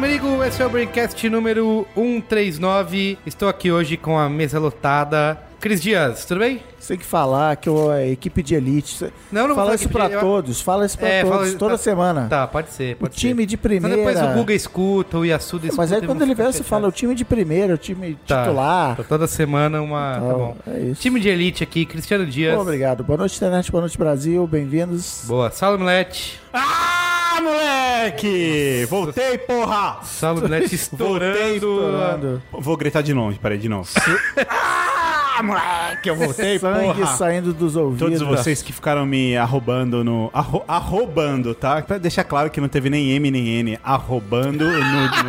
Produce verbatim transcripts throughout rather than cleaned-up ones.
meu amigo, esse é o Braincast número cento e trinta e nove. Estou aqui hoje com a mesa lotada. Cris Dias, tudo bem? Você tem que falar que eu, a equipe de elite. Não, não fala vou isso pra de... todos, fala isso pra é, todos, fala... toda tá... semana. Tá, pode ser, pode o ser. time de primeira. Então depois o Guga escuta, o Yasuda escuta. Mas aí quando ele vier, você fala o time de primeira, o time tá, titular. Tá toda semana uma... Então, tá bom. É isso. Time de elite aqui, Cristiano Dias. Bom, obrigado. Boa noite, internet, boa noite, Brasil, bem-vindos. Boa. Saulo Milete. Ah, moleque! Voltei, porra! Saulo Milete estourando. Voltei estourando. Vou gritar de longe, peraí, de novo. Ah, moleque, eu voltei, Sangue porra! saindo dos ouvidos. Todos vocês que ficaram me arrobando no... Arro, arrobando, tá? Pra deixar claro que não teve nem M nem N. Arrobando no,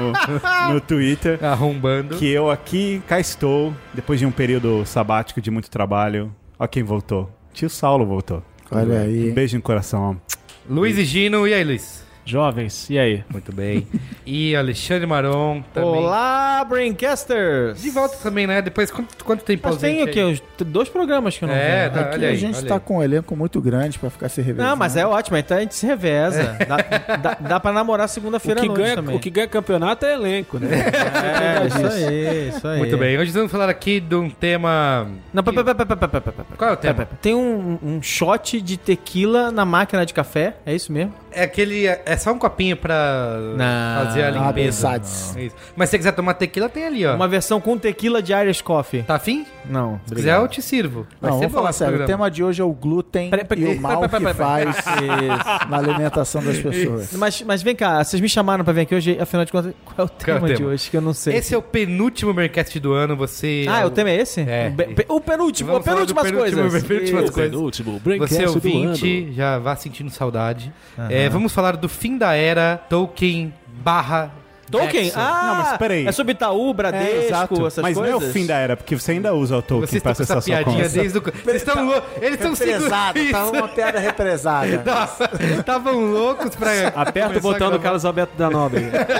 no, no Twitter. Arrombando. Que eu aqui, cá estou, depois de um período sabático de muito trabalho. Ó quem voltou. Tio Saulo voltou. Olha aí. Um beijo no coração, ó. Luiz e Gino, e aí, Luiz? Jovens, e aí? Muito bem. E Alexandre Maron também. Olá, Braincasters! De volta também, né? Depois, quanto, quanto tempo Mas tem ausente o quê? aí? Uns dois programas que eu não É, venho. tá. Aqui olha a aí, gente olha tá aí. com um elenco muito grande pra ficar se revezando. Não, mas é ótimo, então a gente se reveza. Dá, dá, dá pra namorar O segunda-feira à que, noite ganha, também. o que ganha campeonato é elenco, né? É, isso aí, isso aí. Muito bem. Hoje vamos falar aqui de um tema... Não, pera, pera, pera, pera, pera, pera, pera. Qual é o tema? Pera, pera. Tem um, um shot de tequila na máquina de café, é isso mesmo? É aquele... É só um copinho pra Não, fazer a não, limpeza. Versace. É isso. Mas se você quiser tomar tequila, tem ali, ó. Uma versão com tequila de Irish Coffee. Tá afim? Não, Se quiser, eu te sirvo. Vai Não, ser vamos bom falar esse sério. O programa. tema de hoje é o glúten Pera- pera- e o pera- mal pera- que pera- pera- faz Isso. na alimentação das pessoas. Mas, mas vem cá, vocês me chamaram pra vir aqui hoje, afinal de contas, qual é o Qual é o tema de tema? hoje que eu não sei? Esse é o penúltimo Braincast do ano, você... Ah, o tema é esse? É. O, be- pe- o penúltimo, Vamos falar do penúltimas penúltimo- coisas. penúltimas Isso. coisas. Penúltimo, Você Braincast do ouvinte, ano. já vá sentindo saudade. É, vamos falar do fim da era Tolkien barra Tolkien? Jackson. Ah, Não, mas peraí. é sobre Itaú, Bradesco, É, exato. essas Mas coisas? não é o fim da era, porque você ainda usa o Tolkien Vocês pra estão com acessar essa sua piadinha conta. desde o... Vocês estão loucos. Eles estão Represada, segurando tá isso. uma piada represada. Estavam loucos pra... Aperta o começar a botão do gravar. Carlos Alberto da Nobre.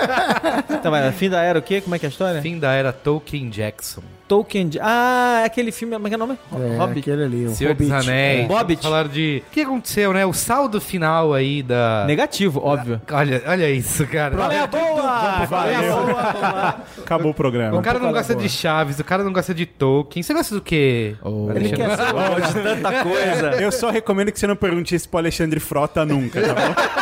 Então, vai, fim da era o quê? Como é que é a história? Fim da era Tolkien Jackson. Tolkien... de- Ah, é aquele filme... Como é que é o nome? É, Hobbit. aquele ali, o Senhor dos Hobbit. Anéis. Hobbit. Falar de... O que aconteceu, né? O saldo final aí da... Negativo, óbvio. Olha, olha isso, cara. Qual é a boa? Qual é a Valeu. boa? Acabou o programa. O cara não Vamos gosta pra de Chaves, o cara não gosta de Tolkien. Você gosta do quê? Ele quer ser Pode tanta coisa. Eu só recomendo que você não pergunte isso pro Alexandre Frota nunca, tá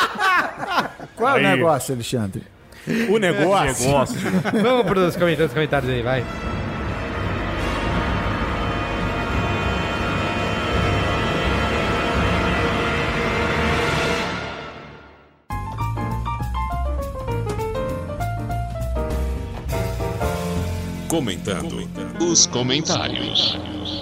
bom? Qual é o Aí. negócio, Alexandre? O negócio... Vamos pros comentários, comentários aí, vai. Comentando os comentários.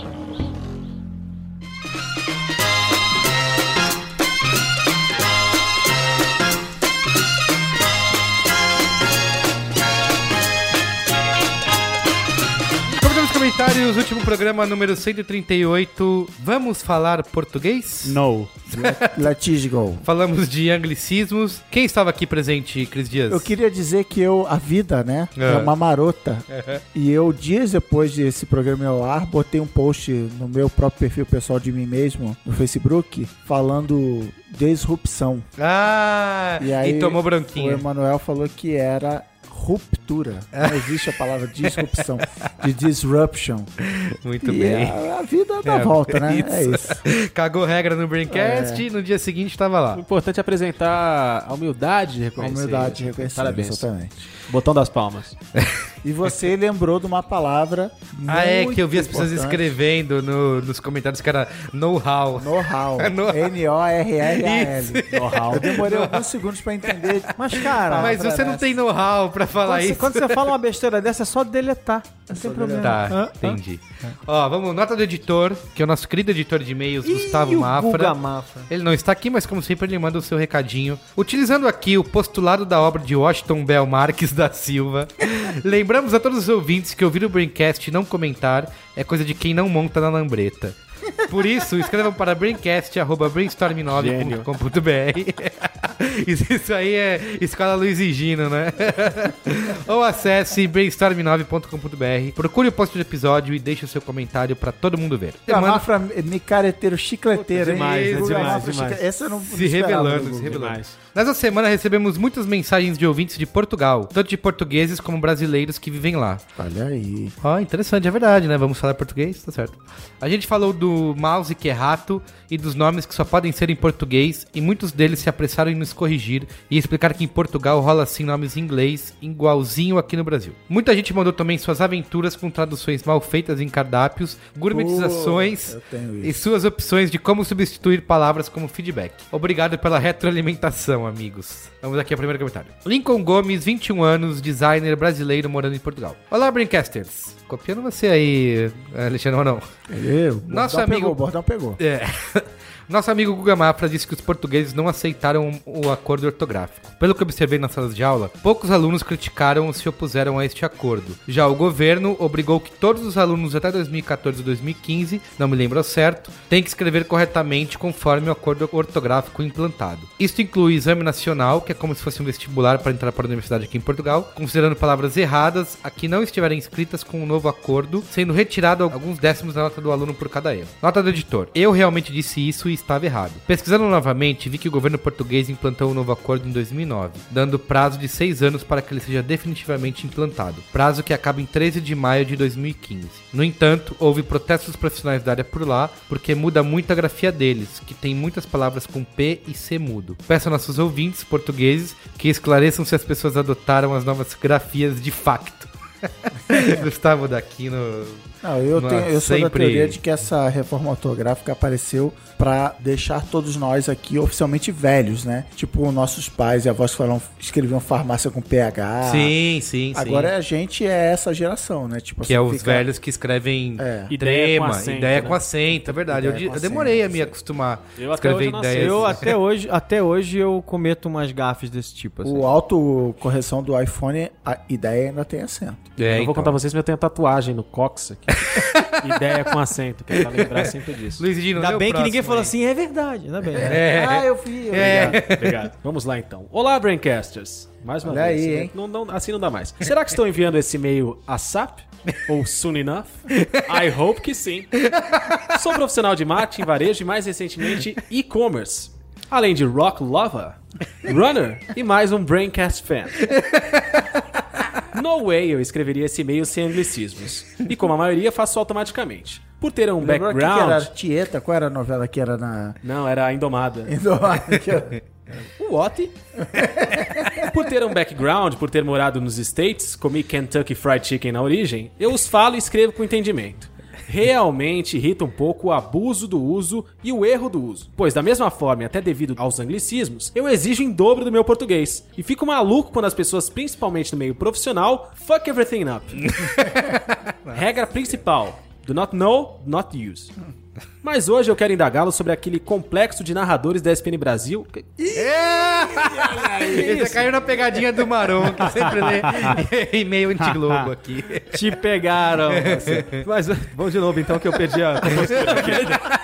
Comentando os comentários, último programa número cento e trinta e oito. Vamos falar português? No. Let's go. Falamos de anglicismos. Quem estava aqui presente, Cris Dias? Eu queria dizer que eu, a vida, né, é, É. uma marota. E eu, dias depois desse programa ao ar, botei um post no meu próprio perfil pessoal de mim mesmo, no Facebook, falando disrupção. Ah, E aí tomou o branquinho. Emanuel falou que era ruptura. Não existe a palavra disrupção, de disruption. Muito e bem. A, a vida dá É, volta, né? isso. É isso. Cagou regra no Braincast É. e no dia seguinte estava lá. O importante é apresentar a humildade de A reconhecer. humildade de reconhecer. Parabéns. Exatamente. Botão das palmas. E você lembrou de uma palavra Ah, é muito que eu vi as pessoas importante. escrevendo no- nos comentários que era know-how. Know-how. Know-how. N O R R A L. Isso. Know-how. Eu demorei alguns segundos pra entender. Mas, cara... Mas você não tem know-how pra falar Quando você, isso. quando você fala uma besteira dessa, é só deletar. Não tem só problema. Tá, Hã? entendi. Ó, vamos, nota do editor, que é o nosso querido editor de e-mails, Ih, Gustavo o Mafra. Guga Mafra. Ele não está aqui, mas como sempre ele manda o seu recadinho. Utilizando aqui o postulado da obra de Washington Bell Marques da Silva, lembramos a todos os ouvintes que ouvir o Braincast e não comentar é coisa de quem não monta na lambreta. Por isso, escrevam para braincast arroba brainstorm nove ponto com ponto b r Isso, isso aí é escola Luiz e Gino, né? Ou acesse brainstorm nove ponto com ponto b r, procure o post do episódio e deixe o seu comentário pra todo mundo ver. Guga Mafra, micareteiro, chicleteiro, hein? demais, né? Guga Demais, Mafra, demais. chicle- Essa eu não Se não esperava revelando, do se Guga. revelando. Demais. Nessa semana recebemos muitas mensagens de ouvintes de Portugal, tanto de portugueses como brasileiros que vivem lá. Olha aí. Ó, interessante, é verdade, né? Vamos falar português, tá certo. A gente falou do mouse que é rato e dos nomes que só podem ser em português, e muitos deles se apressaram em nos corrigir e explicar que em Portugal rola assim nomes em inglês, igualzinho aqui no Brasil. Muita gente mandou também suas aventuras com traduções mal feitas em cardápios, gourmetizações eu tenho e isso. suas opções de como substituir palavras como feedback. Obrigado pela retroalimentação, amigos. Vamos aqui ao primeiro comentário. Lincoln Gomes, vinte e um anos, designer brasileiro morando em Portugal. Olá, Braincasters. Copiando você aí, Alexandre, ou não? Ele, o Nosso Bordão amigo- Pegou, o Bordão pegou. É. Nosso amigo Guga Mafra disse que os portugueses não aceitaram o acordo ortográfico. Pelo que observei nas salas de aula, poucos alunos criticaram ou se opuseram a este acordo. Já o governo obrigou que todos os alunos até dois mil e quatorze ou dois mil e quinze, não me lembro ao certo, têm que escrever corretamente conforme o acordo ortográfico implantado. Isto inclui o exame nacional, que é como se fosse um vestibular para entrar para a universidade aqui em Portugal, considerando palavras erradas a que não estiverem escritas com o novo acordo, sendo retirado alguns décimos da nota do aluno por cada erro. Nota do editor. Eu realmente disse isso e estava errado. Pesquisando novamente, vi que o governo português implantou o novo acordo em dois mil e nove, dando prazo de seis anos para que ele seja definitivamente implantado, prazo que acaba em treze de maio de dois mil e quinze. No entanto, houve protestos profissionais da área por lá, porque muda muito a grafia deles, que tem muitas palavras com P e C mudo. Peço a nossos ouvintes portugueses que esclareçam se as pessoas adotaram as novas grafias de facto. Gustavo Daquino... Não, eu, Não, tenho, eu sou da sempre- teoria de que essa reforma ortográfica apareceu pra deixar todos nós aqui oficialmente velhos, né? Tipo, nossos pais e avós que falam, escreviam farmácia com P H. Sim, sim, sim. Agora a gente é essa geração, né? Tipo, Que você é os fica- velhos que escrevem É. Ideia com trema, acento, ideia né? com acento, é verdade. Eu, Ideia de- com eu demorei acento, a me acostumar Eu a até escrever hoje não sei. ideias. Eu até hoje, até hoje eu cometo umas gafes desse tipo. Assim. O autocorreção do iPhone, a ideia ainda tem acento. É, eu vou então. contar pra vocês, mas eu tenho tatuagem no cox aqui. Ideia com acento, que é pra lembrar sempre disso. Luiz Dino, lê Ainda o bem que próximo ninguém falou aí. assim, é verdade, ainda bem. É. Ah, eu vi. eu vi. É. Obrigado. Vamos lá então. Olá, Braincasters. Mais uma Olha vez. aí, hein? Não, não, assim não dá mais. Será que estão enviando esse e-mail ASAP? Ou soon enough? I hope que sim. Sou profissional de marketing, varejo e mais recentemente e-commerce. Além de rock lover, runner e mais um Braincast fan. No way eu escreveria esse e-mail sem anglicismos. E como a maioria, faço automaticamente. Por ter um Lembrou aqui que background... era Tieta? Qual era a novela que era na... Não, era a Indomada. Indomável? O What? Por ter um background, por ter morado nos States, comi Kentucky Fried Chicken na origem, eu os falo e escrevo com entendimento. Realmente irrita um pouco o abuso do uso e o erro do uso. Pois da mesma forma, e até devido aos anglicismos, eu exijo em dobro do meu português. E fico maluco quando as pessoas, principalmente no meio profissional, fuck everything up. Regra principal. Do not know, not use. Mas hoje eu quero indagá-lo sobre aquele complexo de narradores da S P N Brasil. Você caiu na pegadinha do Maron, que sempre lê e-mail anti-Globo aqui. Te pegaram. você. Mas vamos de novo então que eu perdi a compostura aqui.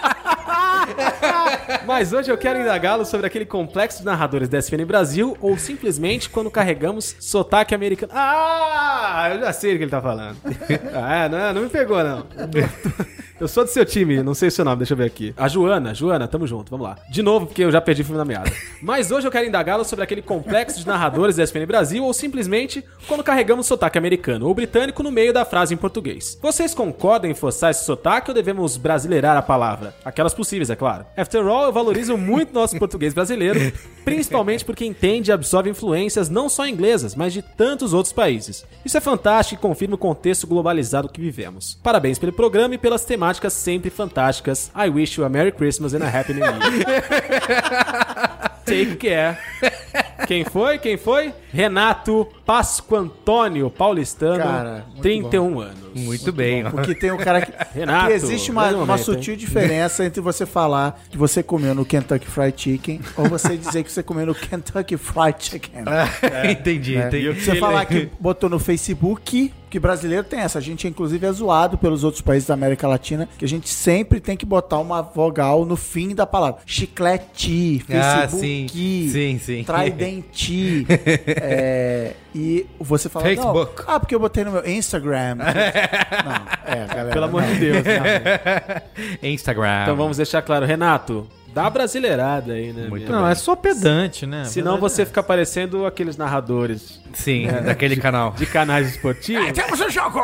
Mas hoje eu quero indagá-lo sobre aquele complexo de narradores da S P N Brasil ou simplesmente quando carregamos sotaque americano. Ah, eu já sei do que ele tá falando. Ah, não, não me pegou, não. Eu sou do seu time, não sei o seu nome, deixa eu ver aqui. A Joana, Joana, tamo junto, vamos lá. De novo, porque eu já perdi o filme na meada. Mas hoje eu quero indagá-lo sobre aquele complexo de narradores da S P N Brasil ou simplesmente quando carregamos sotaque americano ou britânico no meio da frase em português. Vocês concordam em forçar esse sotaque ou devemos brasileirar a palavra? Aquelas possíveis, é claro. After all, eu valorizo muito nosso português brasileiro, principalmente porque entende e absorve influências não só inglesas, mas de tantos outros países. Isso é fantástico e confirma o contexto globalizado que vivemos. Parabéns pelo programa e pelas temáticas sempre fantásticas. I wish you a Merry Christmas and a Happy New Year. Take care. Quem foi? Quem foi? Renato Pasco Antônio, paulistano, Cara, muito trinta e um anos. Muito bem, ó. Porque tem o cara que... Renato, Porque existe uma, grande uma momento, sutil hein? diferença entre você falar que você comeu no Kentucky Fried Chicken ou você dizer que você comeu no Kentucky Fried Chicken. Entendi, né? entendi. Você falar que botou no Facebook, que brasileiro tem essa. A gente, inclusive, é zoado pelos outros países da América Latina, que a gente sempre tem que botar uma vogal no fim da palavra. Chiclete, Ah, Facebook, sim. Sim, sim. Tridenti. é, e você fala, Facebook. não, ah, porque eu botei no meu Instagram. Não, é, galera. Pelo amor não. de Deus. Né? Instagram. Então vamos deixar claro. Renato, dá brasileirada aí, né? Muito minha? Não, é só pedante, né? Senão você fica parecendo aqueles narradores Sim, daquele canal. de canais esportivos. Temos um jogo!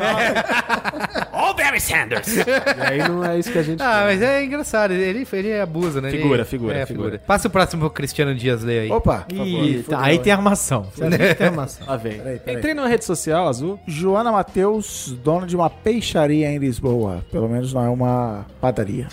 Ó, Barry Sanders! E aí não é isso que a gente Ah, quer. mas é engraçado, ele, ele abusa, né? Figura, Ele- figura, é, figura. Passa o próximo pro Cristiano Dias ler aí. Opa, por favor. Ih, Fudeu, aí hein? tem armação. Você viu que tem armação. Lá vem. Peraí, peraí. Entrei numa rede social azul. Joana Matheus, dona de uma peixaria em Lisboa. Pelo menos não é uma padaria.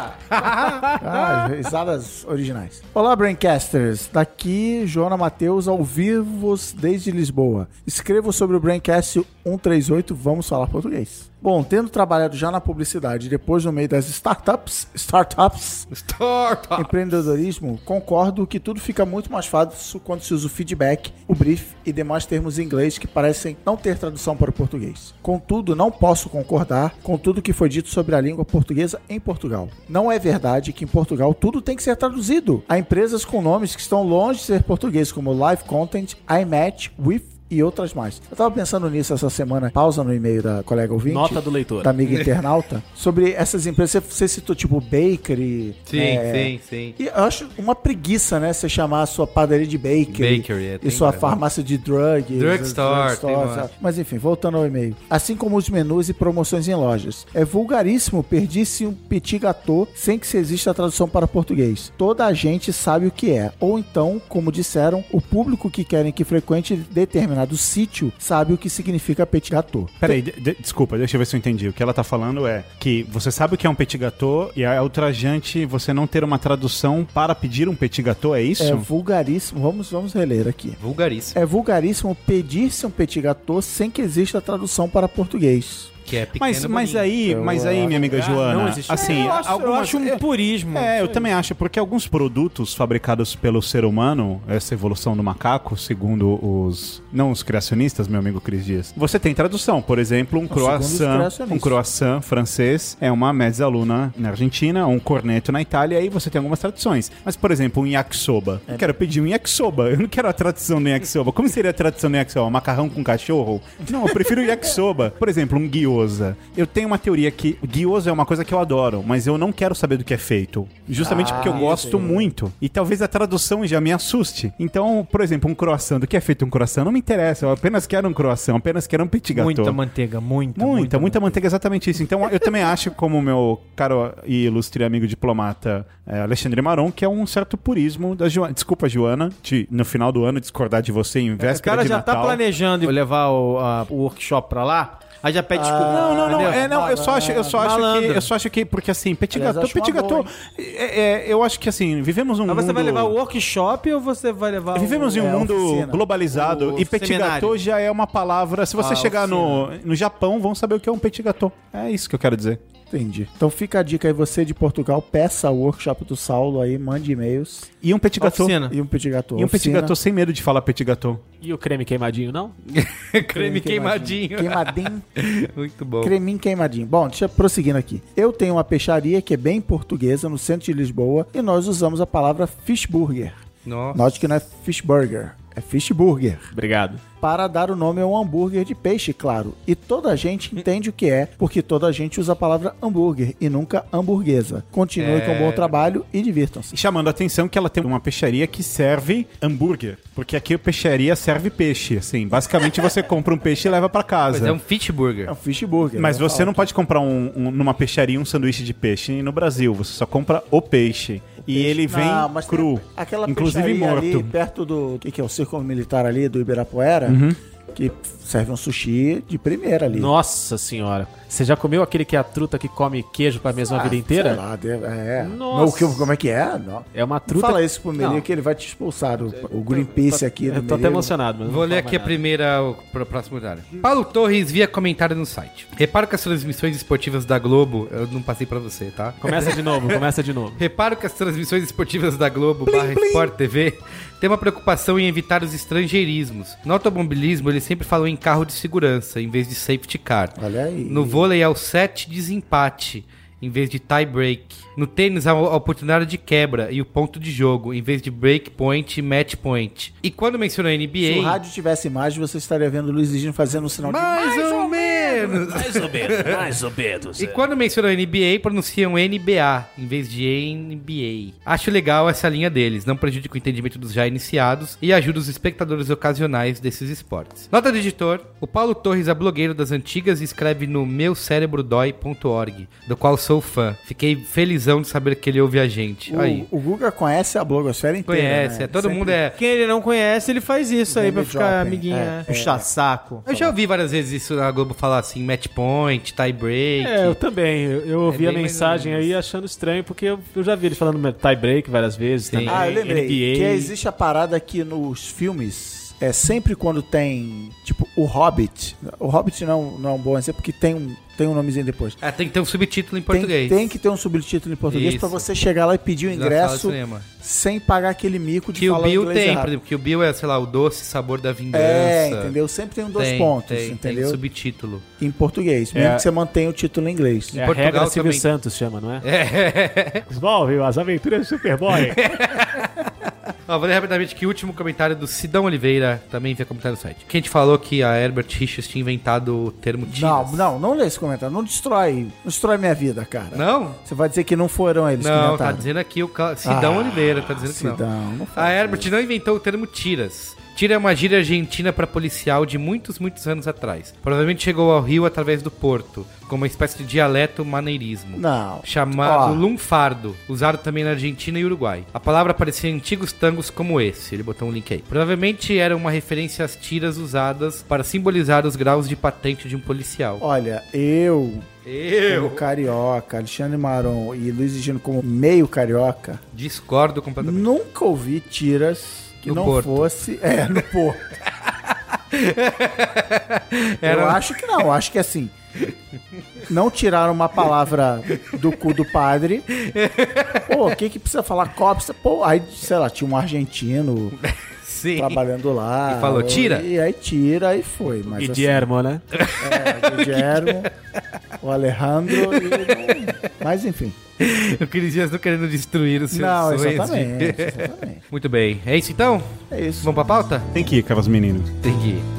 Ah, risadas originais. Olá, Braincasters. Daqui, Joana Matheus, ao vivo desde Lisboa. Escrevo sobre o Braincast cento e trinta e oito, vamos falar português. Bom, tendo trabalhado já na publicidade e depois no meio das startups, startups, Startup. empreendedorismo, concordo que tudo fica muito mais fácil quando se usa o feedback, o brief e demais termos em inglês que parecem não ter tradução para o português. Contudo, não posso concordar com tudo que foi dito sobre a língua portuguesa em Portugal. Não é verdade que em Portugal tudo tem que ser traduzido. Há empresas com nomes que estão longe de ser português, como Live Content, iMatch, With e outras mais. Eu tava pensando nisso essa semana, pausa no e-mail da colega ouvinte, Nota do leitor. da amiga internauta, sobre essas empresas. Você, você citou tipo Bakery. Sim, é, sim, sim. E eu acho uma preguiça, né? Você chamar a sua padaria de bakery, Bakery, é, e tem sua várias. farmácia de drugs. Drugstore, tem sabe? mais. Mas enfim, voltando ao e-mail. Assim como os menus e promoções em lojas. É vulgaríssimo pedir-se um petit gâteau sem que se exista a tradução para português. Toda a gente sabe o que é. Ou então, como disseram, o público que querem que frequente determinado sítio sabe o que significa petit gâteau. Peraí, de- de- desculpa, deixa eu ver se eu entendi. O que ela tá falando é que você sabe o que é um petit gâteau e é ultrajante você não ter uma tradução para pedir um petit gâteau, é isso? É vulgaríssimo. Vamos, vamos reler aqui. Vulgaríssimo. É vulgaríssimo pedir-se um petit gâteau sem que exista a tradução para português. Que é pequeno, Mas, mas boninho. aí, Eu mas aí, minha amiga acho- Joana, não existe. assim, eu, acho, eu algumas- acho um purismo. É, eu também acho, porque alguns produtos fabricados pelo ser humano, essa evolução do macaco, segundo os, não os criacionistas, meu amigo Cris Dias, você tem tradução. Por exemplo, um segundo os croissant, criacionistas. um croissant francês é uma mezzaluna na Argentina, um corneto na Itália, aí você tem algumas traduções. Mas, por exemplo, um yakisoba. Eu quero pedir um yakisoba, eu não quero a tradução do yakisoba. Como seria a tradução do yakisoba? Macarrão com cachorro? Não, eu prefiro o yakisoba. Por exemplo, um gyoza. Eu tenho uma teoria que gyoza é uma coisa que eu adoro, mas eu não quero saber do que é feito. Justamente Ah, porque eu gosto entendi. muito. E talvez a tradução já me assuste. Então, por exemplo, um croissant. Do que é feito um croissant? Não me interessa. Eu apenas quero um croissant. Apenas quero um petit gâteau. Muita manteiga, muita, Muita, muita manteiga, exatamente isso. Então, eu também acho, como o meu caro e ilustre amigo diplomata é, Alexandre Maron, que é um certo purismo da Joana. Desculpa, Joana, de, no final do ano discordar de você em O véspera cara de já Natal. tá planejando levar o, a- o workshop pra lá, aí já pede desculpa. Não, não, não. entendeu? É, não, eu só acho, eu só acho que, Malandro. eu só acho que, porque assim, petit Aliás, gâteau, acho petit uma boa, gâteau, é, é, eu acho que assim, vivemos um Mas mundo... você vai levar o workshop ou você vai levar Vivemos em um É, mundo oficina. globalizado O e petit seminário. gâteau já é uma palavra. Se você Ah, chegar no, no Japão, vão saber o que é um petit gâteau. É isso que eu quero dizer. Entendi. Então fica a dica aí, você de Portugal, peça o workshop do Saulo aí, mande e-mails. E um petit gâteau. Oficina. E um petit gâteau. E um petit Oficina. gâteau sem medo de falar petit gâteau. E o creme queimadinho, não? Creme queimadinho. Queimadinho. Muito bom. Creminho queimadinho. Bom, deixa eu prosseguindo aqui. Eu tenho uma peixaria que é bem portuguesa, no centro de Lisboa, e nós usamos a palavra fish burger. Nossa. Note que não é fish burger, é fish burger. Obrigado. Para dar o nome a um hambúrguer de peixe, claro. E toda a gente entende o que é, porque toda a gente usa a palavra hambúrguer e nunca hamburguesa. Continue É. com um bom trabalho e divirtam-se. E chamando a atenção que ela tem uma peixaria que serve hambúrguer. Porque aqui a peixaria serve peixe, assim. Basicamente você compra um peixe e leva pra casa. Mas é um fit É burger. um fish burger. Mas né? você não pode comprar um, um- numa peixaria um sanduíche de peixe no Brasil. Você só compra o peixe. E ele vem Não, mas cru. tem aquela inclusive peixaria morto. ali perto do... O que, que é? O Círculo Militar ali do Ibirapuera. Que serve um sushi de primeira ali. Nossa senhora. Você já comeu aquele que é a truta que come queijo pra mesma Ah, vida inteira? Sei lá, deve- é. Nossa. No, que- como é que é? Não. É uma Não truta... fala isso pro Meli Não. que ele vai te expulsar. O, o Greenpeace aqui Eu do tô até Meli. emocionado, mano. Vou ler aqui a primeira o- pro próximo lugar. Paulo Torres via comentário no site. Reparo que as transmissões esportivas da Globo... Eu não passei pra você, tá? Começa de novo, começa de novo. Reparo que as transmissões esportivas da Globo barra Sport T V têm uma preocupação em evitar os estrangeirismos. No automobilismo, eles sempre falam em carro de segurança, em vez de safety car. Olha aí. No vôlei é o set desempate, em vez de tie break. No tênis há a oportunidade de quebra e o ponto de jogo, em vez de break point e match point. E quando mencionou N B A... Se o rádio tivesse imagem, você estaria vendo o Luiz Egino fazendo um sinal de Mais, ou, menos! Mais ou menos, mais ou menos. E quando mencionam N B A, pronunciam N B A, em vez de N B A. Acho legal essa linha deles, não prejudica o entendimento dos já iniciados e ajuda os espectadores ocasionais desses esportes. Nota do editor, o Paulo Torres é blogueiro das antigas e escreve no meu cérebro dói ponto org, do qual sou fã. Fiquei felizão de saber que ele ouve a gente. Aí. O, o Guga conhece a blogosfera inteira. Conhece, né? é, todo Sempre- mundo é... Quem ele não conhece, ele faz isso aí Name pra ficar dropping, amiguinho, é, né? é. Puxar saco. Eu já ouvi várias vezes isso na Globo falar assim, match point, tie break. É, eu também. Eu, eu ouvi É a bem mais mensagem ou menos. aí achando estranho, porque eu, eu já vi ele falando tie break várias vezes Sim. também. Ah, eu lembrei. N B A. Que existe a parada que nos filmes, é sempre quando tem, tipo, o Hobbit. O Hobbit não, não é um bom exemplo, porque tem um, tem um nomezinho depois. É, tem que ter um subtítulo em Tem, português. tem que ter um subtítulo em português Isso. pra você chegar lá e pedir o Na sala de ingresso cinema. sem pagar aquele mico de Que o falar Bill inglês tem, errado. por exemplo, que o Bill é, sei lá, o doce sabor da vingança. É, entendeu? Sempre tem um dois Tem, pontos, tem, entendeu? Tem subtítulo. Em português, mesmo É. que você mantenha o título em inglês. É a Portugal regra Silvio também. Santos chama, não é? É. Smallville, as aventuras do Superboy. Ó, vou ler rapidamente aqui o último comentário do Sidão Oliveira, também via comentário no site. Que a gente falou que a Herbert Richards tinha inventado o termo tiras. Não, não, não lê esse comentário. Não destrói, não destrói minha vida, cara. Não? Você vai dizer que não foram eles que Não, tá inventaram. dizendo aqui o Ca- Sidão Ah, Oliveira, tá dizendo que não. Sidão, não A faz Herbert não inventou o termo tiras. Tira é uma gíria argentina para policial de muitos, muitos anos atrás. Provavelmente chegou ao Rio através do Porto, como uma espécie de dialeto maneirismo. Não. Chamado Ó. lunfardo, usado também na Argentina e Uruguai. A palavra aparecia em antigos tangos como esse, ele botou um link aí. Provavelmente era uma referência às tiras usadas para simbolizar os graus de patente de um policial. Olha, eu, Eu como carioca, Alexandre Maron e Luiz Egino como meio carioca, discordo completamente. nunca ouvi tiras que No não Porto. fosse... É, no Porto. Eu acho que não, eu acho que assim... Não tiraram uma palavra do cu do padre. Pô, o que que precisa falar? Copsa? Pô, aí, sei lá, tinha um argentino Sim. trabalhando lá. E falou, tira? E aí tira e foi. Mas assim, Guillermo, né? é, o Guillermo, o Alejandro e... não- Mas enfim. O Crisias não querendo destruir os seus Não, sonhos. de- exatamente, exatamente. Muito bem. É isso então? É isso. Vamos pra pauta? Tem que ir, Carlos Menino. Tem que ir.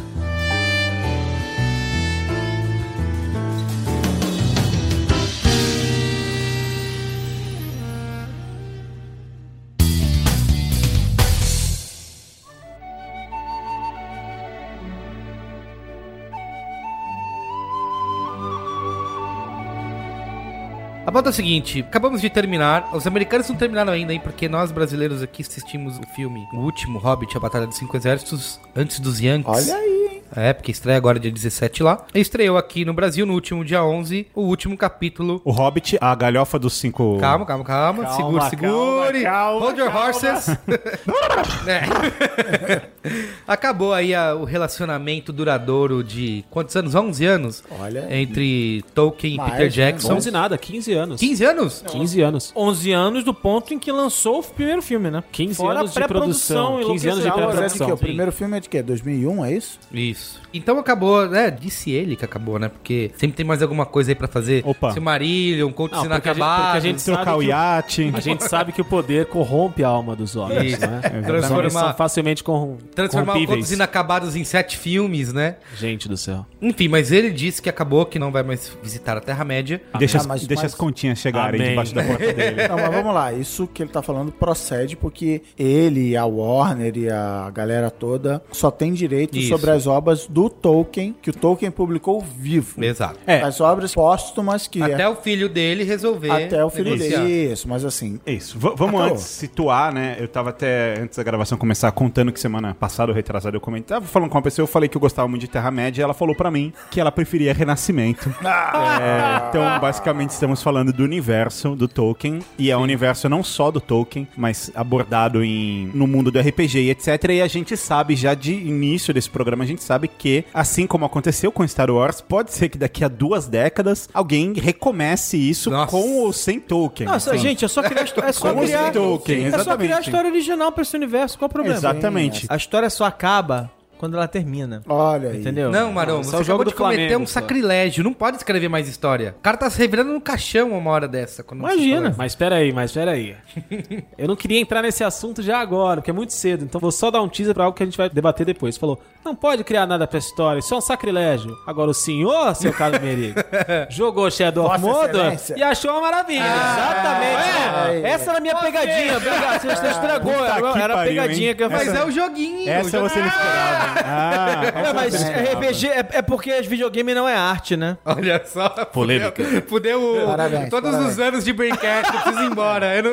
A pauta é a seguinte, acabamos de terminar, os americanos não terminaram ainda, hein, porque nós brasileiros aqui assistimos o filme O Último Hobbit, A Batalha dos Cinco Exércitos, antes dos Yankees. Olha aí, hein? É, porque estreia agora dia dezessete lá. E estreou aqui no Brasil, no último dia onze, o último capítulo. O Hobbit, a galhofa dos cinco... Calma, calma, calma. Calma, segure, calma, segure. calma, Hold your calma. horses. É. Acabou aí a- o relacionamento duradouro de quantos anos? onze anos? Olha. Entre Tolkien Mais, e Peter né? Jackson. onze nada, quinze anos. quinze anos? quinze anos. onze anos do ponto em que lançou o primeiro filme, né? quinze Fora anos de pré-produção, produção. quinze anos de enlouquecedora. Mas é de pré-produção. quê? O primeiro filme é de quê? dois mil e um, é isso? Isso. Então acabou, né? Disse ele que acabou, né? Porque sempre tem mais alguma coisa aí pra fazer. Opa. Silmarillion, Contos Não, porque a gente- Inacabados. porque a gente Trocar sabe o que o- iate. A gente sabe que o poder corrompe a alma dos homens, Isso. né? Transformar- Eles são facilmente corrom Transformar o Contos corrompíveis. Inacabados em sete filmes, né? Gente do céu. Enfim, mas ele disse que acabou, que não vai mais visitar a Terra-média. Deixa, Ah, as, mas- deixa mas- as continhas chegarem Amém. debaixo da porta dele. Não, mas vamos lá. Isso que ele tá falando procede porque ele, a Warner e a galera toda só tem direito Isso. sobre as obras obras do Tolkien, que o Tolkien publicou vivo. Exato. É. As obras póstumas que... Até é, o filho dele resolver. até o filho negociar. dele. Isso, mas assim... Isso. V- vamos Acabou. antes situar, né? Eu tava até, antes da gravação começar, contando que semana passada, ou retrasada, eu comentava, falando com uma pessoa, eu falei que eu gostava muito de Terra-média, e ela falou pra mim que ela preferia Renascimento. É, então, basicamente, estamos falando do universo do Tolkien, e é um universo não só do Tolkien, mas abordado em, no mundo do R P G e etcétera. E a gente sabe, já de início desse programa, a gente sabe que, assim como aconteceu com Star Wars, pode ser que daqui a duas décadas alguém recomece isso Nossa. com ou sem Tolkien. Nossa, Assim. gente, é só criar, é só Com ou criar, sem Tolkien, é só criar a exatamente. história original pra esse universo. Qual o problema? Exatamente. A história só acaba quando ela termina. Olha aí. Entendeu? Não, Marão, Isso você é o jogo acabou do de cometer Flamengo, um só. sacrilégio. Não pode escrever mais história. O cara tá se revirando no caixão uma hora dessa. quando você Imagina. fala. Mas peraí, mas peraí. Eu não queria entrar nesse assunto já agora, porque é muito cedo. Então vou só dar um teaser pra algo que a gente vai debater depois. Você falou, não pode criar nada pra história, isso é um sacrilégio. Agora o senhor, seu Carlos Merigo, jogou Shadow of Vossa Mordor Excelência. e achou uma maravilha. Exatamente. É. Essa era a minha pegadinha. Obrigado, você estragou. Puta Era, que era a pariu, pegadinha hein? que eu ia Mas fazer. é o joguinho. Essa o você não esperava. Ah, É, essa mas você não esperava. R P G é, é porque videogame não é arte, né? Olha só. Polêmica. Fudeu, fudeu o- Parabéns, todos parabéns. os anos de Braincast. Eu preciso ir embora. Eu não...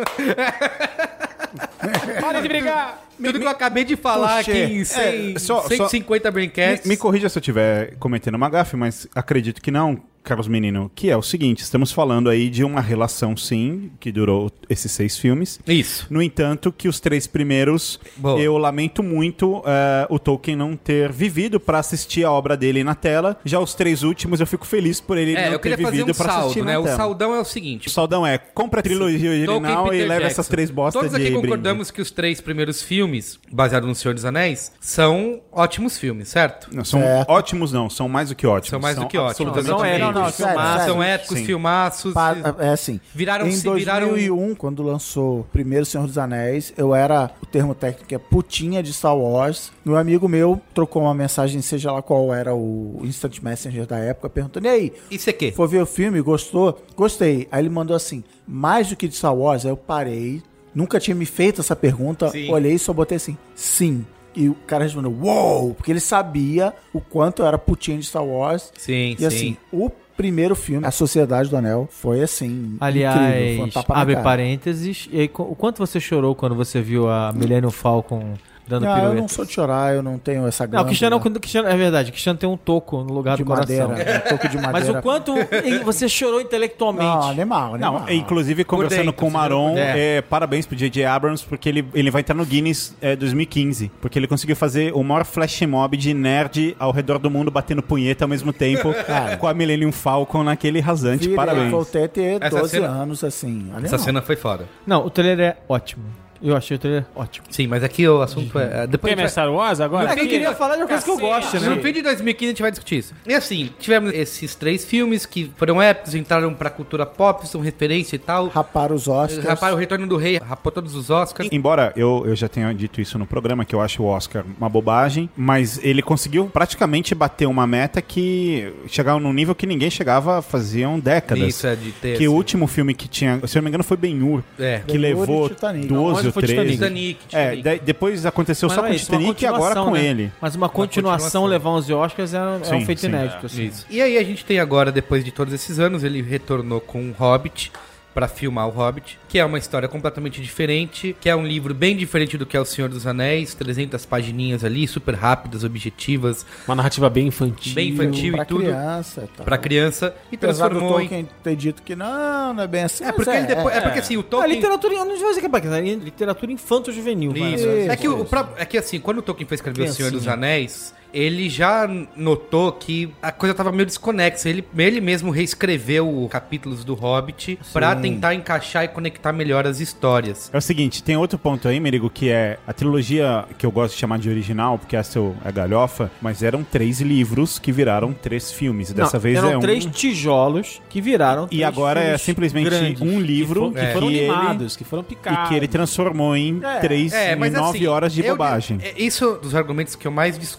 Para de brigar. Tudo que eu acabei de falar Puxê. aqui em cem, É, só- cento e cinquenta Braincasts. Me, me corrija se eu estiver cometendo uma gafe, mas acredito que não, Carlos Menino, que é o seguinte, estamos falando aí de uma relação, sim, que durou esses seis filmes. Isso. No entanto, que os três primeiros, Boa. eu lamento muito eh, o Tolkien não ter vivido pra assistir a obra dele na tela. Já os três últimos, eu fico feliz por ele É, não eu ter queria fazer vivido um pra assistir saldo, na né? O tela. saldão é o seguinte. O saldão é, compra a trilogia original Tolkien, e Peter leva Jackson. essas três bostas Todos de aqui brinde. concordamos que os três primeiros filmes, baseados no Senhor dos Anéis, são ótimos filmes, certo? Não, são Certo. ótimos não, são mais do que ótimos. São mais do que ótimos. absolutamente São exatamente. épicos, Não, não, sério, filmaços. sério. São épicos, Sim. filmaços. Pa- É assim, Viraram- em se dois mil e um, viraram- quando lançou o primeiro Senhor dos Anéis, eu era, o termo técnico é putinha de Star Wars. Meu amigo meu trocou uma mensagem, seja lá qual era o Instant Messenger da época, perguntando, e aí, Isso é quê? foi ver o filme, gostou? Gostei. Aí ele mandou assim, mais do que de Star Wars? Aí eu parei, nunca tinha me feito essa pergunta, Sim. olhei e só botei assim, sim. E o cara respondeu, uou! Porque ele sabia o quanto eu era putinha de Star Wars. Sim, E sim. assim, o primeiro filme, A Sociedade do Anel, foi assim, Aliás, incrível. Foi um tapa na abre cara. parênteses. E aí, co- o quanto você chorou quando você viu a Millennium Falcon dando Não, eu pirueta? não sou de chorar, eu não tenho essa Não, grana. o Cristiano, o Cristiano- é verdade, o Cristiano tem um toco no lugar de do coração. madeira, um toco de Mas madeira. o quanto você chorou intelectualmente. Não, animal, animal. Não, inclusive conversando dentro, com o você Maron, viu? é, parabéns pro J J Abrams, porque ele, ele vai estar no Guinness é, dois mil e quinze, porque ele conseguiu fazer o maior flash mob de nerd ao redor do mundo batendo punheta ao mesmo tempo com a Millennium Falcon naquele rasante. Virei, Parabéns. voltei a ter Essa doze cena- anos, assim. Animal. Essa cena foi foda. Não, o trailer é ótimo. Eu achei o trailer ótimo. Sim, mas aqui o assunto é... é- Depois Tem a mais gente vai- Star Wars agora? É que eu queria falar de uma coisa que eu gosto, né? No fim de dois mil e quinze a gente vai discutir isso. E assim, tivemos esses três filmes que foram épicos, entraram pra cultura pop, são referência e tal. Rapar os Oscars. Rapaz, o Retorno do Rei rapou todos os Oscars. Embora eu, eu já tenha dito isso no programa, que eu acho o Oscar uma bobagem, mas ele conseguiu praticamente bater uma meta que chegava num nível que ninguém chegava faziam décadas. Isso, é de ter... Que assim, o último filme que tinha, se eu não me engano, foi Ben-Hur, É. que Ben-Hur e levou Titanic. doze Onde ou foi treze. Titanic, É, Titanic. de- depois aconteceu Mas só não com é o isso, uma Titanic e agora continuação, com né? ele. Mas uma continuação, continuação. levar onze Oscars é, é um Sim, feito sim. inédito. Assim. Isso. E aí a gente tem agora, depois de todos esses anos, ele retornou com o Hobbit pra filmar o Hobbit, que é uma história completamente diferente, que é um livro bem diferente do que é O Senhor dos Anéis, trezentas pagininhas ali, super rápidas, objetivas, Uma narrativa bem infantil. bem infantil pra e tudo, criança e tal. pra criança, e Apesar do transformou em... Tolkien ter dito que não, não é bem assim. É mas porque, ele depois, é, porque assim, o A Tolkien... literatura, não vai dizer que é bacana, é literatura infanto-juvenil. vai, Isso. né? É que, o, pró- é que assim, quando o Tolkien foi escrever O Senhor dos Criancinha. Anéis, ele já notou que a coisa tava meio desconexa. Ele, ele mesmo reescreveu capítulos do Hobbit pra tentar encaixar e conectar melhor as histórias. É o seguinte, tem outro ponto aí, Merigo, que é a trilogia que eu gosto de chamar de original, porque essa é galhofa, mas eram três livros que viraram três filmes. Não, Dessa vez eram é um... três tijolos que viraram E três agora é filmes simplesmente grandes. um livro Que, que, que foram ele... limados, que foram picados. E que ele transformou em três, É, em mas nove assim, horas de eu- bobagem. é, isso é um dos argumentos que eu mais discordo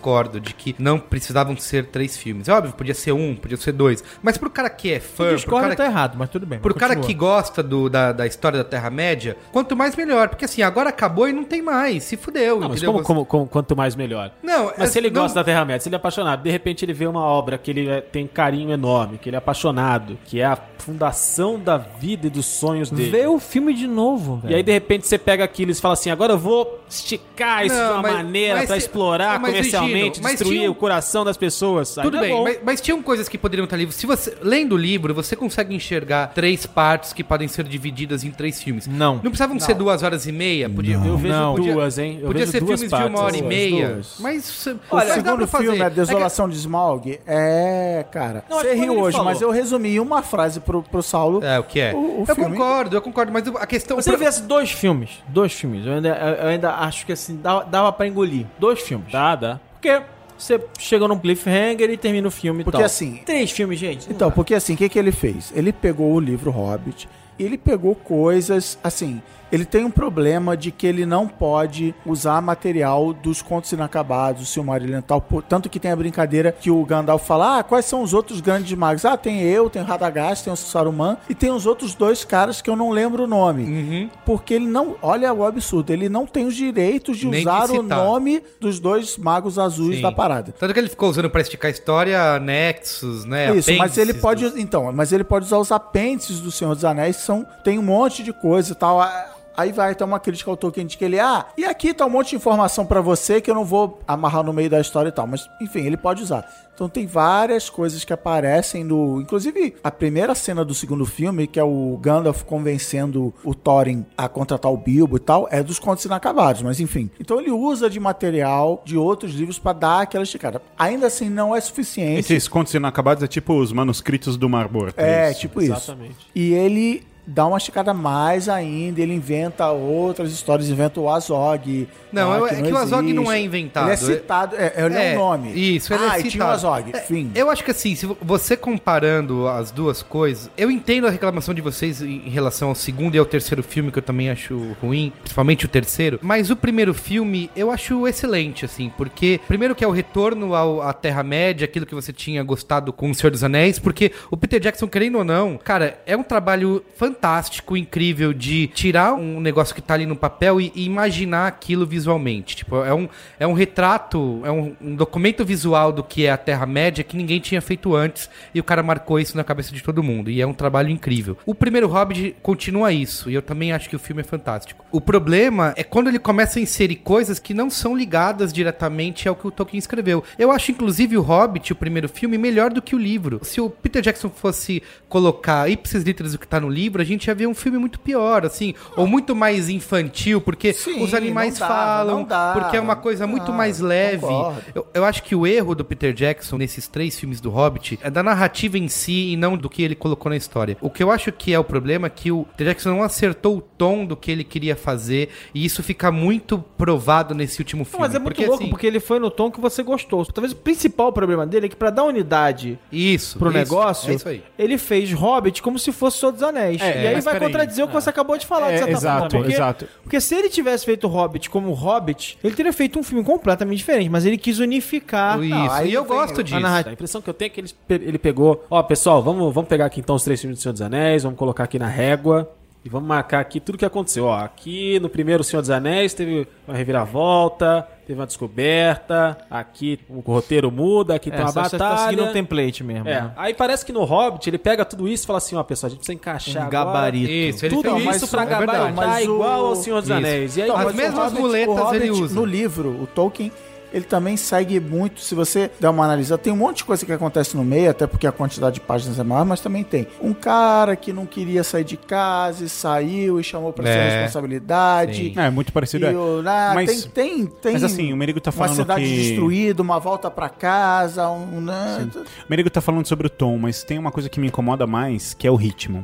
de que não precisavam ser três filmes. É óbvio, podia ser um, podia ser dois. Mas pro cara que é fã, O pro Discord cara tá errado, mas tudo bem. Pro mas cara continua. que gosta do, da, da história da Terra-média, quanto mais melhor. Porque assim, agora acabou e não tem mais. Se fudeu, Não, mas entendeu? como, como- como- quanto mais melhor. Não, Mas é- se ele não- gosta da Terra-média, se ele é apaixonado, de repente ele vê uma obra que ele é- tem carinho enorme, que ele é apaixonado, que é a fundação da vida e dos sonhos dele. Vê o filme de novo, velho. E aí, de repente, você pega aquilo e fala assim, agora eu vou esticar isso Não, de uma mas- maneira mas pra se- explorar mas, comercialmente, Gino, mas destruir tinha um- o coração das pessoas. Aí Tudo não é bem, bom. mas, mas tinham coisas que poderiam estar livres. Se você, lendo o livro, você consegue enxergar três partes que podem ser divididas em três filmes. Não. Não precisavam ser duas horas e meia? Podia, Eu vejo Não. duas, hein? Eu podia vejo ser duas filmes partes, de uma hora e assim. meia. duas. Mas, O mas dá segundo pra fazer. filme, A É que- Desolação de Smaug, é, cara, Não, você acho que riu quando ele hoje, falou- mas eu resumi em uma frase pro, pro Saulo. É, o que é? O- o eu filme- concordo, eu concordo, mas a questão... Se você viesse dois filmes, dois filmes, eu ainda, eu ainda acho que assim, dava, dava pra engolir. Dois filmes. Dá, dá. Porque você chega num cliffhanger e termina o filme e Porque tal. assim- Três filmes, gente. não Então, dá. porque assim, o que, que ele fez? Ele pegou o livro Hobbit, ele pegou coisas, assim, ele tem um problema de que ele não pode usar material dos contos inacabados, o Silmarillion e tal, por- tanto que tem a brincadeira que o Gandalf fala, ah, quais são os outros grandes magos? Ah, tem eu, tem o Radagast, tem o Saruman, e tem os outros dois caras que eu não lembro o nome. Uhum. Porque ele não, olha o absurdo, ele não tem os direitos de Nem de usar o citar. nome dos dois magos azuis Sim. da parada. Tanto que ele ficou usando pra esticar a história, Nexus, né? Isso, mas ele apêndices pode, do- então, mas ele pode usar os apêndices do Senhor dos Anéis, que são, tem um monte de coisa e tal. Ah, aí vai ter uma crítica ao Tolkien de que ele, ah, e aqui tá um monte de informação pra você que eu não vou amarrar no meio da história e tal, mas enfim, ele pode usar. Então tem várias coisas que aparecem no, inclusive a primeira cena do segundo filme, que é o Gandalf convencendo o Thorin a contratar o Bilbo e tal, é dos contos inacabados, mas enfim. Então ele usa de material de outros livros pra dar aquela esticada. Ainda assim não é suficiente. Esses contos inacabados é tipo os manuscritos do Mar Morto. É, isso. tipo isso. Exatamente. E ele dá uma esticada mais ainda, ele inventa outras histórias, inventa o Azog. Não, lá, é que o Azog não é existe. inventado. Ele é citado, é, ele é, um nome. Isso, ele ah, é e citado. tinha o Azog, É, fim. Eu acho que assim, se você comparando as duas coisas, eu entendo a reclamação de vocês em em relação ao segundo e ao terceiro filme, que eu também acho ruim, principalmente o terceiro, mas o primeiro filme eu acho excelente, assim, porque primeiro que é o retorno ao, à Terra-média, aquilo que você tinha gostado com O Senhor dos Anéis, porque o Peter Jackson, querendo ou não, cara, é um trabalho fantástico, incrível de tirar um negócio que tá ali no papel e, e imaginar aquilo visualmente, tipo, é um, é um retrato, é um, um documento visual do que é a Terra-média que ninguém tinha feito antes e o cara marcou isso na cabeça de todo mundo. E é um trabalho incrível. O primeiro Hobbit continua isso e eu também acho que o filme é fantástico. O problema é quando ele começa a inserir coisas que não são ligadas diretamente ao que o Tolkien escreveu. Eu acho, inclusive, o Hobbit, o primeiro filme, melhor do que o livro. Se o Peter Jackson fosse colocar ipsis literis o que tá no livro, a gente ia ver um filme muito pior, assim, ou muito mais infantil, porque Sim, os animais não dava, falam, não dava. porque é uma coisa muito Ah, mais leve. concordo. Eu, eu acho que o erro do Peter Jackson nesses três filmes do Hobbit é da narrativa em si e não do que ele colocou na história. O que eu acho que é o problema é que o Peter Jackson não acertou o tom do que ele queria fazer e isso fica muito provado nesse último Não, filme. mas é muito porque, louco, assim, porque ele foi no tom que você gostou. Talvez o principal problema dele é que pra dar unidade Isso. pro isso, negócio, É isso aí. ele fez Hobbit como se fosse o Senhor dos Anéis. É, e aí mas vai peraí. contradizer o que você acabou de falar, de É, certa exato, forma. Porque, exato. porque se ele tivesse feito Hobbit como Hobbit, ele teria feito um filme completamente diferente, mas ele quis unificar. Isso. aí e eu vem gosto a disso. narrativa. A impressão que eu tenho é que ele, ele pegou... Ó, pessoal, vamos, vamos pegar aqui então os três filmes do Senhor dos Anéis, vamos colocar aqui na régua e vamos marcar aqui tudo que aconteceu. Ó, aqui no primeiro Senhor dos Anéis teve uma reviravolta, teve uma descoberta, aqui o roteiro muda, aqui tem É, uma só você batalha... tá seguindo um template mesmo. É, né? aí parece que no Hobbit ele pega tudo isso e fala assim, ó, pessoal, a gente precisa encaixar Um agora gabarito. Isso, ele tudo fez mas isso pra é verdade, gabaritar mas o- igual ao Senhor dos Isso. Anéis. E aí, Então, Mas as o mesmas Hobbit- muletas o Hobbit, ele usa. No livro, o Tolkien, ele também segue muito, se você der uma analisada, tem um monte de coisa que acontece no meio, até porque a quantidade de páginas é maior, mas também tem um cara que não queria sair de casa e saiu e chamou pra É, ser responsabilidade. sim. É, muito parecido. E é. o, ah, Mas- tem, tem, tem mas assim, o Merigo tá uma falando cidade que- destruída, uma volta pra casa, um... Né, O Merigo tá falando sobre o tom, mas tem uma coisa que me incomoda mais, que é o ritmo.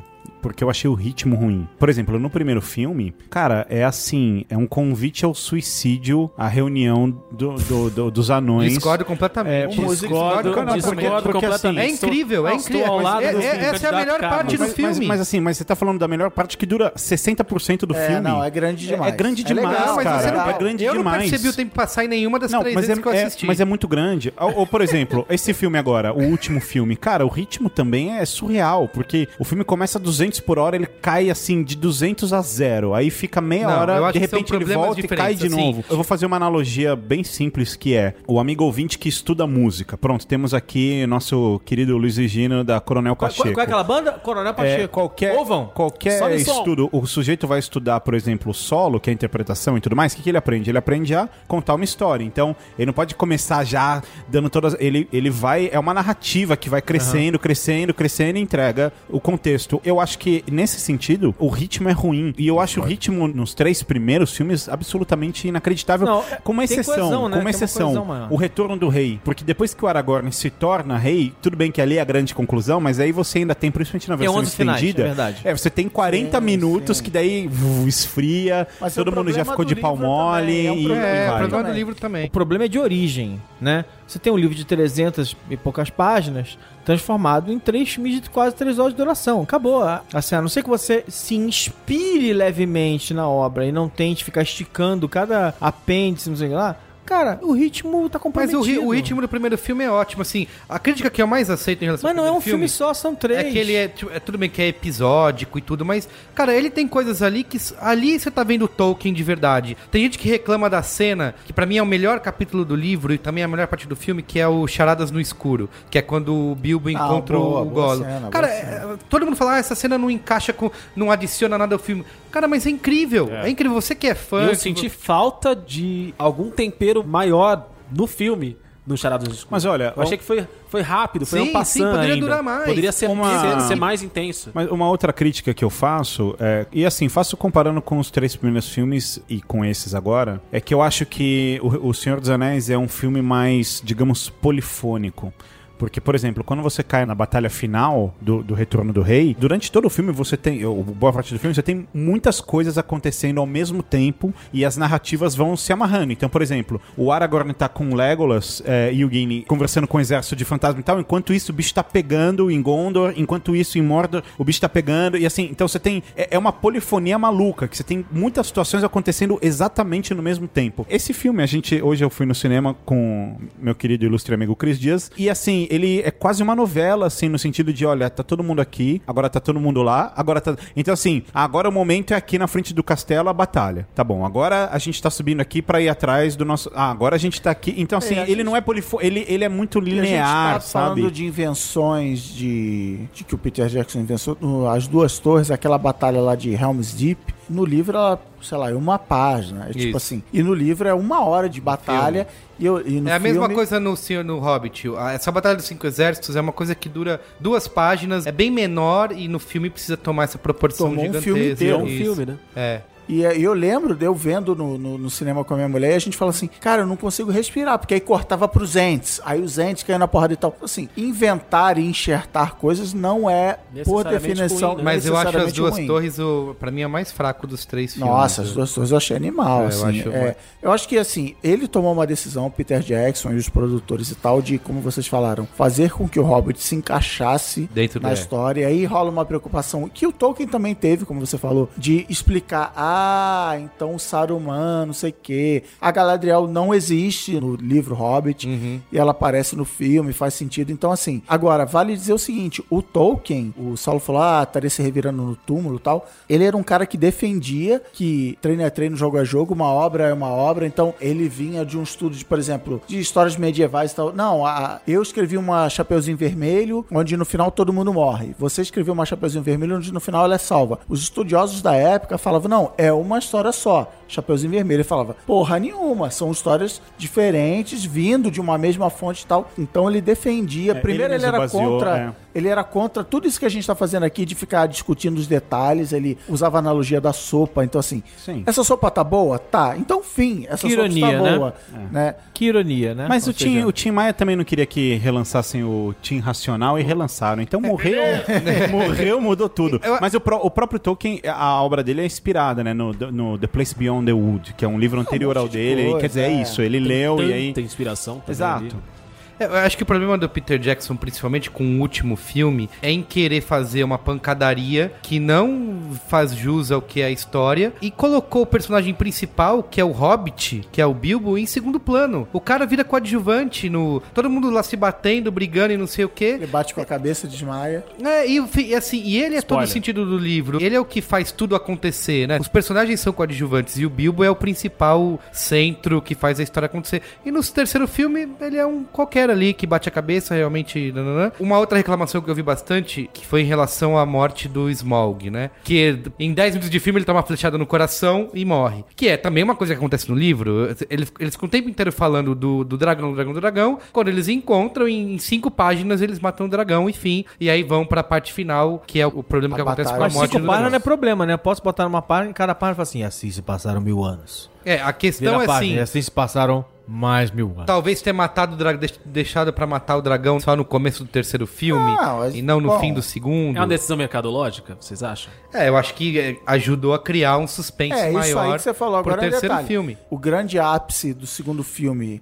porque eu achei o ritmo ruim. Por exemplo, no primeiro filme, cara, é assim, é um convite ao suicídio, a reunião do, do, do, dos anões. Discordo completamente. É, Discordo, discordo, discordo, discordo porque, completamente. É incrível, é Não, incrível. estou ao Mas lado é, do é- essa é a candidato melhor Carlos. parte do Mas, mas, filme. mas assim, mas você tá falando da melhor parte que dura sessenta por cento do É, filme. não, é grande demais. É, é grande É demais, legal, mas cara. você não, é grande eu demais. não percebi o tempo passar em nenhuma das Não, três mas vezes é, que eu é- assisti. mas é muito grande. Ou, ou, por exemplo, esse filme agora, o último filme, cara, o ritmo também é surreal, porque o filme começa a duzentos por hora, ele cai assim de duzentos a zero, aí fica meia Não, eu hora, acho de que são repente ele problemas volta e cai de diferentes, assim. novo. Eu vou fazer uma analogia bem simples, que é o amigo ouvinte que estuda música. Pronto, temos aqui nosso querido Luiz Regino da Coronel Qual, Pacheco. qual, qual é aquela banda? Coronel Pacheco. É, qualquer Ouvam. qualquer Sobe som. estudo, o sujeito vai estudar, por exemplo, o solo, que é a interpretação e tudo mais, o que, que ele aprende? Ele aprende a contar uma história. Então, ele não pode começar já dando todas... Ele, ele vai... É uma narrativa que vai crescendo, uhum. crescendo, crescendo e entrega o contexto. Eu acho que, nesse sentido, o ritmo é ruim. E eu acho o ritmo nos três primeiros filmes absolutamente inacreditável. Não, com uma tem exceção, coesão, né? com uma Tem uma exceção. coesão maior. O Retorno do Rei. Porque depois que o Aragorn se torna rei, tudo bem que ali é a grande conclusão, mas aí você ainda tem, principalmente na versão onze finais, estendida... é verdade. É, você tem quarenta Sim, minutos sim. que daí uf, esfria, Mas todo o mundo já problema ficou do de pau livro mole também, é um e, problema- e É, o vai. problema do Também. livro também. O problema é de origem, né? Você tem um livro de trezentas e poucas páginas transformado em três filmes de quase três horas de duração. Acabou. Assim, a não ser que você se inspire levemente na obra e não tente ficar esticando cada apêndice, não sei o que lá. Cara, o ritmo tá Mas comprometido. o, ri- o ritmo do primeiro filme é ótimo, assim. A crítica que eu mais aceito em relação Mas não é ao um primeiro filme só, são três. É que ele é, tipo, é tudo bem que é episódico e tudo, mas, cara, ele tem coisas ali que s- ali você tá vendo o Tolkien de verdade. Tem gente que reclama da cena, que pra mim é o melhor capítulo do livro e também é a melhor parte do filme, que é o Charadas no Escuro, que é quando o Bilbo encontra boa, o boa Gollum. cena, Cara, boa é, todo mundo fala, ah, essa cena não encaixa com, não adiciona nada ao filme. Cara, mas é incrível. É, incrível. Você que é fã. Eu que senti vo- falta de algum tempero maior no filme do Charadas no Escuro. Mas olha, eu achei que foi, foi rápido, foi Sim, um sim, passando poderia ainda. durar mais. Poderia ser, Uma- ser, ser mais intenso. Mas uma outra crítica que eu faço, é, e assim, faço comparando com os três primeiros filmes e com esses agora, é que eu acho que o, o Senhor dos Anéis é um filme mais, digamos, polifônico. Porque, por exemplo, quando você cai na batalha final do, do Retorno do Rei, durante todo o filme você tem, ou boa parte do filme, você tem muitas coisas acontecendo ao mesmo tempo e as narrativas vão se amarrando. Então, por exemplo, o Aragorn tá com o Legolas é, e o Gimli conversando com o exército de fantasma e tal, enquanto isso o bicho tá pegando em Gondor, enquanto isso em Mordor o bicho tá pegando, e assim, então você tem, é, é uma polifonia maluca, que você tem muitas situações acontecendo exatamente no mesmo tempo. Esse filme, a gente, hoje eu fui no cinema com meu querido e ilustre amigo Cris Dias, e assim, ele é quase uma novela, assim, no sentido de, olha, tá todo mundo aqui, agora tá todo mundo lá, agora tá... Então, assim, agora o momento é aqui na frente do castelo a batalha. Tá bom, agora a gente tá subindo aqui pra ir atrás do nosso... Ah, agora a gente tá aqui... Então, assim, É, a ele gente- não é polifo... Ele, ele é muito E a gente linear, tá sabe? falando de invenções de, de que o Peter Jackson inventou, no- as duas torres, aquela batalha lá de Helm's Deep. No livro, ela, sei lá, é uma página. É tipo Isso. assim. E no livro é uma hora de batalha. E, eu, e no É a mesma filme- coisa no Senhor no Hobbit. A- Essa Batalha dos Cinco Exércitos é uma coisa que dura duas páginas, é bem menor e no filme precisa tomar essa proporção Tomou um gigantesca. filme inteiro. É um Isso. filme, né? É. E é, eu lembro de eu vendo no, no, no cinema com a minha mulher e a gente fala assim, cara, eu não consigo respirar, porque aí cortava pros entes, aí os entes caíam na porrada e tal. Assim, inventar e enxertar coisas não é, por Necessariamente definição, ruim, né? Mas eu acho as necessariamente duas ruim. torres, o, pra mim, é o mais fraco dos três filmes. Nossa, as duas torres eu achei animal, É, eu assim. acho- É, eu acho que, assim, ele tomou uma decisão, Peter Jackson e os produtores e tal, de, como vocês falaram, fazer com que o Hobbit se encaixasse Dentro na do- história. E aí rola uma preocupação que o Tolkien também teve, como você falou, de explicar, ah, então o Saruman, não sei o quê. A Galadriel não existe no livro Hobbit Uhum. e ela aparece no filme, faz sentido. Então, assim, agora, vale dizer o seguinte, o Tolkien, o Saulo falou, ah, estaria se revirando no túmulo e tal, ele era um cara que defendia que treino é treino, jogo é jogo, uma obra é uma obra, então ele vinha de um estudo, de, por exemplo, de histórias medievais e tal. Não, a, eu escrevi uma Chapeuzinho Vermelho, onde no final todo mundo morre. Você escreveu uma Chapeuzinho Vermelho, onde no final ela é salva. Os estudiosos da época falavam, não, é uma história só. Chapeuzinho Vermelho. Ele falava, porra nenhuma, são histórias diferentes, vindo de uma mesma fonte e tal. Então ele defendia. É, Primeiro ele, ele era baseou, contra... é. Ele era contra tudo isso que a gente tá fazendo aqui, de ficar discutindo os detalhes. Ele usava a analogia da sopa. Então assim, Sim. essa sopa tá boa? Tá. Então fim, essa Que sopa ironia, tá né? boa. Né? Que ironia, né? Mas Ou o Tim, seja, o Tim Maia também não queria que relançassem o Tim Racional e relançaram. Então morreu, morreu, mudou tudo. Mas o, pró- o próprio Tolkien, a obra dele é inspirada, né, no, no The Place Beyond the Wood, que é um livro anterior ao monte de dele. coisa, Quer dizer, é é. isso. Ele leu e aí... Tanta inspiração. também Exato. ali. É, eu acho que o problema do Peter Jackson, principalmente com o último filme, é em querer fazer uma pancadaria que não faz jus ao que é a história e colocou o personagem principal, que é o Hobbit, que é o Bilbo, em segundo plano. O cara vira coadjuvante no... Todo mundo lá se batendo, brigando e não sei o quê. Ele bate com a cabeça, desmaia. É, e, o fi- e assim, e ele é todo o Spoiler. sentido do livro. Ele é o que faz tudo acontecer, né? Os personagens são coadjuvantes e o Bilbo é o principal centro que faz a história acontecer. E no terceiro filme, ele é um qualquer ali que bate a cabeça, realmente... Nananã. Uma outra reclamação que eu vi bastante, que foi em relação à morte do Smaug, né? Que em dez minutos de filme ele toma uma flechada no coração e morre. Que é também uma coisa que acontece no livro. Eles, eles ficam o tempo inteiro falando do, do dragão, do dragão, do dragão. Quando eles encontram, em cinco páginas, eles matam o dragão, enfim. E aí vão pra parte final, que é o problema A que acontece batalha. com a Mas morte cinco do páginas não é dragão. problema, né? Eu posso botar numa página e cada página fala assim, assim se passaram mil anos. É, a Vira questão a é página, assim... e assim se passaram mais mil anos. Talvez ter matado o dragão, deixado pra matar o dragão só no começo do terceiro filme Ah, mas, e não no bom, fim do segundo. É uma decisão mercadológica, vocês acham? É, eu acho que é, ajudou a criar um suspense É, isso maior aí que você falou pro agora é um terceiro detalhe. filme. O grande ápice do segundo filme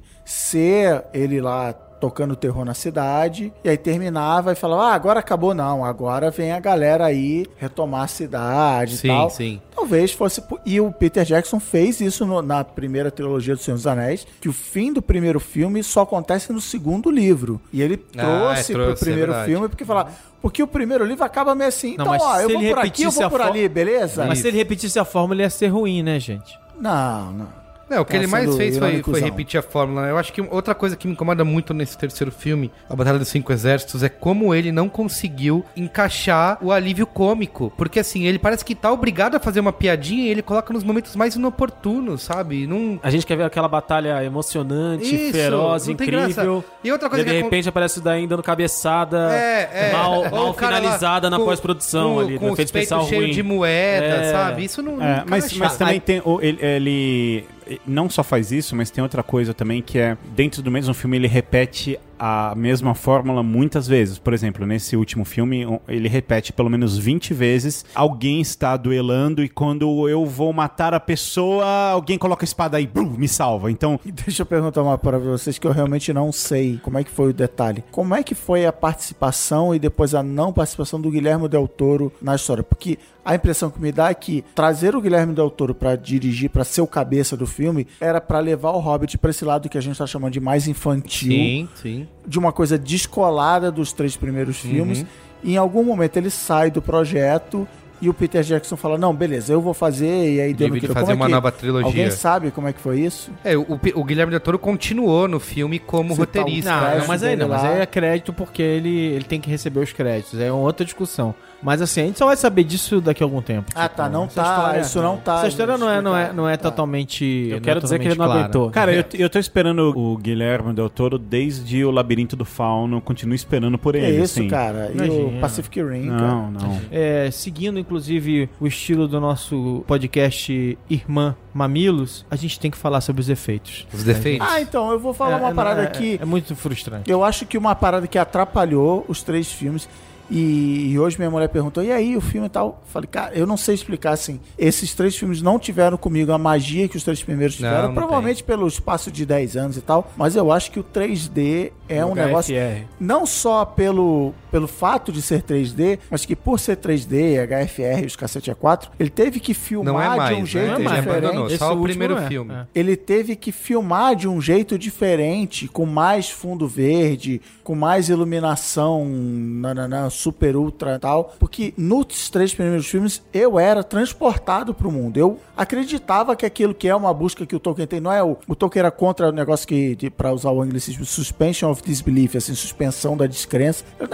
ser ele lá tocando terror na cidade, e aí terminava e falava, ah, agora acabou não, agora vem a galera aí retomar a cidade Sim, e tal. sim. Talvez fosse... por- E o Peter Jackson fez isso no- na primeira trilogia do Senhor dos Anéis, que o fim do primeiro filme só acontece no segundo livro. E ele Ah, trouxe é, pro trouxe, é primeiro verdade. filme, porque falar... Porque o primeiro livro acaba meio assim, Não, então, mas ó, se eu vou ele por aqui, eu repetisse vou a por fo- ali, beleza? Mas se ele repetisse a fórmula, ia ser ruim, né, gente? Não, não. Não, o que Tá ele mais sendo fez foi, ironicozão. foi repetir a fórmula. Eu acho que outra coisa que me incomoda muito nesse terceiro filme, A Batalha dos Cinco Exércitos, é como ele não conseguiu encaixar o alívio cômico. Porque assim, ele parece que tá obrigado a fazer uma piadinha e ele coloca nos momentos mais inoportunos, sabe? Não... A gente quer ver aquela batalha emocionante, Isso, feroz, não tem incrível. graça. E outra coisa e de que acon- repente aparece o Daim dando cabeçada É, é. mal, Ou mal o cara lá finalizada na com- pós-produção com- ali, com no os efeito peitos especial cheios ruim. de moeda, É. sabe? Isso não, É, não mas, mas também tem o- ele, ele não só faz isso, mas tem outra coisa também que é dentro do mesmo filme ele repete a mesma fórmula muitas vezes. Por exemplo, nesse último filme um, ele repete pelo menos vinte vezes alguém está duelando e quando eu vou matar a pessoa alguém coloca a espada aí, brum, me salva. Então E deixa eu perguntar uma para vocês que eu realmente não sei como é que foi o detalhe. Como é que foi a participação e depois a não participação do Guilherme Del Toro na história? Porque a impressão que me dá é que trazer o Guilherme Del Toro pra dirigir, pra ser o cabeça do filme, era pra levar o Hobbit pra esse lado que a gente tá chamando de mais infantil, Sim, sim. de uma coisa descolada dos três primeiros filmes. E em algum momento ele sai do projeto e o Peter Jackson fala, não, beleza, eu vou fazer, e aí deu no Divide que deu. fazer Como é uma que- nova trilogia. Alguém sabe como é que foi isso? É, o, o Guilherme Del Toro continuou no filme como Você tá um roteirista. cara- né? Não, mas aí não, dele mas lá. aí é crédito porque ele, ele tem que receber os créditos. É uma outra discussão. Mas assim, a gente só vai saber disso daqui a algum tempo. Ah, tipo, tá, não essa tá, história- isso não tá Essa história não é, não é, não é Tá. totalmente. Eu não quero é dizer que ele não totalmente aguentou. clara. cara, eu, eu tô esperando o Guilherme Del Toro desde o Labirinto do Fauno, continuo esperando por É ele. isso, assim. cara. E Imagina. o Pacific Rim, cara. Não, não. É, seguindo, inclusive, o estilo do nosso podcast Irmã Mamilos, a gente tem que falar sobre os efeitos. Os defeitos. Ah, então, eu vou falar É, uma é, parada é, aqui. É muito frustrante. Eu acho que uma parada que atrapalhou os três filmes. E, e hoje minha mulher perguntou, e aí, o filme e tal? Falei, cara, eu não sei explicar assim. Esses três filmes não tiveram comigo a magia que os três primeiros Não, tiveram. não Provavelmente pelo espaço de dez anos e tal. Mas eu acho que o três D é um H F R. negócio. Não só pelo, pelo fato de ser três D, mas que por ser três D, H F R e os cacete A quatro, ele teve que filmar Não é mais, de um né? jeito Ele já diferente. abandonou, Esse só o último primeiro não é. filme. É. Ele teve que filmar de um jeito diferente, com mais fundo verde, com mais iluminação, nananã, super ultra e tal. Porque nos três primeiros filmes eu era transportado pro mundo. Eu acreditava que aquilo que é uma busca que o Tolkien tem, não é o, o Tolkien era contra o negócio que, de, pra usar o anglicismo, suspension of disbelief, assim, suspensão da descrença. Eu, não,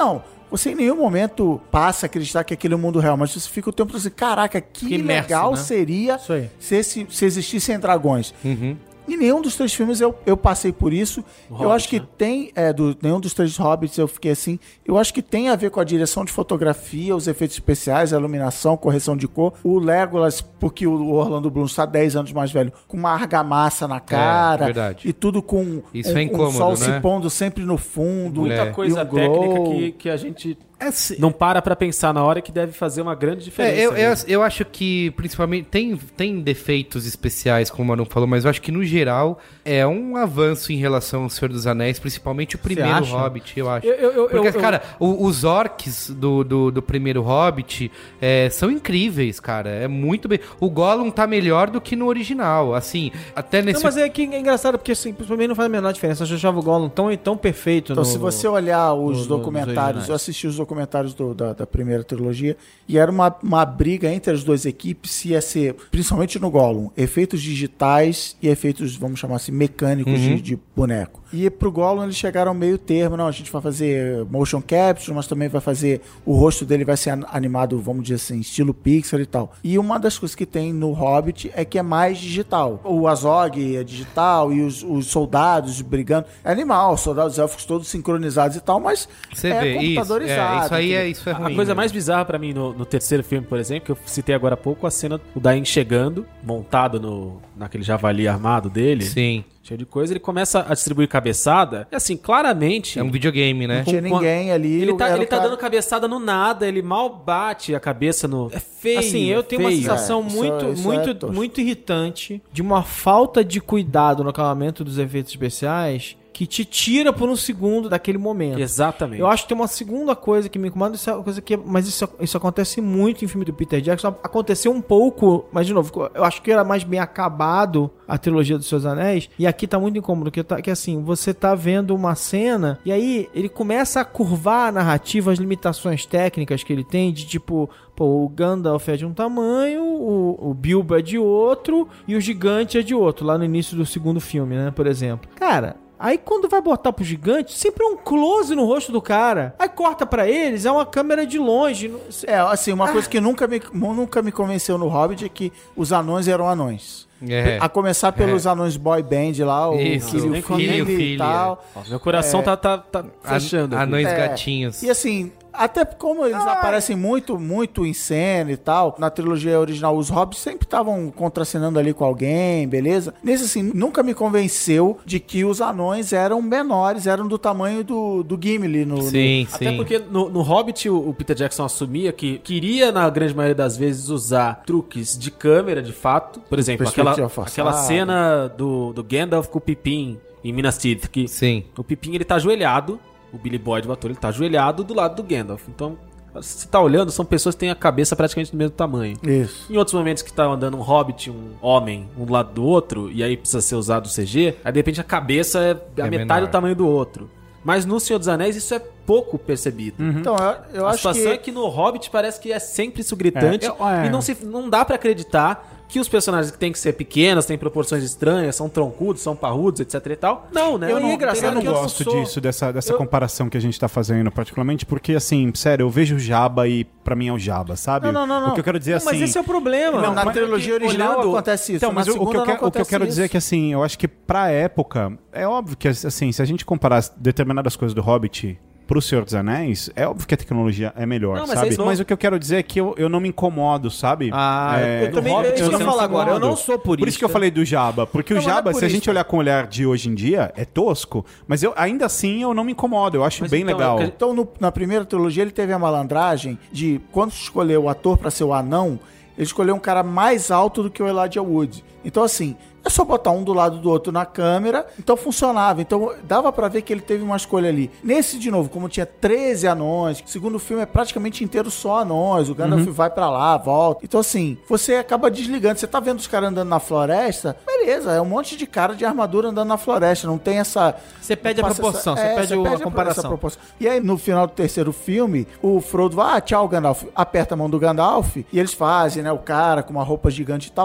você em nenhum momento passa a acreditar que aquele é o mundo real, mas você fica o tempo todo assim, caraca, que, Que imerso, legal né? seria Isso aí. se, esse- se existissem dragões. Uhum. E nenhum dos três filmes eu, eu passei por isso. eu Hobbit, acho que né? tem, é, do, nenhum dos três Hobbits eu fiquei assim. Eu acho que tem a ver com a direção de fotografia, os efeitos especiais, a iluminação, correção de cor. O Legolas, porque o Orlando Bloom está dez anos mais velho, com uma argamassa na cara. verdade. E tudo com Isso um, é incômodo, um sol né? se pondo sempre no fundo. Muita É. coisa e um técnica glow. que, que a gente É, se- não para pra pensar na hora que deve fazer uma grande diferença. É, eu, eu, mesmo. eu acho que, principalmente, tem, tem defeitos especiais, como o Manu falou, mas eu acho que, no geral, é um avanço em relação ao Senhor dos Anéis, principalmente o primeiro acha? Hobbit, eu acho. Eu- eu- eu- Porque, eu- cara, o- os orcs do, do, do primeiro Hobbit é, são incríveis, cara. É muito bem. O Gollum tá melhor do que no original, assim, até nesse... Não, mas é que é engraçado, porque assim, pra mim não faz a menor diferença. Eu achava o Gollum tão, tão perfeito. Então, no- se você olhar os no- no- nos documentários, originais. eu assisti os documentários do- da, da primeira trilogia, e era uma, uma briga entre as duas equipes se ia ser, principalmente no Gollum, efeitos digitais e efeitos, vamos chamar assim, mecânicos de, de boneco. E pro Gollum eles chegaram ao meio termo, não, a gente vai fazer motion capture, mas também vai fazer, o rosto dele vai ser an- animado, vamos dizer assim, estilo Pixar e tal. E uma das coisas que tem no Hobbit é que é mais digital. O Azog é digital e os, os soldados brigando, é animal, os soldados élficos todos sincronizados e tal, mas Você é vê, isso, computadorizado. é, isso aí é, entendeu? isso é A ruim. coisa né? mais bizarra pra mim no, no terceiro filme, por exemplo, que eu citei agora há pouco, a cena do Dain chegando, montado no, naquele javali armado dele, Sim, cheio de coisa, ele começa a distribuir cabeçada, e assim, claramente... é um videogame, né? Não tinha Com- com- ninguém ali. Ele tá, era ele o tá cara- dando cabeçada no nada, ele mal bate a cabeça no... É feio, Assim, eu é tenho uma feio. sensação É, isso muito, é- isso é muito, tosco. muito irritante de uma falta de cuidado no acabamento dos efeitos especiais que te tira por um segundo daquele momento. Exatamente. Eu acho que tem uma segunda coisa que me incomoda, isso é uma coisa que, mas isso, isso acontece muito em filme do Peter Jackson. Aconteceu um pouco, mas de novo, eu acho que era mais bem acabado a trilogia dos Seus Anéis, e aqui tá muito incômodo, que, tá, que assim, você tá vendo uma cena, e aí ele começa a curvar a narrativa, as limitações técnicas que ele tem, de tipo, pô, o Gandalf é de um tamanho, o, o Bilbo é de outro, e o gigante é de outro, lá no início do segundo filme, né, por exemplo. Cara... Aí quando vai botar pro gigante, sempre é um close no rosto do cara. Aí corta pra eles, é uma câmera de longe. não- É, assim, uma coisa que nunca me, nunca me convenceu no Hobbit é que os anões eram anões. É. A começar pelos anões boy band lá, o Isso, Killy nem o Philly Killy, o e Philly, tal. Ó, meu coração tá, tá, tá fechando. An- aqui. Anões É. gatinhos. E assim, até como eles aparecem muito, muito em cena e tal, na trilogia original, os hobbits sempre estavam contracenando ali com alguém, beleza? Nesse, assim, nunca me convenceu de que os anões eram menores, eram do tamanho do, do Gimli no... Sim, Até sim. porque no, no Hobbit o, o Peter Jackson assumia que queria, na grande maioria das vezes, usar truques de câmera, de fato. Por exemplo, aquela, Perspectiva forçada. aquela cena do, do Gandalf com o Pippin em Minas Tirith, que Sim. o Pippin ele tá ajoelhado, o Billy Boyd, o ator, ele tá ajoelhado do lado do Gandalf. Então, se tá olhando, são pessoas que têm a cabeça praticamente do mesmo tamanho. Isso. Em outros momentos que tá andando um hobbit, um homem, um do lado do outro, e aí precisa ser usado o C G, aí de repente a cabeça é a É metade menor. do tamanho do outro. Mas no Senhor dos Anéis isso é pouco percebido. Então, eu, eu a acho situação que... é que no Hobbit parece que é sempre isso gritante, É, eu- é. e não, se, não dá pra acreditar que os personagens que têm que ser pequenos, têm proporções estranhas, são troncudos, são parrudos, etc e tal. Não, né? Eu não- é engraçado Eu não que gosto sou- disso, dessa, dessa eu- comparação que a gente tá fazendo, particularmente, porque, assim, sério, eu vejo o Jabba e pra mim é o Jabba, sabe? Não, não, não, não. O que eu quero dizer, Não, assim... mas esse é o problema. Não, na mas- trilogia é que original olhando- acontece isso. Então, mas na o, o que segunda eu não quero, o que eu acontece quero dizer é isso. que, assim, eu acho que pra época, é óbvio que, assim, se a gente comparar determinadas coisas do Hobbit pro Senhor dos Anéis, é óbvio que a tecnologia é melhor, Não, mas é sabe? isso, não- mas o que eu quero dizer é que eu, eu não me incomodo, sabe? Ah, É, eu também, Hobbit, é isso que eu você ia não falar se agora, eu incomoda. não sou purista. Por isso que eu falei do Jabba, porque Não, o mas não é Jabba, se a purista. gente olhar com o olhar de hoje em dia, é tosco, mas eu ainda assim eu não me incomodo, eu acho Mas bem então, legal. é que- Então, no- na primeira trilogia, ele teve a malandragem de, quando escolheu o ator pra ser o anão, ele escolheu um cara mais alto do que o Elijah Wood. Então, assim, é só botar um do lado do outro na câmera, então funcionava. Então, dava pra ver que ele teve uma escolha ali. Nesse, de novo, como tinha treze anões, o segundo filme é praticamente inteiro só anões, o Gandalf vai pra lá, volta. Então, assim, você acaba desligando. Você tá vendo os caras andando na floresta, beleza, é um monte de cara de armadura andando na floresta, não tem essa... Você pede a não passa proporção, essa- você é, pede o- a essa comparação. proporção. E aí, no final do terceiro filme, o Frodo vai, ah, tchau, Gandalf, aperta a mão do Gandalf, e eles fazem, né, o cara com uma roupa gigante e tal.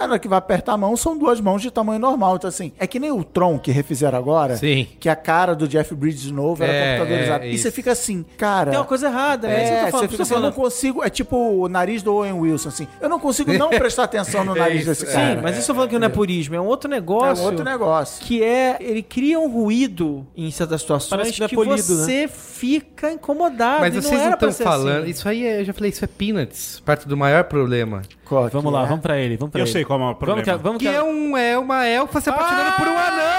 Aí na hora que vai apertar a mão, são duas mãos de tamanho normal. Então assim, é que nem o Tron que refizeram agora, Sim. que a cara do Jeff Bridges de novo era É, computadorizada. é, e isso. você fica assim, cara... Tem uma coisa errada, é, isso que eu É, tô falando, você fica tô assim, eu não falando. consigo... É tipo o nariz do Owen Wilson, assim. Eu não consigo não prestar atenção no nariz desse cara. Sim, mas isso eu tô falando que não é purismo, é um outro negócio. É um outro negócio. Que é, ele cria um ruído em certas situações Parece que não é que polido, você fica incomodado. Mas e vocês não não era pra estão ser falando. assim. Isso aí, é, eu já falei, isso é peanuts. Parte do maior problema. Qual que Vamos lá, é? vamos pra ele, vamos pra Eu ele. sei qual é o problema. Vamos que, vamos Que que é, um, é uma elfa se apaixonando por um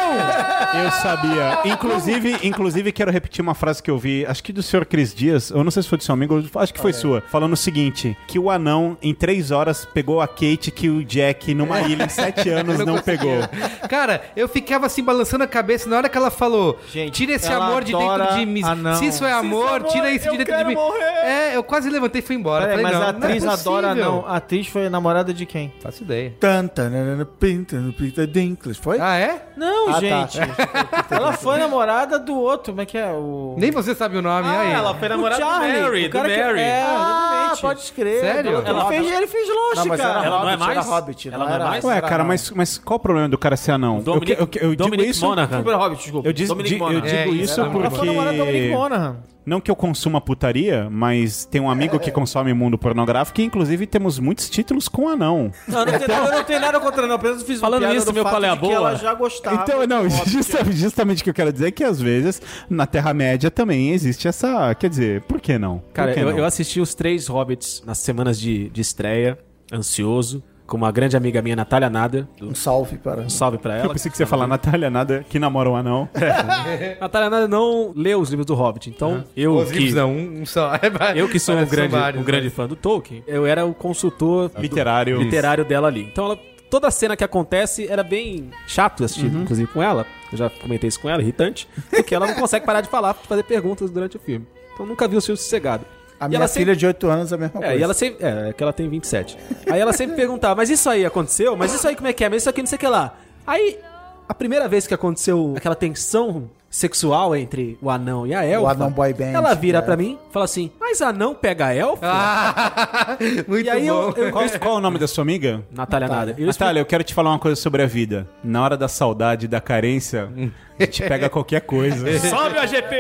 anão. Eu sabia. Inclusive, inclusive, quero repetir uma frase que eu vi, acho que do senhor Cris Dias, eu não sei se foi do seu amigo, acho que foi sua, falando o seguinte, que o anão, em três horas, pegou a Kate que o Jack, numa ilha, em sete anos, não, pegou. Cara, eu ficava assim balançando a cabeça na hora que ela falou: Gente, tira esse ela amor de adora dentro de mim. anão. Se isso é amor, amor, tira isso eu de dentro quero de mim. morrer. É, eu quase levantei e fui embora. Peraí, Falei, mas não, a atriz não é adora possível. não. A atriz foi namorada de quem? Faço ideia. Tan, tan, tan, tan, Peter, Peter Dinklage, foi? Ah, é? Não, Ah, tá. gente. Ela foi namorada do outro, como é que é? O... Nem você sabe o nome, Ah, aí. ela foi O namorada do Charlie, Mary, o do cara que- Mary. É, Ah, exatamente. pode escrever. Sério? Ele fez, ele fez Lost, Não, mas cara. era Ela não é Hobbit, era mais? Hobbit. Ela não é era- mais? Ué, era cara, não. mas, mas qual o problema do cara ser anão? Dominic, eu, eu, eu digo Dominic isso... Monaghan. Super Hobbit, desculpa. Eu, diz- Dominic di- eu Monaghan. digo É, isso isso, ela porque... foi namorada do Dominic Monaghan. Não que eu consuma putaria, mas tem um amigo que consome mundo pornográfico e, inclusive, temos muitos títulos com anão. Não, não tem nada, eu não tenho nada contra não. Apenas fiz uma Falando piada nisso, do meu fato qual é a de que boa? ela já gostava. Então, não, do Hobbit. justa- justamente o que eu quero dizer é que, às vezes, na Terra-média também existe essa... Quer dizer, por que não? Por Cara, que eu, não? eu assisti os três Hobbits nas semanas de, de estreia, ansioso, com uma grande amiga minha, Natália Nader. Do, Um salve para... um salve pra Eu ela. pensei que você ia falar Natália Nada, que namora um anão. Natália Nader não leu os livros do Hobbit, então eu Os que... livros não, um, um só. Eu que sou um Parece que são grande, vários, um grande mas- fã do Tolkien, eu era o consultor do- Literário. literário dela ali. Então ela, toda a cena que acontece era bem chato assistir, inclusive com ela. Eu já comentei isso com ela, irritante, porque ela não consegue parar de falar, de fazer perguntas durante o filme. Então nunca viu o filme sossegado. A E minha ela filha sempre- de oito anos é a mesma É, coisa. e ela sempre. É, é que ela tem vinte e sete. Aí ela sempre perguntava, mas isso aí aconteceu? Mas isso aí como é que é? Mas isso aqui não sei o que lá. Aí, a primeira vez que aconteceu aquela tensão sexual entre o anão e a elfa, O anão boy band, ela vira é. pra mim e fala assim, mas anão pega a elfa? Ah, muito E aí eu- bom. eu- Qual, qual é o nome da sua amiga? Natália Nada. Eu Natália, eu quero te falar uma coisa sobre a vida. Na hora da saudade, da carência, a gente pega qualquer coisa. Sobe o A G P!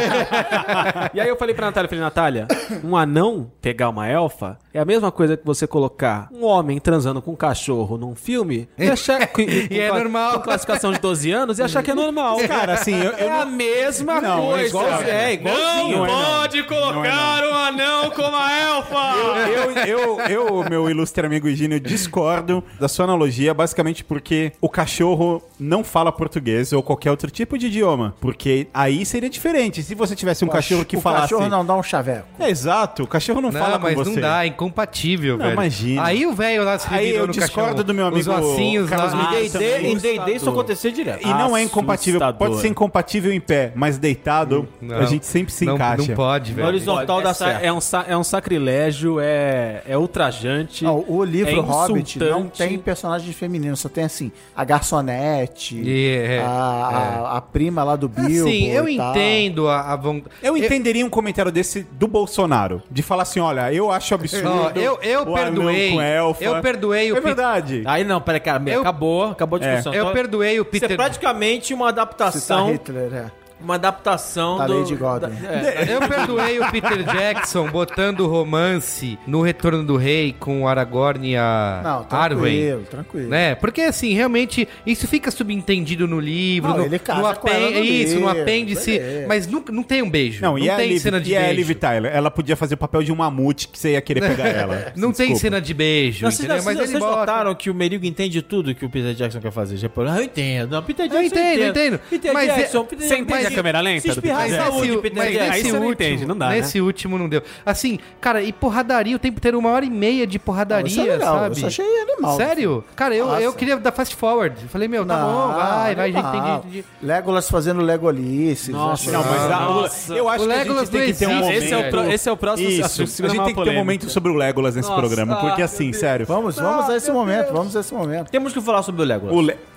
E aí eu falei pra Natália, falei, Natália, um anão pegar uma elfa é a mesma coisa que você colocar um homem transando com um cachorro num filme e achar que, E é com- normal. com classificação de doze anos e achar que é normal. Cara, assim, eu, eu É a mesma Não, é coisa. igual- é igualzinho. Não é não. pode colocar um anão como a elfa! Eu, eu, eu, meu ilustre amigo Higínio, discordo da sua analogia, basicamente porque o cachorro não fala português ou qualquer outro tipo de idioma. Porque aí seria diferente. Se você tivesse um cachorro que o falasse... cachorro não dá um chaveco. É, exato, o cachorro não, Não, fala com mas você. não dá, é incompatível, Não, velho. imagina. Aí o velho lá se Aí revirou eu no discordo cachorro, do meu amigo os ossinhos Carlos lá. Miguel. Em D and D, em D and D isso acontecia direto. E não é incompatível, Assustador. pode ser incompatível em pé, mas deitado, Não, a gente sempre se não, encaixa. Não pode, Na velho. horizontal dá Essa certo. é, um, sa- é um sacrilégio, é, é ultrajante. Não, o livro é Hobbit não insultante. tem personagem feminino, só tem assim, a garçonete, E é, a, a- a prima lá do Bilbo. Assim, eu e tal. entendo a, a vontade. Eu entenderia um comentário desse do Bolsonaro, de falar assim, olha, eu acho absurdo Ó, eu, eu o anão perdoei. com elfa. Eu perdoei o É Peter. verdade. Aí não, peraí, cara, Eu- acabou, acabou a discussão. Eu Então, perdoei o Isso é Peter. praticamente uma Citar adaptação, Hitler, é. uma adaptação Da do... Lady Godwin. da- é, Eu perdoei o Peter Jackson botando romance no Retorno do Rei com o Aragorn e a Não, Arwen. tranquilo, tranquilo. Né? Porque assim, realmente, isso fica subentendido no livro, Não, no, ele casa no com ela no Isso, no livro, apêndice. beleza. Mas não, não tem um beijo. Não, Não, e, a tem Liv, cena de e a beijo. Liv Tyler? Ela podia fazer o papel de um mamute que você ia querer pegar ela. Não tem Desculpa. cena de beijo, Não, vocês, entendeu? vocês, Mas ele vocês bota. notaram que o Merigo entende tudo que o Peter Jackson quer fazer? Já falou, ah, eu entendo. Não, Peter Eu Jackson entendo, eu entendo. Peter Mas é- Jackson, Peter Você entende mas- a câmera lenta Se do espirrar Peter em Jackson? saúde, Nesse, Peter mas Jackson. aí nesse você não último, entende, não dá, nesse último não deu. Assim, cara, e porradaria o tempo inteiro, uma hora e meia de porradaria, Isso é legal, sabe? isso eu achei animal. Sério? Cara, eu, Nossa. eu queria dar fast forward. Eu falei, meu, tá bom, vai, vai, gente, animal. entendi, entendi. Legolas fazendo Legolices. Nossa, Não, mas a- Nossa. eu acho O que a Legolas gente tem que ter um não momento... existe. Esse é, o pro- esse é o próximo Isso, assunto. a Segura gente uma tem que ter um polêmica. momento sobre o Legolas nesse Nossa, programa, porque ah, assim, meu sério... Vamos, vamos a esse momento, vamos a esse momento. Temos que falar sobre o Legolas. O Le-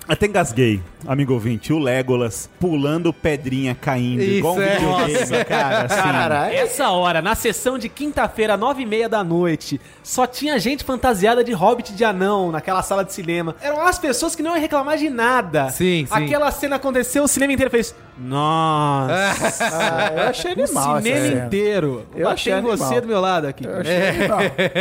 Até engasguei, amigo ouvinte, o Legolas pulando pedrinha caindo, Isso, igual um é. videogame, cara, assim. Caralho. Essa hora, na sessão de quinta-feira, nove e meia da noite, só tinha gente fantasiada de Hobbit de anão naquela sala de cinema. Eram as pessoas que não iam reclamar de nada. Sim, sim. Aquela cena aconteceu, o cinema inteiro fez... Nossa! Ah, eu achei O animal essa cinema cena. inteiro. Eu Bati achei em você animal. do meu lado aqui. Eu achei animal.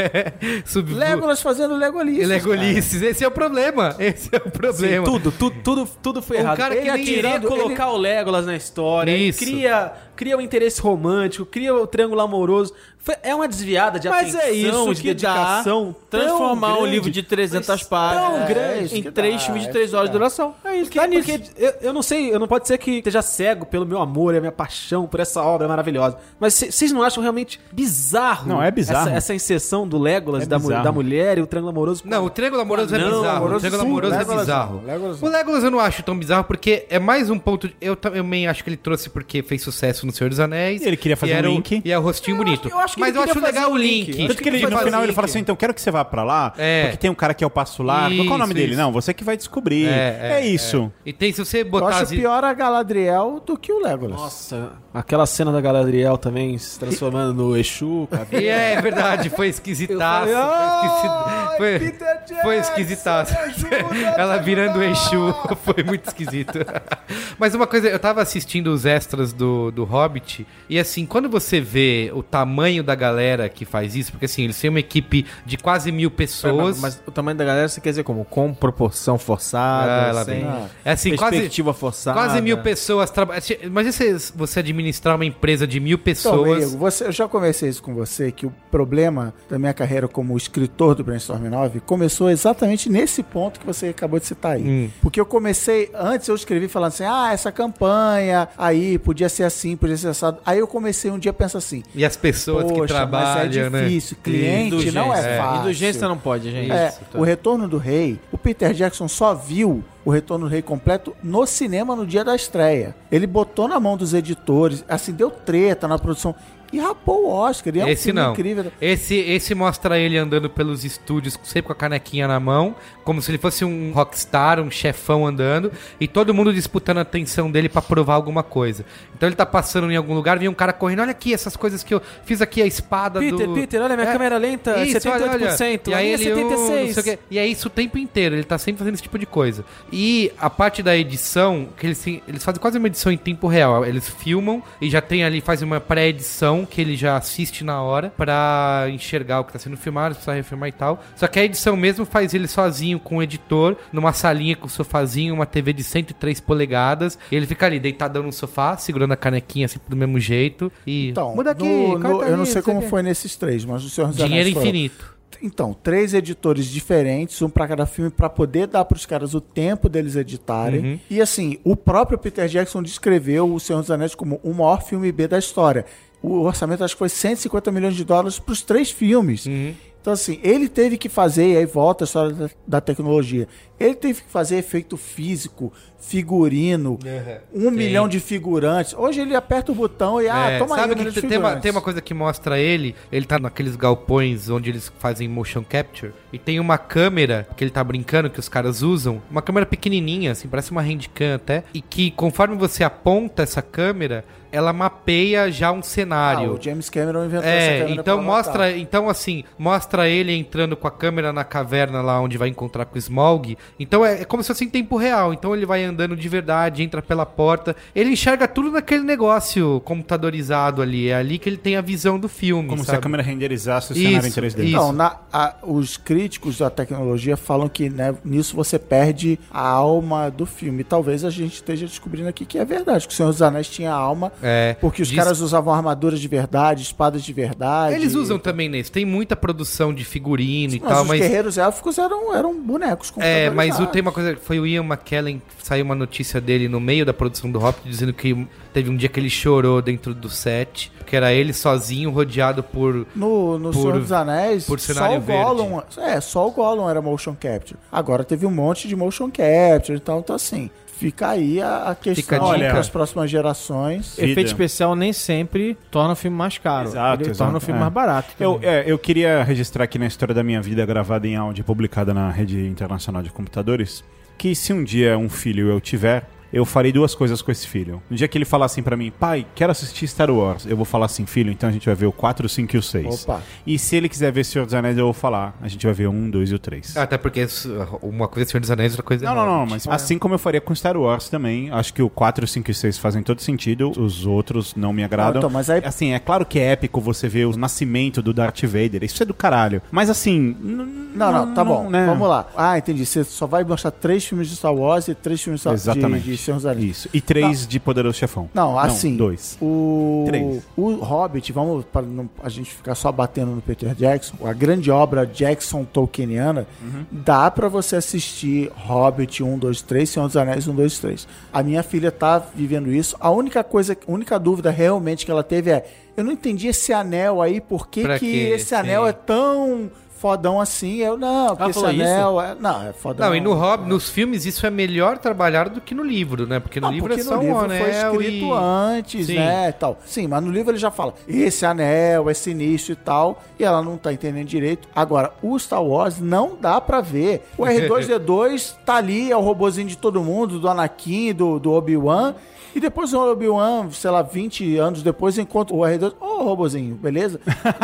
Sub... Legolas fazendo Legolices. Legolices, esse é o problema. Esse é o problema. Sim, tudo, tudo, tudo, tudo foi Um errado. cara que ele nem queria tirando- colocar o Legolas na história, ele Isso. cria, cria o interesse romântico, cria o triângulo amoroso. Foi- é uma desviada de Mas atenção, é isso de que dá dedicação. tão transformar um grande, livro de trezentas mas páginas tão É, grande. isso em que três dá, filmes de isso três que horas de dá. duração. É isso, Porque, tá nisso. porque eu, eu não sei, eu não pode ser que esteja cego pelo meu amor e a minha paixão por essa obra maravilhosa. Mas vocês não acham realmente bizarro? Não, é bizarro. Essa, essa inserção do Legolas, É da, mu- bizarro. da mulher e o triângulo amoroso. Não, o Triângulo Amoroso Ah, é não, bizarro. amoroso o Triângulo sim, Amoroso é Legolas bizarro. não, Legolas O não. Legolas eu não acho tão bizarro porque é mais um ponto. de- Eu também acho que ele trouxe porque fez sucesso no Senhor dos Anéis. E ele queria fazer e um era o- link. E é o rostinho bonito. eu acho que Mas ele eu acho queria legal fazer o um link. link. Tanto que ele, foi no fazer final ele link. fala assim, então quero que você vá pra lá, É. porque tem um cara que é o Passo Largo. Qual é o nome Isso, dele? isso. Não, você que vai descobrir. É, isso. E tem, se você Eu botar acho as- pior a Galadriel do que o Legolas. Nossa, aquela cena da Galadriel também se transformando no Exu, cara. E é verdade, foi esquisitaço. Eu falei, Foi, esquisito, foi, foi esquisitaço. Ela virando o Exu, foi muito esquisito. Mas uma coisa, eu tava assistindo os extras do, do Hobbit, e assim, quando você vê o tamanho da galera que faz isso, porque assim, eles têm uma equipe de quase mil pessoas. Mas, mas o tamanho da galera você quer dizer como? Com proporção Ah, forçada, lá sem vem. É assim, quase, perspectiva forçada. quase mil pessoas trabalhando. Imagina você, você administrar uma empresa de mil Então, pessoas. amigo, você, eu já conversei isso com você, que o problema da minha carreira como escritor do Brainstorm nove começou exatamente nesse ponto que você acabou de citar aí. Hum. Porque eu comecei, antes eu escrevi falando assim, ah, essa campanha aí podia ser assim, podia ser assado. Aí eu comecei um dia a pensar assim, E as pessoas que poxa, trabalham, mas é difícil, né? cliente não é, fácil. Indulgência não pode, gente. É, Isso, tá. o Retorno do Rei, o Peter Jackson só viu o Retorno do Rei completo no cinema no dia da estreia. Ele botou na mão dos editores, assim, deu treta na produção e rapou o Oscar. E é um Esse filme não. incrível. Esse, esse mostra ele andando pelos estúdios, sempre com a canequinha na mão, como se ele fosse um rockstar, um chefão andando, e todo mundo disputando a atenção dele pra provar alguma coisa. Então ele tá passando em algum lugar, vem um cara correndo, olha aqui essas coisas que eu fiz aqui, a espada Peter, do... Peter, olha minha É. câmera lenta, Isso, setenta e oito por cento, olha, olha. E aí a minha ele, setenta e uh, seis. não sei o quê. E é isso o tempo inteiro, ele tá sempre fazendo esse tipo de coisa. E a parte da edição, que eles, eles fazem quase uma edição em tempo real. Eles filmam e já tem ali, fazem uma pré-edição que ele já assiste na hora pra enxergar o que tá sendo filmado, se precisa refilmar e tal. Só que a edição mesmo faz ele sozinho com o editor, numa salinha com o sofazinho, uma T V de cento e três polegadas. E ele fica ali, deitadão no sofá, segurando a canequinha sempre do mesmo jeito. E Então, muda aqui, no- no- corta eu não ali, sei como quê. foi nesses três, mas o Senhor dos Dinheiro Anéis foram- infinito. Então, três editores diferentes, um pra cada filme, pra poder dar pros caras o tempo deles editarem. Uhum. E assim, o próprio Peter Jackson descreveu o Senhor dos Anéis como o maior filme B da história. O orçamento acho que foi cento e cinquenta milhões de dólares pros três filmes. Uhum. Então, assim, ele teve que fazer, e aí volta a história da, da tecnologia, ele teve que fazer efeito físico, figurino, um Sim. milhão de figurantes. Hoje ele aperta o botão e, ah, É, toma aí sabe um milhão que de tem uma, figurantes. tem uma coisa que mostra ele, ele tá naqueles galpões onde eles fazem motion capture, e tem uma câmera que ele tá brincando, que os caras usam, uma câmera pequenininha, assim, parece uma handcam até, e que conforme você aponta essa câmera, ela mapeia já um Ah, cenário. o James Cameron inventou essa É, câmera então pra mostra, Avatar. então assim, mostra ele entrando com a câmera na caverna lá onde vai encontrar com o Smaug. Então é, é como se fosse em tempo real. Então ele vai andando de verdade, entra pela porta, ele enxerga tudo naquele negócio computadorizado ali. É ali que ele tem a visão do filme, Como se sabe? a câmera renderizasse o Isso, cenário em três D. isso. Então, na- a- os críticos da tecnologia falam que né, nisso você perde a alma do filme. Talvez a gente esteja descobrindo aqui que é verdade, que o Senhor dos Anéis tinha alma, É, porque os diz- caras usavam armaduras de verdade, espadas de verdade. Eles usam também nesse. Tem muita produção de figurino e Mas tal, os mas guerreiros élficos eram, eram bonecos é, mas o, computadorizados. tem uma coisa, foi o Ian McKellen, saiu uma notícia dele no meio da produção do Hobbit, dizendo que teve um dia que ele chorou dentro do set, que era ele sozinho, rodeado por... No, no por- Senhor dos Anéis, por só cenário o Gollum... É, só o Gollum era motion capture. Agora teve um monte de motion capture e tal, então assim... Fica aí a, a Fica questão a dica. para as próximas gerações. Vida. Efeito especial nem sempre torna o filme mais caro. Exato, Ele exato, torna o filme é. mais barato. Eu, também. é, eu queria registrar aqui na história da minha vida, gravada em áudio e publicada na rede internacional de computadores, que se um dia um filho eu tiver, eu farei duas coisas com esse filho. No dia que ele falar assim pra mim, pai, quero assistir Star Wars, eu vou falar assim, filho, então a gente vai ver o quatro, o cinco e o seis. Opa. E se ele quiser ver Senhor dos Anéis, eu vou falar, a gente vai ver o um, dois e o três. Até porque isso- uma coisa é Senhor dos Anéis, outra coisa é Não, não, não, Hobbit. mas assim como eu faria com Star Wars também, acho que o quatro, cinco e seis fazem todo sentido, os outros não me agradam. Não, então, mas aí- Assim, é claro que é épico você ver o nascimento do Darth Vader, isso é do caralho. Mas assim... n- Não, não, tá bom. né? Vamos lá. Ah, entendi. Você só vai mostrar três filmes de Star Wars e três filmes de, Exatamente. de Senhor dos Anéis. Isso. E três de Poderoso Chefão. Não, assim. dois. O, Três. o Hobbit, vamos para não a gente ficar só batendo no Peter Jackson, a grande obra Jackson Tolkieniana, Uhum. dá pra você assistir Hobbit um, dois, três, Senhor dos Anéis um, dois, três. A minha filha tá vivendo isso. A única coisa, a única dúvida realmente que ela teve é: eu não entendi esse anel aí, por que, Pra que quê? esse anel Sim. é tão fodão assim? Eu, não, porque esse falou anel é. Não, é fodão. Não, e no Hobbit, nos filmes, isso é melhor trabalhado do que no livro, né? Porque no Não, livro porque é só no um livro anel foi escrito e... antes, Sim. né, e tal. Sim, mas no livro ele já fala, esse anel é sinistro e tal, e ela não tá entendendo direito. Agora, o Star Wars não dá pra ver. O R dois D dois tá ali, é o robozinho de todo mundo, do Anakin, do, do Obi-Wan, e depois o Obi-Wan, sei lá, vinte anos depois, encontra o R dois, ô, oh, robozinho, beleza?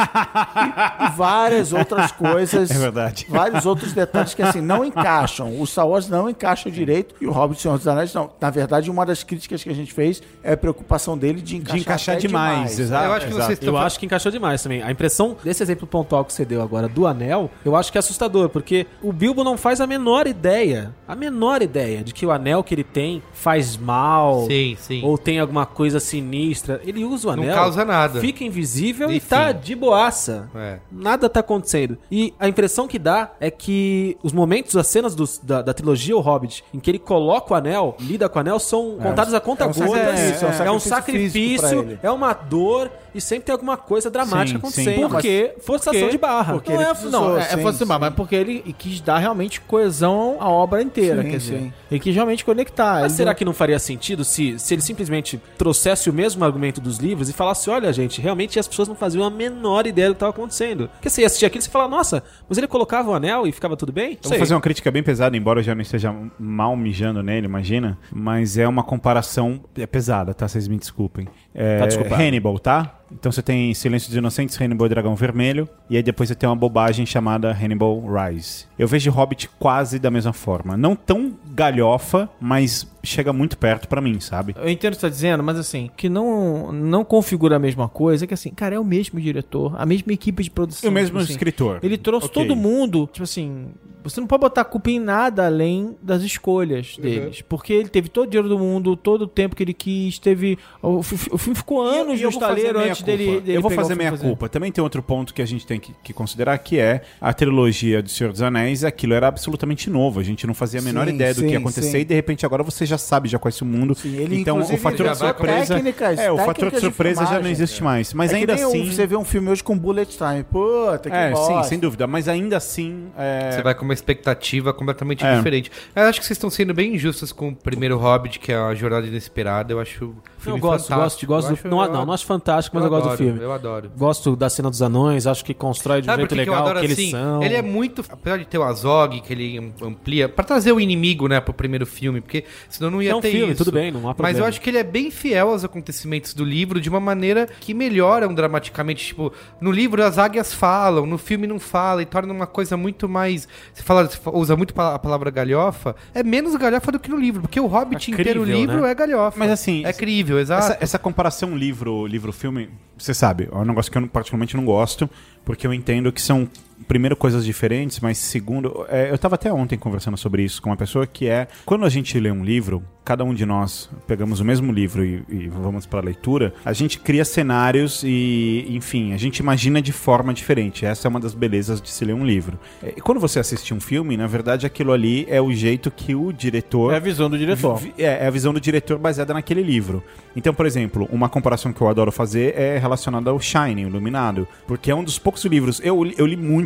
e, e várias outras coisas. É verdade. Vários outros detalhes que, assim, não encaixam. O Star Wars não encaixa direito e o Hobbit e o Senhor dos Anéis não. Na verdade, uma das críticas que a gente fez é a preocupação dele de encaixar, De encaixar até demais, exato. Eu acho que exato. vocês Eu estão... acho que encaixou demais também. A impressão desse exemplo pontual que você deu agora do anel, eu acho que é assustador, porque o Bilbo não faz a menor ideia, a menor ideia de que o anel que ele tem faz mal, Sim, sim. ou tem alguma coisa sinistra. Ele usa o Não anel, causa nada. fica invisível E e tá fim. de boaça. É. Nada tá acontecendo. E a impressão que dá é que os momentos, as cenas dos- da, da trilogia O Hobbit, em que ele coloca o anel, lida com o anel, são contados a conta é um gotas. sacrifício, É, é um um sacrifício físico pra sacrifício, ele. é uma dor e sempre tem alguma coisa dramática Sim, sim. acontecendo. Porque- forçação porque- de barra. porque Não, ele é, precisou, não, é, sim, é força de barra, sim. mas porque ele quis dar realmente coesão à obra inteira, Sim, quer dizer. sim. Ele quis realmente conectar. Mas ele será não- que não faria sentido se, se ele simplesmente trouxesse o mesmo argumento dos livros e falasse, olha, gente, realmente as pessoas não faziam a menor ideia do que estava acontecendo? Porque você ia assistir aquilo e você fala, nossa, mas ele colocava o anel e ficava tudo bem? Eu vou fazer uma crítica bem pesada, embora eu já não esteja mal mijando nele, imagina. Mas é uma comparação... É pesada, tá? Vocês me desculpem. É, Tá desculpado. Hannibal, tá? Então você tem Silêncio dos Inocentes, Hannibal e Dragão Vermelho. E aí depois você tem uma bobagem chamada Hannibal Rise. Eu vejo Hobbit quase da mesma forma. Não tão galhofa, mas chega muito perto pra mim, sabe? Eu entendo o que você tá dizendo, mas assim, que não, não configura a mesma coisa, é que assim, cara, é o mesmo diretor, a mesma equipe de produção. E o mesmo tipo assim, escritor. Ele trouxe Ok. todo mundo, tipo assim, você não pode botar culpa em nada além das escolhas deles. Porque ele teve todo o dinheiro do mundo, todo o tempo que ele quis, teve... O, fi- o filme ficou anos E eu no vou fazer estaleiro meia antes culpa. dele, dele Eu vou pegar o fazer filme minha e fazer. culpa. Também tem outro ponto que a gente tem que, que considerar, que é a trilogia do Senhor dos Anéis. Aquilo era absolutamente novo. A gente não fazia a menor Sim, ideia do que sim, ia acontecer. sim. E de repente agora você já sabe, já conhece o mundo. Sim, ele, então o inclusive, fator já de vai surpresa... técnicas- é, o fator de técnicas de surpresa já não filmagem. existe mais. Mas É que ainda nem o- assim... você vê um filme hoje com bullet time. Puta, que É, bosta. sim, sem dúvida. Mas ainda assim... é, Você vai com uma expectativa completamente É. diferente. Eu acho que vocês estão sendo bem injustos com o primeiro Hobbit, que é a Jornada Inesperada. Eu acho o Eu filme gosto, gosto, fantástico. gosto Eu do, acho- não, eu- não, não acho fantástico, mas eu, gosto do adoro, filme. Eu adoro. Gosto da cena dos anões, acho que constrói de um Sabe por jeito que que eu legal adoro que eles assim? são. Ele é muito. Apesar de ter o Azog, que ele amplia. Pra trazer o inimigo, né, pro primeiro filme, porque senão não ia É um ter filme, isso. tudo bem, não há Mas problema. eu acho que ele é bem fiel aos acontecimentos do livro de uma maneira que melhoram dramaticamente. Tipo, no livro as águias falam, no filme não fala, e torna uma coisa muito mais. Você fala, você usa muito pa- a palavra galhofa, é menos galhofa do que no livro, porque o Hobbit É inteiro, o crível, livro né? é galhofa. Mas assim, É crível, exato. Essa, essa comparação livro, livro-filme, você sabe, é um negócio que eu particularmente não gosto, porque eu entendo que são, primeiro, coisas diferentes, mas segundo, é, eu estava até ontem conversando sobre isso com uma pessoa que é, quando a gente lê um livro, cada um de nós pegamos o mesmo livro e, e vamos para a leitura, a gente cria cenários e, enfim, a gente imagina de forma diferente. Essa é uma das belezas de se ler um livro. E quando você assiste um filme, na verdade, aquilo ali é o jeito que o diretor... É a visão do diretor. Vi- É, é a visão do diretor baseada naquele livro. Então, por exemplo, uma comparação que eu adoro fazer é relacionada ao Shining, o Iluminado, porque é um dos poucos livros... Eu, eu li muito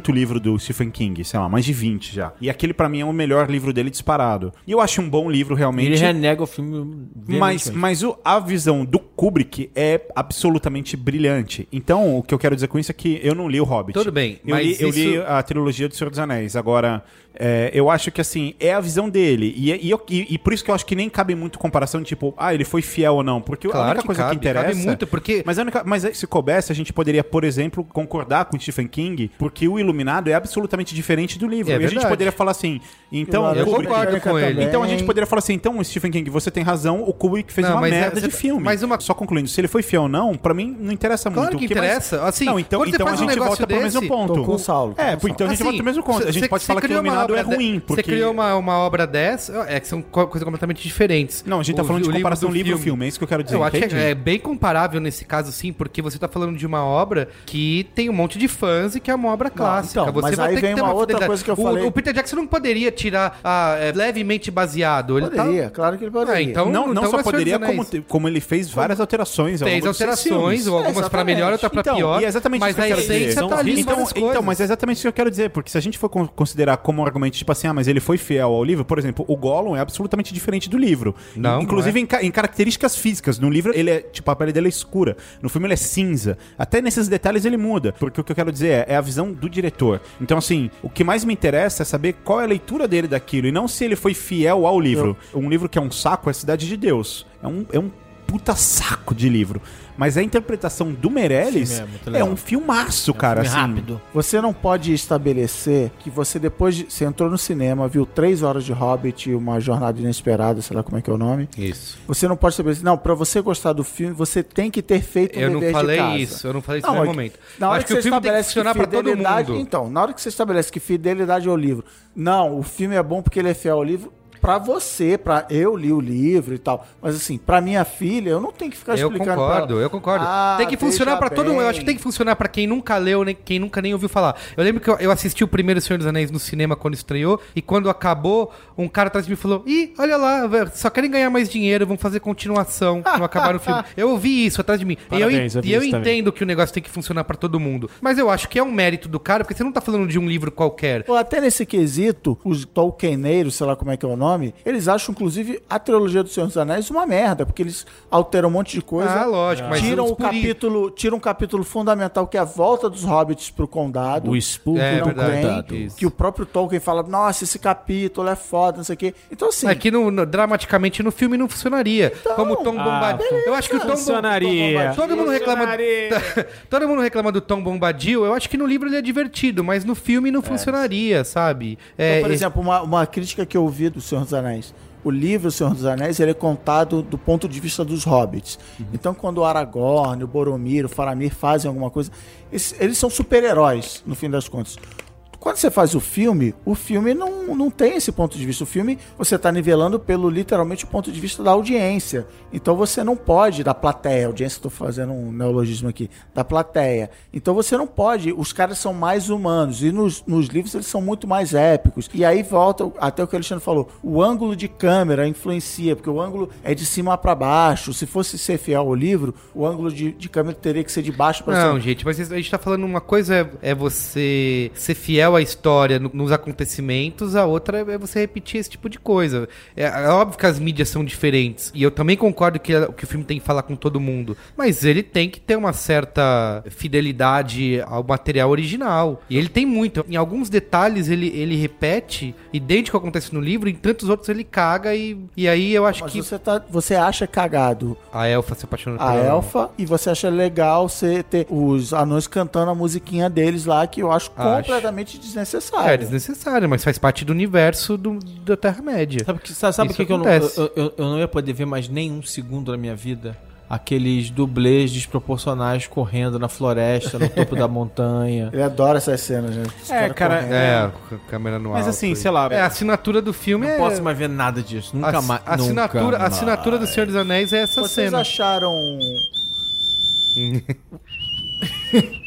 muito livro do Stephen King, sei lá, mais de vinte já. E aquele pra mim é o melhor livro dele disparado. E eu acho um bom livro realmente. Ele renega o filme. Mas, mas o, a visão do Kubrick é absolutamente brilhante. Então, o que eu quero dizer com isso é que eu não li o Hobbit. Tudo bem, Eu, mas li, eu isso- li a trilogia do Senhor dos Anéis. Agora, é, eu acho que, assim, é a visão dele. E, e, eu- e- e por isso que eu acho que nem cabe muito comparação de, tipo, ah, ele foi fiel ou não. Porque a Claro única que coisa cabe, que interessa... cabe muito, porque- Mas, a única, mas se coubesse, a gente poderia, por exemplo, concordar com o Stephen King, porque o Iluminado é absolutamente diferente do livro. É e a gente verdade. poderia falar assim, então... Eu Eu Kubrick- concordo com ele. também. Então a gente poderia falar assim, então, Stephen King, você tem razão, o Kubrick fez Não, uma mas é- merda você- de filme. mas uma- Só concluindo, se ele foi fiel ou não, pra mim não interessa Claro muito. que O mais- interessa. Assim, não, então, quando você então a faz um gente negócio volta pro mesmo desse- ponto. Tô com o Saulo, tô É, com o então a gente Assim, volta pro mesmo ponto. A gente você- pode você falar que o criou uma Iluminado é obra ruim, de- porque... Você criou uma, uma obra dessa, é que são co- coisas completamente diferentes. Não, a gente tá O- falando o de livro comparação do livro-filme, é isso que eu quero dizer, Eu acho entende? que é bem comparável nesse caso, sim, porque você tá falando de uma obra que tem um monte de fãs e que é uma obra clássica. então, você mas vai aí ter que vem ter uma outra fidelidade. coisa que eu o, falei. O Peter Jackson não poderia tirar ah, é, levemente baseado. Ele tá- Poderia, claro que ele poderia. Ah, então- Não, não então só é Senhor poderia, dos como, Anéis. te- como ele fez várias alterações ao Fez longo dos seis alterações, filmes. ou algumas pra exatamente. melhor, outra pra Então, pior. e é exatamente mas isso que eu a quero dizer. essência São tá ali em riscos. várias Então, coisas. então, mas é exatamente isso que eu quero dizer, porque se a gente for con- considerar como argumento, tipo assim, ah, mas ele foi fiel ao livro, por exemplo, o Gollum é absolutamente diferente do livro. Não, Inclusive não em, ca- em características físicas. No livro, ele é, tipo, a pele dele é escura. No filme, ele é cinza. Até nesses detalhes ele muda, porque o que eu quero dizer é, é a visão do diretor. Então, assim, o que mais me interessa é saber qual é a leitura dele daquilo, e não se ele foi fiel ao livro. Um livro que é um saco é Cidade de Deus. É um, é um puta saco de livro. Mas a interpretação do Meirelles Sim, é muito é legal. um filmaço, cara. Filme assim. rápido. Você não pode estabelecer que você depois de, você entrou no cinema, viu três horas de Hobbit e uma jornada inesperada, sei lá como é que é o nome. Isso. Você não pode estabelecer, não, pra você gostar do filme, você tem que ter feito um Eu não dever de falei casa. isso, eu não falei isso Não, no é que- momento. Na hora Acho que, que o você filme tem que estabelece funcionar pra todo fidelidade, mundo. então, na hora que você estabelece que fidelidade ao livro, não, o filme é bom porque ele é fiel ao livro. Pra você, pra eu li o livro e tal. Mas assim, pra minha filha, eu não tenho que ficar Eu explicando concordo, pra ela. eu concordo. Ah, tem que funcionar veja pra todo mundo. Eu bem. acho que tem que funcionar pra quem nunca leu, nem quem nunca nem ouviu falar. Eu lembro que eu, eu assisti o primeiro Senhor dos Anéis no cinema quando estreou, e quando acabou, um cara atrás de mim falou: Ih, olha lá, velho, só querem ganhar mais dinheiro, vão fazer continuação, não acabar o filme. Eu ouvi isso atrás de mim. Parabéns, e eu, eu vi e eu isso também. entendo que o negócio tem que funcionar pra todo mundo. Mas eu acho que é um mérito do cara, porque você não tá falando de um livro qualquer. Ou até nesse quesito, os Tolkieneiros, sei lá como é que é o nome, eles acham, inclusive, a trilogia do Senhor dos Anéis uma merda, porque eles alteram um monte de coisa. Ah, lógico, mas tiram os o puri- capítulo, tiram um capítulo fundamental que é a volta dos hobbits pro condado. O expurgo É, não verdade, tem, isso. que o próprio Tolkien fala, nossa, esse capítulo é foda, não sei o quê. Então, assim, É que no, no- dramaticamente no filme não funcionaria. Como o Tom Bombadil. eu acho que o Tom, Bom- funcionaria. Todo mundo reclama. Funcionaria. Todo mundo reclama do Tom Bombadil. Eu acho que no livro ele é divertido, mas no filme não funcionaria, sabe? É, então, por é- exemplo, uma, uma crítica que eu ouvi do Senhor dos Anéis. O livro O Senhor dos Anéis, ele é contado do ponto de vista dos hobbits. Então, quando o Aragorn, o Boromir, o Faramir fazem alguma coisa, eles, eles são super-heróis, no fim das contas. Quando você faz o filme, o filme não, não tem esse ponto de vista. O filme, você está nivelando pelo, literalmente, o ponto de vista da audiência. Então, você não pode, da plateia, audiência, estou fazendo um neologismo aqui, da plateia. Então, você não pode, os caras são mais humanos, e nos, nos livros eles são muito mais épicos. E aí volta, até o que o Alexandre falou, o ângulo de câmera influencia, porque o ângulo é de cima para baixo. Se fosse ser fiel ao livro, o ângulo de, de câmera teria que ser de baixo para cima. Não, gente, mas a gente tá falando uma coisa é, é você ser fiel à história no- nos acontecimentos, a outra é você repetir esse tipo de coisa. É, é óbvio que as mídias são diferentes, e eu também concordo que, é- que o filme tem que falar com todo mundo, mas ele tem que ter uma certa fidelidade ao material original. E ele tem muito. Em alguns detalhes ele, ele repete, idêntico ao que acontece no livro, em tantos outros ele caga, e, e aí eu acho Mas que você, tá, você acha cagado a Elfa se apaixonando a pela- elfa e você acha legal você ter os anões cantando a musiquinha deles lá, que eu acho, Acho. completamente É desnecessário. desnecessário, mas faz parte do universo do, da Terra-média. Sabe, que- sabe, sabe Isso por que, que eu, não, acontece. eu, eu, eu não ia poder ver mais nenhum segundo na minha vida? Aqueles dublês desproporcionais correndo na floresta, no topo da montanha. Ele adora essas cenas, né? Os É, caras cara, correndo. É, com a câmera no Mas alto assim, aí. sei lá, É, a assinatura do filme Não é... posso mais ver nada disso. Nunca a, mais. a assinatura, nunca a assinatura do Senhor dos Anéis é essa Vocês cena. acharam...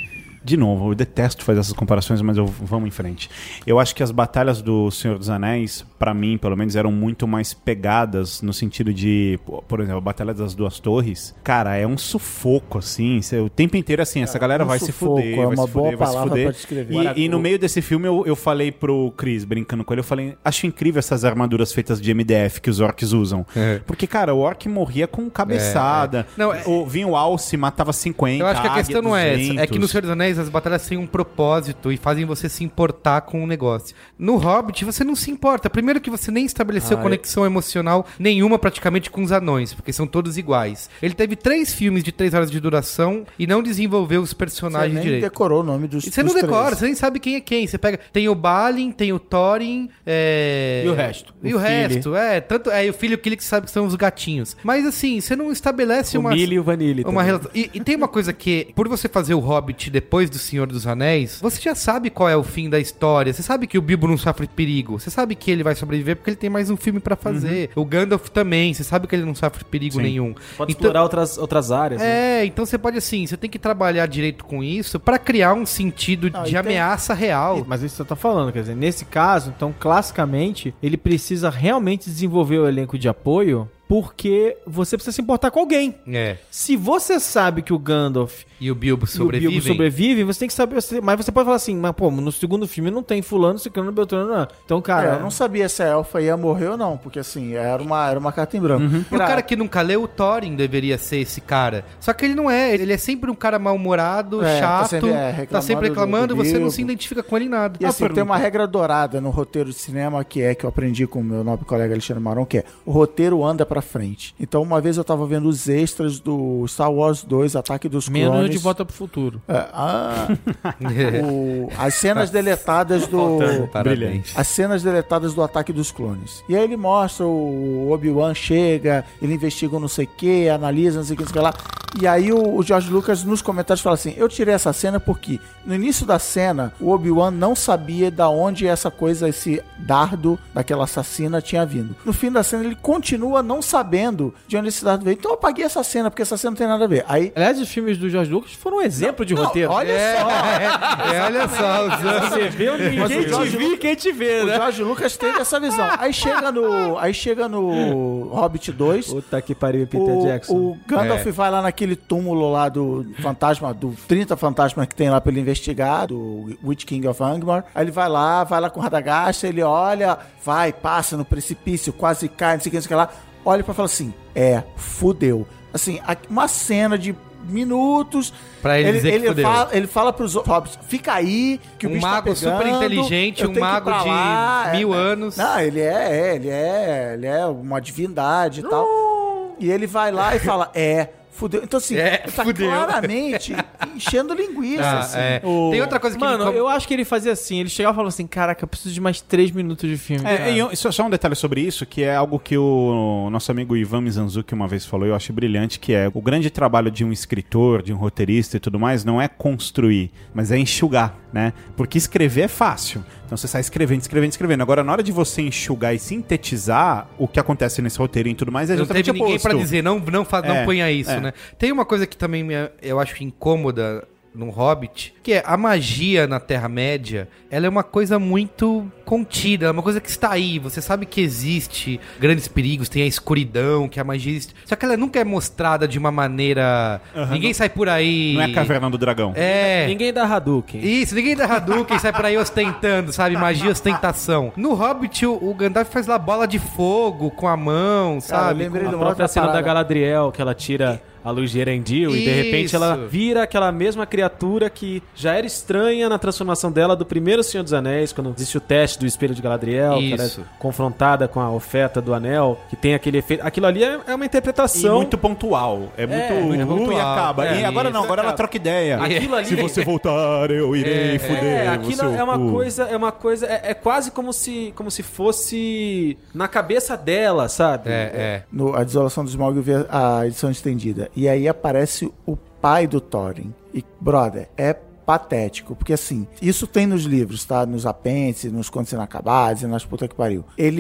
De novo, eu detesto fazer essas comparações, mas eu, vamos em frente. Eu acho que as batalhas do Senhor dos Anéis, pra mim, pelo menos, eram muito mais pegadas no sentido de, por exemplo, a Batalha das Duas Torres. Cara, é um sufoco, assim. Cê, o tempo inteiro, assim, essa galera um vai sufoco, se fuder, é vai uma se boa fuder, vai se palavra fuder. pra descrever. E, Agora, e no o- meio desse filme, eu, eu falei pro Chris, brincando com ele, eu falei, acho incrível essas armaduras feitas de M D F que os orcs usam. É. Porque, cara, o orc morria com cabeçada. É, é. Não, é- o, vinha o alce, matava cinquenta, Eu acho que a águia, questão não é essa. É que duzentos. no Senhor dos Anéis as batalhas têm um propósito e fazem você se importar com o negócio. No Hobbit você não se importa. Primeiro que você nem estabeleceu Ah, conexão emocional nenhuma praticamente com os anões, porque são todos iguais. Ele teve três filmes de três horas de duração e não desenvolveu os Você personagens nem direito. decorou o nome dos E você não dos decora, três. você nem sabe quem é quem. Você pega. Tem o Balin, tem o Thorin. É... E o resto? E O o, resto, é. Tanto, é, e o filho e o Killy que sabe que são os gatinhos. Mas assim, você não estabelece O uma. Millie e o Vanille. Uma também. relação. E, e tem uma coisa que, por você fazer o Hobbit depois do Senhor dos Anéis, você já sabe qual é o fim da história. Você sabe que o Bilbo não sofre perigo. Você sabe que ele vai sobreviver porque ele tem mais um filme pra fazer. O Gandalf também. Você sabe que ele não sofre perigo Sim. nenhum. Pode Então- explorar outras, outras áreas. né? É, então você pode assim, você tem que trabalhar direito com isso pra criar um sentido Não, e de tem- ameaça real. Mas isso que você tá falando, quer dizer, nesse caso, então, classicamente, ele precisa realmente desenvolver o elenco de apoio porque você precisa se importar com alguém. É. Se você sabe que o Gandalf E o Bilbo e o sobrevive. Bilbo sobrevivem, você tem que saber. você- Mas você pode falar assim, mas pô, no segundo filme não tem fulano, ciclano, beltrano, não. Então, cara. É, eu não sabia se a elfa ia morrer ou não, porque assim, era uma, era uma carta em branco. Pro cara que nunca leu, o Thorin deveria ser esse cara. Só que ele não é. Ele é sempre um cara mal-humorado, É, tá chato, sempre, é, tá reclamando sempre reclamando, do- do você não Bilbo. se identifica com ele em nada. E assim, tem uma regra dourada no roteiro de cinema que é que eu aprendi com o meu nobre colega Alexandre Maron, que é o roteiro anda pra frente. Então, uma vez eu tava vendo os extras do Star Wars dois, Ataque dos Menos Clones. de Volta pro Futuro. É, ah, o- as cenas deletadas do... Parabéns. As cenas deletadas do Ataque dos Clones. E aí ele mostra o Obi-Wan chega, ele investiga um não sei o que, analisa, não sei o que, não sei o que lá. E aí o, o George Lucas nos comentários fala assim, eu tirei essa cena porque no início da cena o Obi-Wan não sabia da onde essa coisa, esse dardo daquela assassina tinha vindo. No fim da cena ele continua não sabendo de onde esse dardo veio. Então eu apaguei essa cena porque essa cena não tem nada a ver. Aí... Aliás, os filmes do George Lucas foram um exemplo de Não, roteiro. olha É, só. é, olha só, usando. Você vê o Mas quem o George te viu, quem te vê, O né? George Lucas teve essa visão. Aí chega no, aí chega no Hobbit dois. Puta que pariu, Peter O, Jackson. o Gandalf É. vai lá naquele túmulo lá do fantasma, do trinta fantasmas que tem lá pra ele investigar, do Witch King of Angmar. Aí ele vai lá, vai lá com o Radagast, ele olha, vai, passa no precipício, quase cai, não sei o que, não sei o que lá. Olha pra falar assim, é, fudeu. Assim, a- uma cena de minutos. Pra ele dizer que fudeu. fala, ele fala pros hobbits, fica aí, que o Um bicho mago tá pegando, super inteligente, eu um tenho que ir mago pra de lá, mil é, anos. Não, ele é, é, ele é, ele é uma divindade e tal. E ele vai lá e fala, é, fudeu. Então assim, É, ele tá fudeu. claramente enchendo linguiça, Ah, assim. é. O- Tem outra coisa que Mano, me incom- eu acho que ele fazia assim. Ele chegava e falava assim: caraca, eu preciso de mais três minutos de filme. É, cara." e eu- só, só um detalhe sobre isso, que é algo que o nosso amigo Ivan Mizanzuki uma vez falou, e eu achei brilhante, que é o grande trabalho de um escritor, de um roteirista e tudo mais, não é construir, mas é enxugar, né? Porque escrever é fácil. Então você sai escrevendo, escrevendo, escrevendo. Agora, na hora de você enxugar e sintetizar o que acontece nesse roteiro e tudo mais, é Não justamente teve ninguém oposto. pra dizer, não, não, fa- não É, ponha isso, é. né? Tem uma coisa que também me- eu acho incômoda num Hobbit, que é a magia na Terra-média, ela é uma coisa muito contida, é uma coisa que está aí, você sabe que existe grandes perigos, tem a escuridão, que a magia existe, só que ela nunca é mostrada de uma maneira... ninguém sai por aí... Não é a Caverna do Dragão. É... Ninguém dá Hadouken. Isso, ninguém da Hadouken sai por aí ostentando, sabe? Magia, ostentação. No Hobbit, o, o Gandalf faz lá bola de fogo com a mão, Cara, eu sabe? lembrei Com- de A uma própria outra cena da parada. Galadriel, que ela tira a luz de Erendil e de repente Isso. ela vira aquela mesma criatura que já era estranha na transformação dela do primeiro Senhor dos Anéis, quando existe o teste do espelho de Galadriel, que ela é Isso. confrontada com a oferta do anel, que tem aquele efeito. Aquilo ali é é uma E interpretação. muito pontual. É muito... muito uh, e pontual. acaba. É, e agora não, isso, agora ela acaba. troca ideia. Aquilo ali- Se você voltar, eu irei fuder É, o aquilo seu é uma cu. coisa, é uma coisa, é, é quase como se, como se fosse na cabeça dela, sabe? É, é. No, a Desolação do Smaug eu vi a, a edição estendida. E aí aparece o pai do Thorin. E, brother, é patético. Porque, assim, isso tem nos livros, tá? Nos apêndices, nos contos inacabados e nas puta que pariu. Ele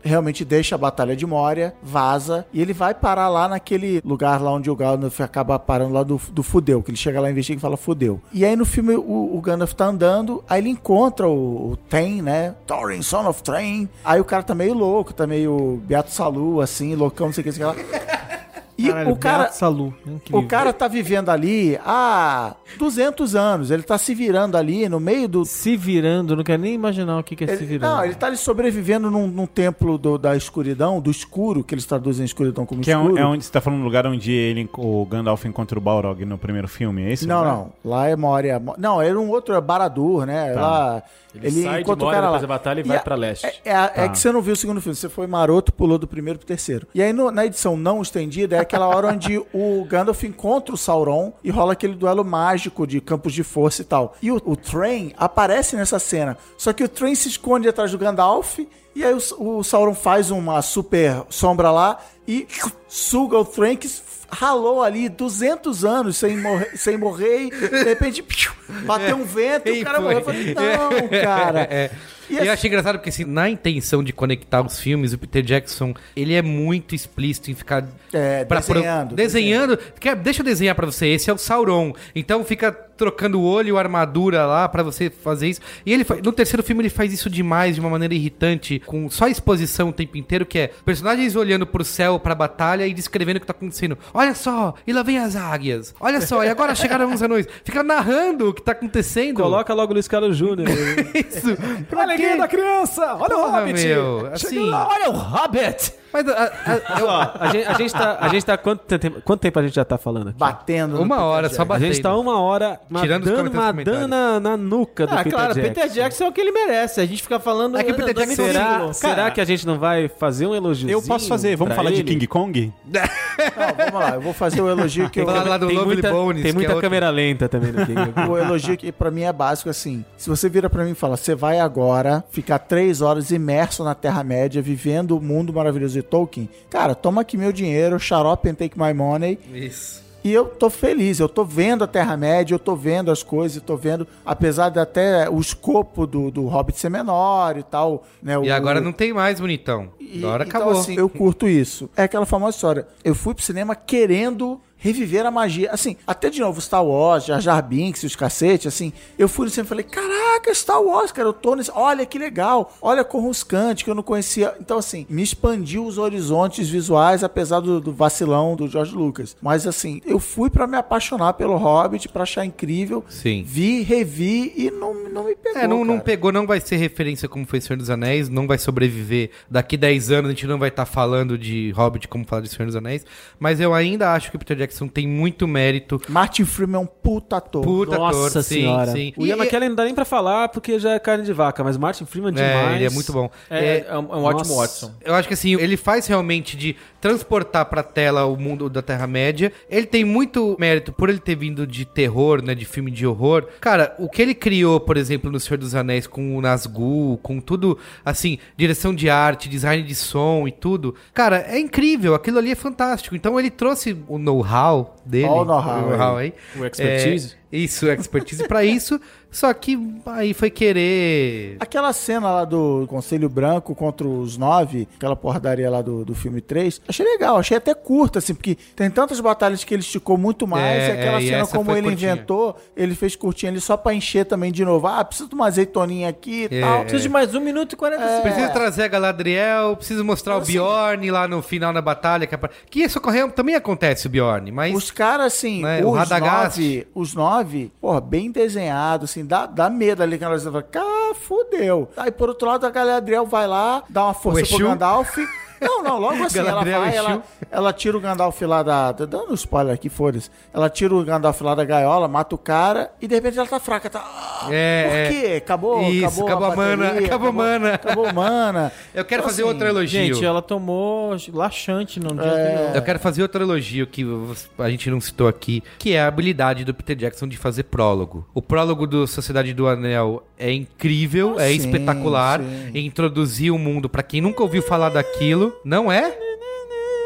realmente deixa a Batalha de Moria, vaza, e ele vai parar lá naquele lugar lá onde o Gandalf acaba parando lá do, do fudeu, que ele chega lá, investiga e fala fudeu. E aí no filme o, o Gandalf tá andando, aí ele encontra o, o Tem, né? Thorin, son of Train. Aí o cara tá meio louco, tá meio Beato Salu, assim, loucão, não sei o que, não sei o que lá. E Caralho, o cara, Beato Salu, incrível. o cara tá vivendo ali há duzentos anos. Ele tá se virando ali no meio do... Se virando, não quero nem imaginar o que, que é se Ele, virando. não, ele tá ali sobrevivendo num, num templo do- da escuridão, do escuro, que eles traduzem escuridão como Que é, escuro. um- é onde você tá falando, no lugar onde ele, o Gandalf encontra o Balrog no primeiro filme, é esse? Não, lugar? não. Lá é Moria. Não, era um outro, é Baradur, né? Lá, Ele, ele sai de encontra o Moria cara depois lá. da batalha e, E vai a- pra leste. É, é, é que você não viu o segundo filme. Você foi maroto, pulou do primeiro pro terceiro. E aí, no- na edição não estendida, é aquela hora onde o Gandalf encontra o Sauron e rola aquele duelo mágico de campos de força e tal. E o, o Thrain aparece nessa cena. Só que o Thrain se esconde atrás do Gandalf. E aí o, o Sauron faz uma super sombra lá e suga o Thrain, que ralou ali duzentos anos sem morrer, sem morrer e de repente bateu um vento e o cara morreu. Eu falei, não, cara. É. E E assim- eu achei engraçado porque, assim, na intenção de conectar os filmes, o Peter Jackson, ele é muito explícito em ficar... É, pra- desenhando, Desenhando. Quer, deixa eu desenhar pra você, esse é o Sauron. Então fica trocando o olho e a armadura lá pra você fazer isso. E ele fa- no terceiro filme ele faz isso demais, de uma maneira irritante, com só exposição o tempo inteiro, que é personagens olhando pro céu, pra batalha e descrevendo o que tá acontecendo. Olha só, e lá vem as águias. Olha só, e agora chegaram os anões. Fica narrando o que tá acontecendo. Coloca logo o Luiz Carlos Júnior. isso. Pra Alegria quê? da criança! Olha o Porra, Hobbit! meu, assim, Olha o Hobbit! mas a- a- eu- Ó, a gente, a gente tá. A gente tá quanto, tempo, quanto tempo a gente já tá falando aqui? Batendo. no uma Peter hora, só Jackson. A batendo. gente tá uma hora Tirando os dando comentários uma comentários. dana na nuca do Ah, Peter claro, Jackson. Peter Jackson é o que ele merece. A gente fica falando... É que o Peter andando em Jackson- Será, círculo. será Cara, que a gente não vai fazer um elogio? Eu posso fazer, vamos falar de King Kong? Não, vamos lá, eu vou fazer o elogio que eu... Falar lá do Tem Lovely muita, Bones, tem que muita é outro. câmera lenta também no King Kong. O elogio que pra mim é básico assim. Se você vira pra mim e fala, você vai agora ficar três horas imerso na Terra-média, vivendo o mundo maravilhoso de Tolkien, cara, toma aqui meu dinheiro, shut up and take my money. Isso. E eu tô feliz, eu tô vendo a Terra-média, eu tô vendo as coisas, eu tô vendo, apesar de até o escopo do, do Hobbit ser menor e tal, né? E o- agora não tem mais, bonitão. E- Agora então, acabou. assim, eu curto isso. É aquela famosa história. Eu fui pro cinema querendo reviver a magia. Assim, até de novo, Star Wars, Jar Jar Binks e os cacete, assim, eu fui no cinema e falei, caraca, Star Wars, cara, eu tô nesse... Olha que legal, olha Coruscante, que eu não conhecia. Então, assim, me expandiu os horizontes visuais, apesar do, do vacilão do George Lucas. Mas, assim, eu fui pra me apaixonar pelo Hobbit, pra achar incrível. Sim. Vi, revi e não, não me pegou, É, não, não cara. pegou, não vai ser referência como foi Senhor dos Anéis, não vai sobreviver. Daqui dez anos a gente não vai estar falando de Hobbit como falar de Senhor dos Anéis. Mas eu ainda acho que o Peter Jackson tem muito mérito. Martin Freeman é um puta ator. Puta Nossa ator, sim, senhora. sim. O Ian E- McKellen não dá nem pra falar porque já é carne de vaca, mas Martin Freeman É, demais. ele é muito bom. É, é um, é um ótimo Nossa. Watson. Eu acho que assim, ele faz realmente de transportar pra tela o mundo da Terra-média. Ele tem muito mérito por ele ter vindo de terror, né, de filme de horror. Cara, o que ele criou, por exemplo, no Senhor dos Anéis com o Nazgûl, com tudo, assim, direção de arte, design de som e tudo. Cara, é incrível, aquilo ali é fantástico. Então ele trouxe o know-how dele. Ó o know-how aí. O expertise. É, isso, expertise pra isso. Só que aí foi querer... Aquela cena lá do Conselho Branco contra os nove, aquela porradaria lá do, do filme três, achei legal, achei até curta, assim, porque tem tantas batalhas que ele esticou muito mais, É, e aquela é, e cena, essa como foi ele curtinha. inventou, ele fez curtinha ali só pra encher também de novo. Ah, preciso de uma azeitoninha aqui e É. tal. Preciso de mais um minuto e quarenta segundos. Preciso trazer a Galadriel, preciso mostrar o Bjorn lá no final da batalha. Que, apa- que isso ocorreu, também acontece o Bjorn, mas... Os caras, assim, Né, o os, Radagast. nove, os nove, porra, bem desenhado, assim, dá, dá medo ali que ela fala, cara, fudeu. Aí, por outro lado, a Galadriel vai lá, dá uma força O pro Exu. Gandalf. Não, não, logo assim, ela Galadriel vai, Exu. ela, ela tira o Gandalf lá da... Tô dando um spoiler aqui, foda-se. Ela tira o Gandalf lá da gaiola, mata o cara, e de repente ela tá fraca, tá... Ah, É, por quê? Acabou, Isso, acabou, acabou a mana, bateria, acabou a mana. Acabou mana. Eu quero Então, fazer assim, outro elogio. Gente, ela tomou laxante no dia É. anterior. Eu quero fazer outro elogio que você- a gente não citou aqui, que é a habilidade do Peter Jackson de fazer prólogo. O prólogo do Sociedade do Anel é incrível, Ah, é sim, espetacular. sim. Introduzir o mundo pra quem nunca ouviu falar daquilo, não é?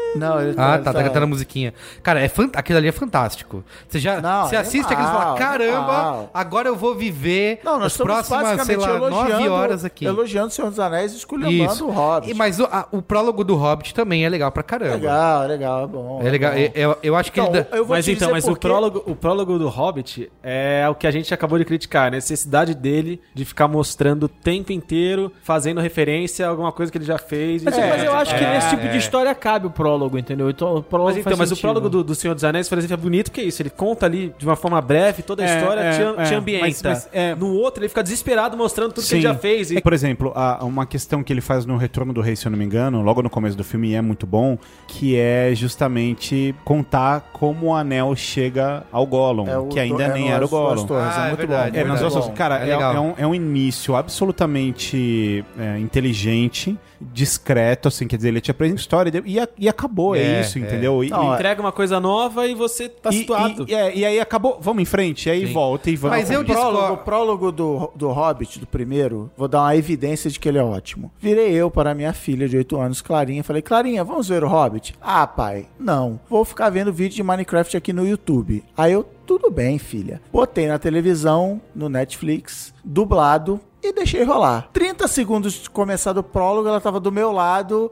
Não, ele Ah, ele tá, tá cantando a musiquinha. Cara, é fan... aquilo ali é fantástico. Você já Não, você é assiste animal, aquilo e fala, caramba, animal. agora eu vou viver Não, nós as estamos próximas, sei lá, nove horas aqui. Elogiando o Senhor dos Anéis e esculhambando Isso. o Hobbit. E, mas o, a- o prólogo do Hobbit também é legal pra caramba. Legal, legal, é bom. É legal. bom. Eu, eu, eu acho que Então, ele dá... eu vou Mas te então, dizer mas por o quê. prólogo, o prólogo do Hobbit é o que a gente acabou de criticar, a necessidade dele de ficar mostrando o tempo inteiro, fazendo referência a alguma coisa que ele já fez. Mas, É, mas eu acho que é, nesse tipo é. de história cabe o prólogo, entendeu? Então, o prólogo Mas, então, faz mas o sentido. prólogo do, do Senhor dos Anéis, por exemplo, é bonito porque é isso. Ele conta ali de uma forma breve toda a É, história, é, te, é. te ambienta. Mas- mas, é. No outro, ele fica desesperado mostrando tudo que Sim. ele já fez. E... É, por exemplo, a- uma questão que ele faz no Retorno do Rei, se eu não me engano, logo no começo do filme, e é muito bom, que é justamente contar como o anel chega ao Gollum, É o que ainda do- é nem no era o As Duas Gollum. Torres, Ah, é é muito verdade, bom. É, é nas muito duas, bom. cara, É é, legal. é um, é um início absolutamente é, inteligente, discreto, assim, quer dizer, ele te apresenta a história e, e, e acabou, é, É, isso, é. entendeu? E, Não, e- entrega uma coisa nova e você tá e- situado. E, é, e aí acabou, vamos em frente, e aí Sim. volta e vamos. Mas eu O prólogo, discordo. o prólogo do, do Hobbit, do primeiro, vou dar uma evidência de que ele é ótimo. Virei eu para minha filha de oito anos, Clarinha, falei, Clarinha, vamos ver o Hobbit? Ah, pai, não. Vou ficar vendo vídeo de Minecraft aqui no YouTube. Aí eu, tudo bem, filha. Botei na televisão, no Netflix, dublado, e deixei rolar. trinta segundos de começar do prólogo, ela tava do meu lado,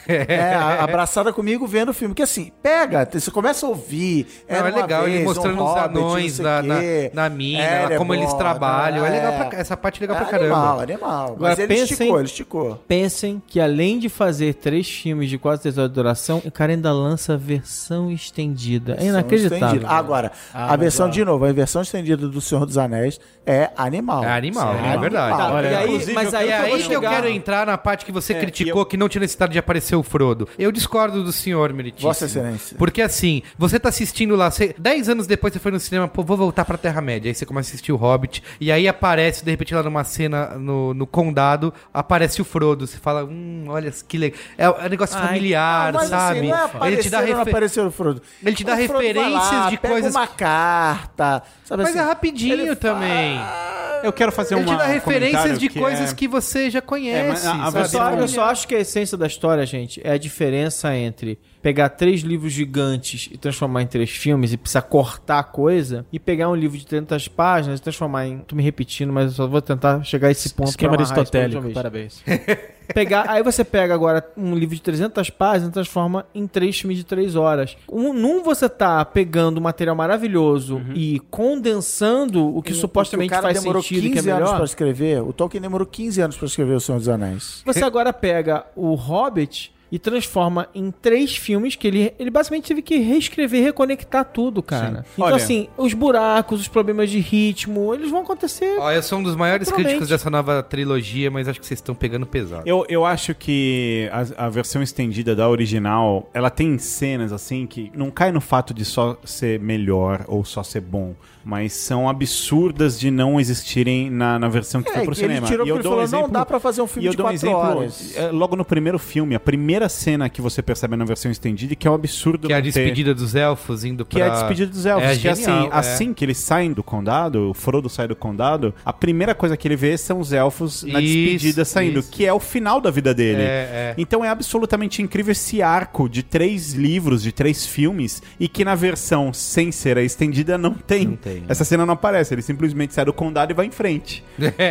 é, a- abraçada comigo, vendo o filme. Que assim, pega, você começa a ouvir. Não, era é uma legal, ele vez, mostrando um os Hobbit, não anões sei da- o na, quê. na mina, É, lá, é como eles bom, trabalham. É, é. legal pra, essa parte é legal É pra caramba. animal, animal. Agora, Mas ele pensem- esticou, ele esticou. Pensem que além de fazer três filmes de quase três horas de duração, o cara ainda lança a versão estendida. É inacreditável. Estendida. Agora, a versão, de novo, a versão estendida do Senhor dos Anéis é animal. É animal, Sério, é verdade. animal. Tá, e aí, inclusive, mas aí É eu aí vou que eu chegar- quero entrar na parte que você É, criticou e eu- que não tinha necessidade de aparecer o Frodo. Eu discordo do senhor, Meritíssimo. Vossa Excelência. Porque assim, você tá assistindo lá, você, dez anos depois você foi no cinema, pô, vou voltar pra Terra-média. Aí você começa a assistir o Hobbit, e aí aparece, de repente, lá numa cena no, no condado, aparece o Frodo. Você fala, hum, olha que legal. É um negócio Ai, familiar, Mas sabe? assim, não é Ele te aparecer dá ou não refer... aparecer o Frodo. Ele te dá O Frodo vai referências lá, de pega coisas- uma carta, sabe Mas assim, é rapidinho ele também. Eu quero fazer Ele uma te dá um referências comentário de que coisas é- que você já conhece. É, mas a- a Eu sabe? só, eu só acho que a essência da história, gente, é a diferença entre pegar três livros gigantes e transformar em três filmes e precisar cortar a coisa, e pegar um livro de trezentas páginas e transformar em... Tô me repetindo, mas eu só vou tentar chegar a esse ponto. Esquema pra amarrar isso pra aristotélico, outra vez. parabéns. Pegar, aí você pega agora um livro de trezentas páginas e transforma em três filmes de três horas. Um, num você tá pegando um material maravilhoso e condensando o que Porque supostamente o cara faz demorou sentido, que é quinze anos melhor. pra escrever. O Tolkien demorou quinze anos pra escrever O Senhor dos Anéis. Você agora pega o Hobbit e transforma em três filmes que ele, ele basicamente teve que reescrever, reconectar tudo, cara. Então, Olha- assim, os buracos, os problemas de ritmo, eles vão acontecer. Ó, eu sou um dos maiores Naturalmente. críticos dessa nova trilogia, mas acho que vocês estão pegando pesado. Eu, eu acho que a, a versão estendida da original, ela tem cenas assim que não cai no fato de só ser melhor ou só ser bom, mas são absurdas de não existirem na, na versão que É, foi pro que ele cinema. tirou E eu porque dou ele um falou, não exemplo- dá pra fazer um e filme eu de dou um quatro exemplo, horas. é, logo no primeiro filme, a primeira cena que você percebe na versão estendida, que é um absurdo Que é a não ter- despedida dos elfos indo pra... Que é a despedida dos elfos. É que genial, assim, é. assim que eles saem do condado, o Frodo sai do condado, a primeira coisa que ele vê são os elfos na Isso, despedida saindo, isso. que é o final da vida dele. É, é. Então é absolutamente incrível esse arco de três livros, de três filmes, e que na versão sem ser a estendida não tem. Não tem, né? Essa cena não aparece, ele simplesmente sai do condado e vai em frente.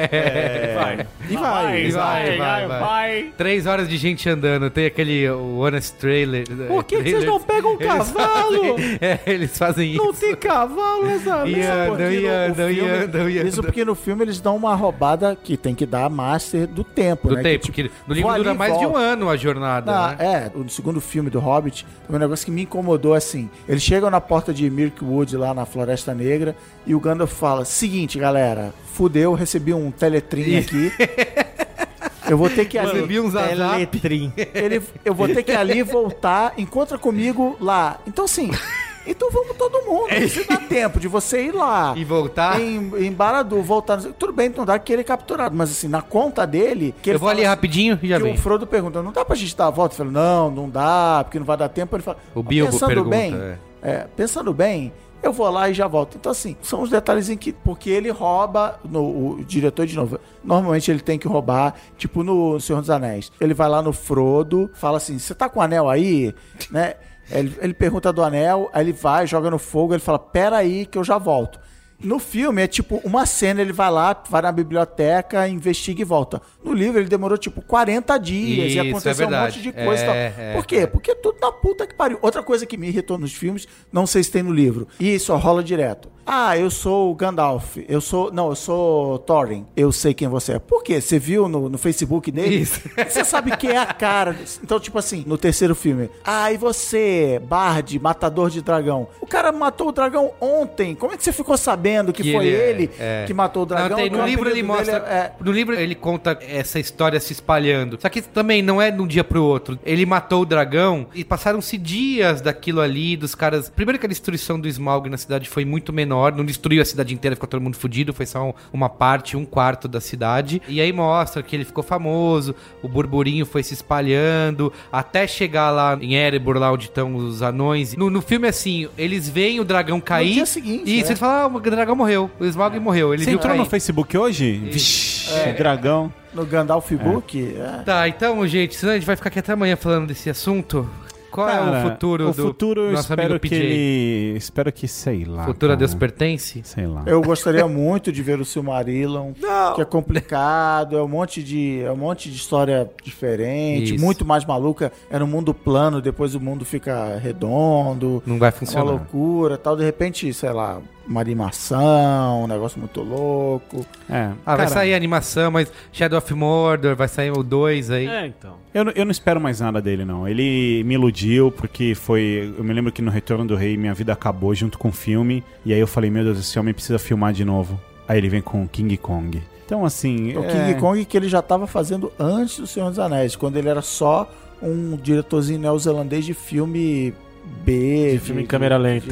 É, Vai. E vai. Vai, vai, vai, vai. Três horas de gente andando. Tem aquele o Honest Trailer. Por que, que vocês não pegam um cavalo? É, eles fazem isso. Não tem cavalo nessa E merda. andam, Porque e no- o andam, e filme- andam, e Isso andam. porque no filme eles dão uma roubada que tem que dar master do tempo, Do né? tempo, Que, tipo, porque no livro vou ali dura e mais de um volto. ano a jornada, Na- né? É, o segundo filme do Hobbit, um negócio que me incomodou assim. Eles chegam na porta de Mirkwood, lá na Floresta Negra, e o Gandalf fala: seguinte, galera, fudeu, recebi um teletrim aqui. Eu vou ter que ali. Recebi uns azar. Teletrim. Ele, eu vou ter que ali voltar, encontra comigo lá. Então, assim, então vamos todo mundo. Se dá tempo de você ir lá. E voltar. Em, em Barad-dûr, voltar. Tudo bem, não dá que ele é capturado, mas assim, na conta dele. Que ele Eu vou ali fala rapidinho e já que vem. o Frodo pergunta: não dá pra gente dar a volta? Eu falo: não, não dá, porque não vai dar tempo. Ele fala: O Bilbo pensando pergunta, bem, é. é, pensando bem, eu vou lá e já volto. Então, assim, são os detalhes em que... Porque ele rouba, no, o diretor, de novo, normalmente ele tem que roubar, tipo no Senhor dos Anéis. Ele vai lá no Frodo, fala assim, você tá com o anel aí? Né? Ele, ele pergunta do anel, aí ele vai, joga no fogo, ele fala, pera aí que eu já volto. No filme é tipo uma cena, ele vai lá, vai na biblioteca, investiga e volta. No livro ele demorou tipo quarenta dias Isso, e aconteceu é um monte de coisa é, e tal. é, Por quê? é. Porque tudo na puta que pariu. Outra coisa que me irritou nos filmes, não sei se tem no livro, e isso ó, rola direto. Ah, eu sou o Gandalf, eu sou... Não, eu sou Thorin, eu sei quem você é. Por quê? Você viu no, no Facebook dele? Isso. Você sabe quem é a cara. Então, tipo assim, no terceiro filme, ah, e você, Bard, matador de dragão? O cara matou o dragão ontem, como é que você ficou sabendo que, Que foi ele é- ele é. que matou o dragão? Não, tem, Que no o livro ele apelido dele mostra. é- No livro ele conta essa história se espalhando. Só que também não é de um dia pro outro. Ele matou o dragão e passaram-se dias daquilo ali, dos caras. Primeiro que a destruição do Smaug na cidade foi muito menor, não destruiu a cidade inteira, ficou todo mundo fudido, foi só um- uma parte, um quarto da cidade. E aí mostra que ele ficou famoso, o burburinho foi se espalhando, até chegar lá em Erebor, lá onde estão os anões. No, no filme, assim, eles veem o dragão cair. dia seguinte, Isso, é. eles falam, ah, o dragão morreu, o Smaug morreu. Ele Você viu entrou cair. no Facebook hoje? Vixe, dragão. No Gandalf Book? É. Tá, então, gente, senão a gente vai ficar aqui até amanhã falando desse assunto. Qual é Cara, o futuro o do futuro eu nosso espero amigo que P J? ele... Espero que, sei lá. Futuro a cara. Deus pertence? Sei lá. Eu gostaria muito de ver o Silmarillion, que é complicado, é um monte de, é um monte de história diferente, Isso. muito mais maluca. É no mundo plano, depois o mundo fica redondo, Não vai é uma funcionar. loucura, tal. De repente, sei lá, uma animação, um negócio muito louco. É, Ah, vai cara, sair a animação, mas Shadow of Mordor, vai sair o dois aí. É, então. Eu, não- eu não espero mais nada dele, não. Ele me iludiu, porque foi... Eu me lembro que no Retorno do Rei, minha vida acabou junto com o filme. E aí eu falei, meu Deus, esse homem precisa filmar de novo. Aí ele vem com King Kong. Então, assim... O é... King Kong que ele já estava fazendo antes do Senhor dos Anéis, quando ele era só um diretorzinho neozelandês de filme B. De filme em câmera lenta.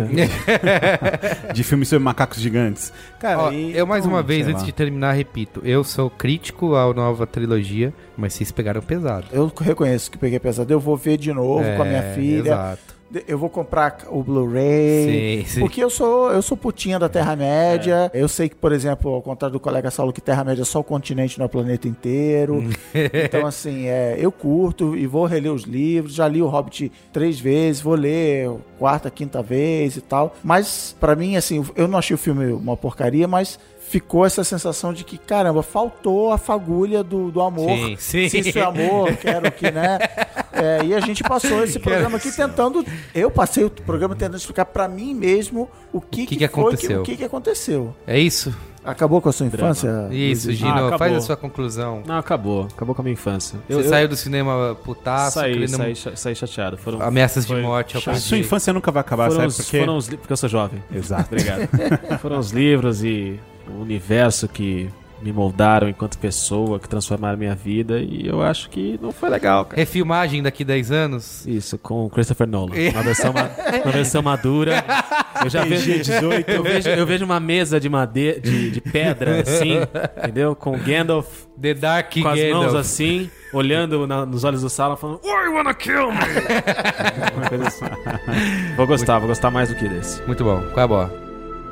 de- De filmes sobre macacos gigantes. Cara, Ó, e- eu mais então, uma vez, sei antes lá. de terminar, repito, eu sou crítico à nova trilogia, mas vocês pegaram pesado. Eu reconheço que peguei pesado. Eu vou ver de novo com a minha É, filha. Exato. Eu vou comprar o Blu-ray. Sim, sim. Porque eu sou, eu sou putinha da Terra-média. Eu sei que, por exemplo, ao contrário do colega Saulo, que Terra-média é só o continente, não é o planeta inteiro. Então, assim, é, eu curto e vou reler os livros. Já li o Hobbit três vezes, vou ler quarta, quinta vez e tal. Mas, pra mim, assim, eu não achei o filme uma porcaria, mas ficou essa sensação de que, caramba, faltou a fagulha do, do amor. Sim, sim. Se isso é amor, quero que, né? É, e a gente passou esse programa aqui tentando... Eu passei o programa tentando explicar pra mim mesmo o que, que que, que foi, aconteceu. Que, o que, que aconteceu. É isso? Acabou com a sua infância? Isso, Luiz? Gino, Ah, acabou. faz a sua conclusão. Não, acabou. Acabou com a minha infância. Você saiu do cinema putaço, saí, querendo saí, cha- saí chateado. Foram, ameaças de foi- morte ao A P sua J. infância nunca vai acabar, foram sabe? os, Porque... foram os li- porque eu sou jovem. Exato. Obrigado. Foram os livros e o universo que me moldaram enquanto pessoa, que transformaram minha vida, e eu acho que não foi legal, cara. Refilmagem daqui dez anos? Isso, com o Christopher Nolan. Uma versão, ma- uma versão madura. Eu já vejo, dezoito. Eu vejo, eu vejo uma mesa de madeira, de, de pedra, assim, entendeu? Com Gandalf The Dark com as Gandalf. mãos assim, olhando na- nos olhos do Sauron, falando Why you wanna kill me? Uma coisa assim. Vou gostar, vou gostar mais do que desse. Muito bom. Qual é a boa?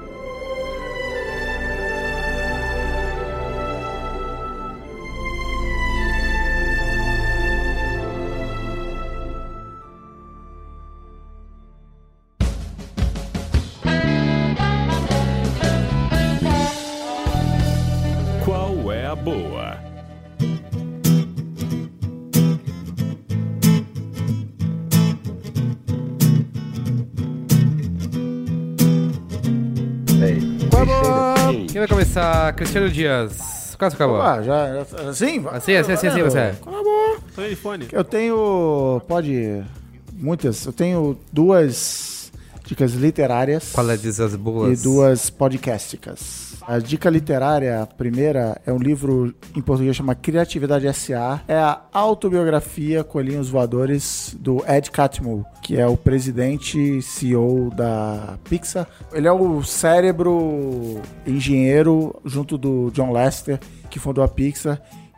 Qual é a boa? Quem vai começar? Cristiano Dias. Quase acabou. Ah, já, já- assim? Assim, assim, assim, assim, você. Telefone. Eu tenho... Pode... Muitas. Eu tenho duas dicas literárias. Qual é dessas boas? E duas podcasticas. A dica literária, a primeira, é um livro em português chama Criatividade S A. É a autobiografia Coelhinhos Voadores do Ed Catmull, que é o presidente e C E O da Pixar. Ele é o cérebro engenheiro junto do John Lasseter, que fundou a Pixar.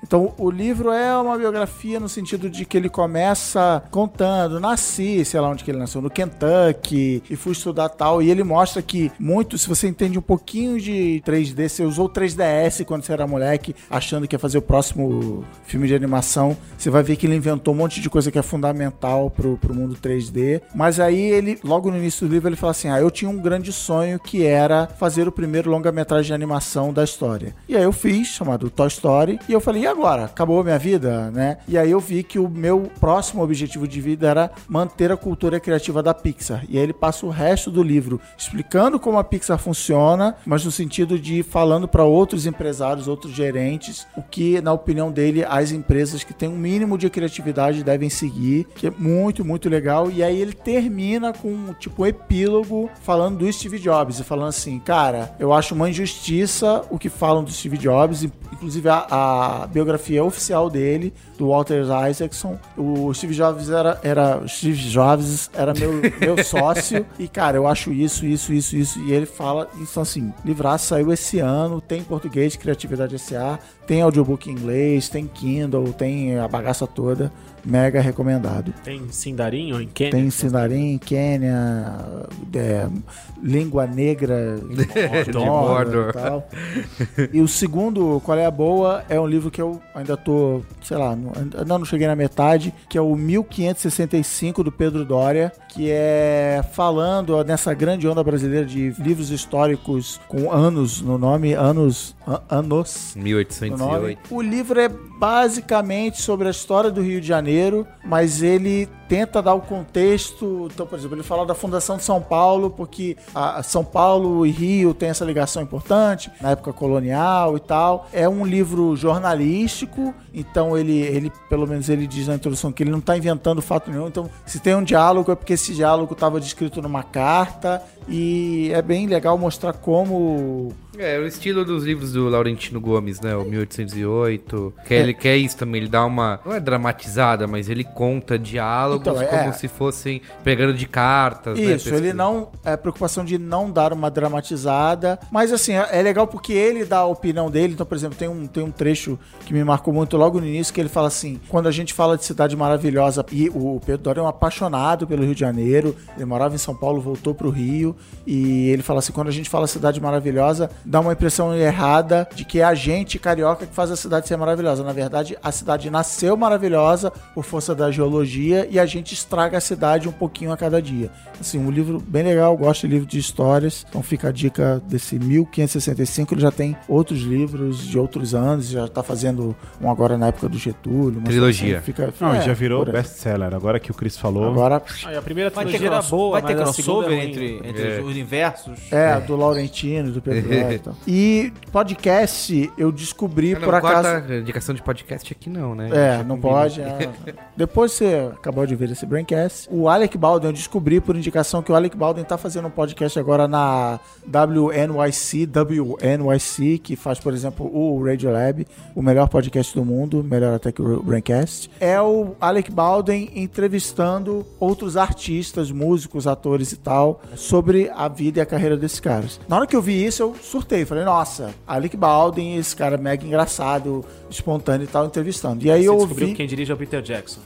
Então, o livro é uma biografia no sentido de que ele começa contando, nasci, sei lá onde que ele nasceu, no Kentucky, e fui estudar tal, e ele mostra que muito, se você entende um pouquinho de três D, você usou três D S quando você era moleque, achando que ia fazer o próximo filme de animação, você vai ver que ele inventou um monte de coisa que é fundamental pro, pro mundo três D, mas aí ele, logo no início do livro, ele fala assim, ah, eu tinha um grande sonho que era fazer o primeiro longa-metragem de animação da história. E aí eu fiz, chamado Toy Story, e eu falei, e agora? Acabou a minha vida, né? E aí eu vi que o meu próximo objetivo de vida era manter a cultura criativa da Pixar. E aí ele passa o resto do livro explicando como a Pixar funciona, mas no sentido de falando para outros empresários, outros gerentes, o que, na opinião dele, as empresas que têm um mínimo de criatividade devem seguir, que é muito, muito legal. E aí ele termina com, tipo, um epílogo falando do Steve Jobs e falando assim, cara, eu acho uma injustiça o que falam do Steve Jobs, inclusive a, a biografia oficial dele, do Walter Isaacson. O Steve Jobs era, era, Steve Jobs era meu, meu sócio e, cara, eu acho isso, isso, isso, isso. E ele fala, então assim, livraço saiu esse ano, tem em português, Criatividade S A, tem audiobook em inglês, tem Kindle, tem a bagaça toda. Mega recomendado. Tem Sindarin em Quênia? Tem Sindarin, Quênia, é, Língua Negra de Mordor e tal. E o segundo, Qual é a Boa, é um livro que eu ainda tô, sei lá, não, ainda não cheguei na metade, que é o mil quinhentos e sessenta e cinco do Pedro Doria, que é falando nessa grande onda brasileira de livros históricos com anos no nome, anos, an, anos mil oitocentos e oito. O livro é basicamente sobre a história do Rio de Janeiro, mas ele tenta dar o contexto. Então, por exemplo, ele fala da fundação de São Paulo, porque a São Paulo e Rio tem essa ligação importante na época colonial e tal. É um livro jornalístico, então ele, ele pelo menos ele diz na introdução que ele não está inventando fato nenhum. Então, se tem um diálogo é porque esse diálogo estava descrito numa carta, e é bem legal mostrar como... É, o estilo dos livros do Laurentino Gomes, né? O mil oitocentos e oito. Que é. Ele quer isso também, ele dá uma... Não é dramatizada, mas ele conta diálogos então, é. como se fossem pegando de cartas, isso, né? Ele não... É a preocupação de não dar uma dramatizada. Mas, assim, é, é legal porque ele dá a opinião dele. Então, por exemplo, tem um, tem um trecho que me marcou muito logo no início, que ele fala assim, quando a gente fala de cidade maravilhosa, e o Pedro Doria é um apaixonado pelo Rio de Janeiro, ele morava em São Paulo, voltou pro Rio, e ele fala assim, quando a gente fala cidade maravilhosa, dá uma impressão errada de que é a gente carioca que faz a cidade ser maravilhosa. Na verdade, a cidade nasceu maravilhosa por força da geologia e a gente estraga a cidade um pouquinho a cada dia. Assim, um livro bem legal, gosto de livro de histórias, então fica a dica desse mil quinhentos e sessenta e cinco, ele já tem outros livros de outros anos, já tá fazendo um agora na época do Getúlio. Trilogia. Assim, fica, Não, é, já virou best-seller, agora que o Chris falou. Agora... Ah, a primeira Vai ter, trilogia era cross, boa, vai ter mas a segunda crossover é ruim. entre, entre É. os universos. É, do Laurentino, do Pedro Doria e tal. E podcast, eu descobri Ah, não, por acaso... corta a indicação de podcast aqui não, né? É, Já não combina. pode. É. Depois você acabou de ver esse Braincast. O Alec Baldwin, eu descobri por indicação que o Alec Baldwin tá fazendo um podcast agora na W N Y C, W N Y C, que faz, por exemplo, o Radiolab, o melhor podcast do mundo, melhor até que o Braincast. É o Alec Baldwin entrevistando outros artistas, músicos, atores e tal, sobre a vida e a carreira desses caras. Na hora que eu vi isso, eu surtei. Falei, nossa, Alec Baldwin, esse cara mega engraçado, espontâneo e tal, entrevistando. E aí Você eu descobriu ouvi... que quem dirige é o Peter Jackson.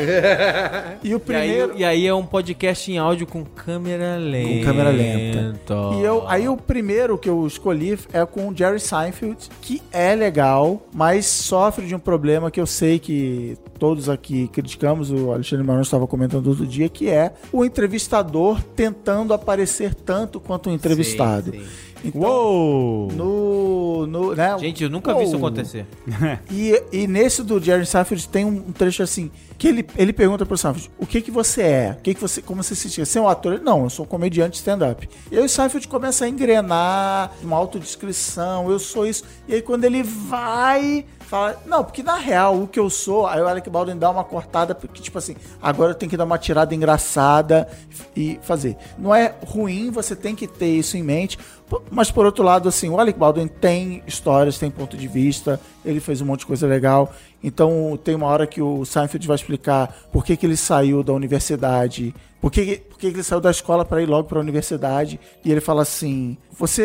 É. E o E aí, primeiro... e aí é um podcast em áudio com câmera lenta. Com câmera lenta. E eu, aí o primeiro que eu escolhi é com o Jerry Seinfeld, que é legal, mas sofre de um problema que eu sei que todos aqui criticamos, o Alexandre Maron estava comentando outro dia, que é o entrevistador tentando aparecer tanto quanto o entrevistado. Sim, sim. Então, Uou! no, no, né? Gente, eu nunca vi isso acontecer. E, e nesse do Jerry Seinfeld tem um, um trecho assim, que ele, ele pergunta pro Seinfeld, o que que você é? O que que você, como você se sente? Você é um ator? Ele, não, eu sou um comediante stand-up. E aí o Seinfeld começa a engrenar, uma autodescrição, eu sou isso. E aí quando ele vai... Fala, não, porque na real, o que eu sou, aí o Alec Baldwin dá uma cortada, porque tipo assim, agora eu tenho que dar uma tirada engraçada e fazer. Não é ruim, você tem que ter isso em mente, mas por outro lado, assim, o Alec Baldwin tem histórias, tem ponto de vista, ele fez um monte de coisa legal, então tem uma hora que o Seinfeld vai explicar por que que ele saiu da universidade, por que, por que que ele saiu da escola para ir logo para a universidade, e ele fala assim, você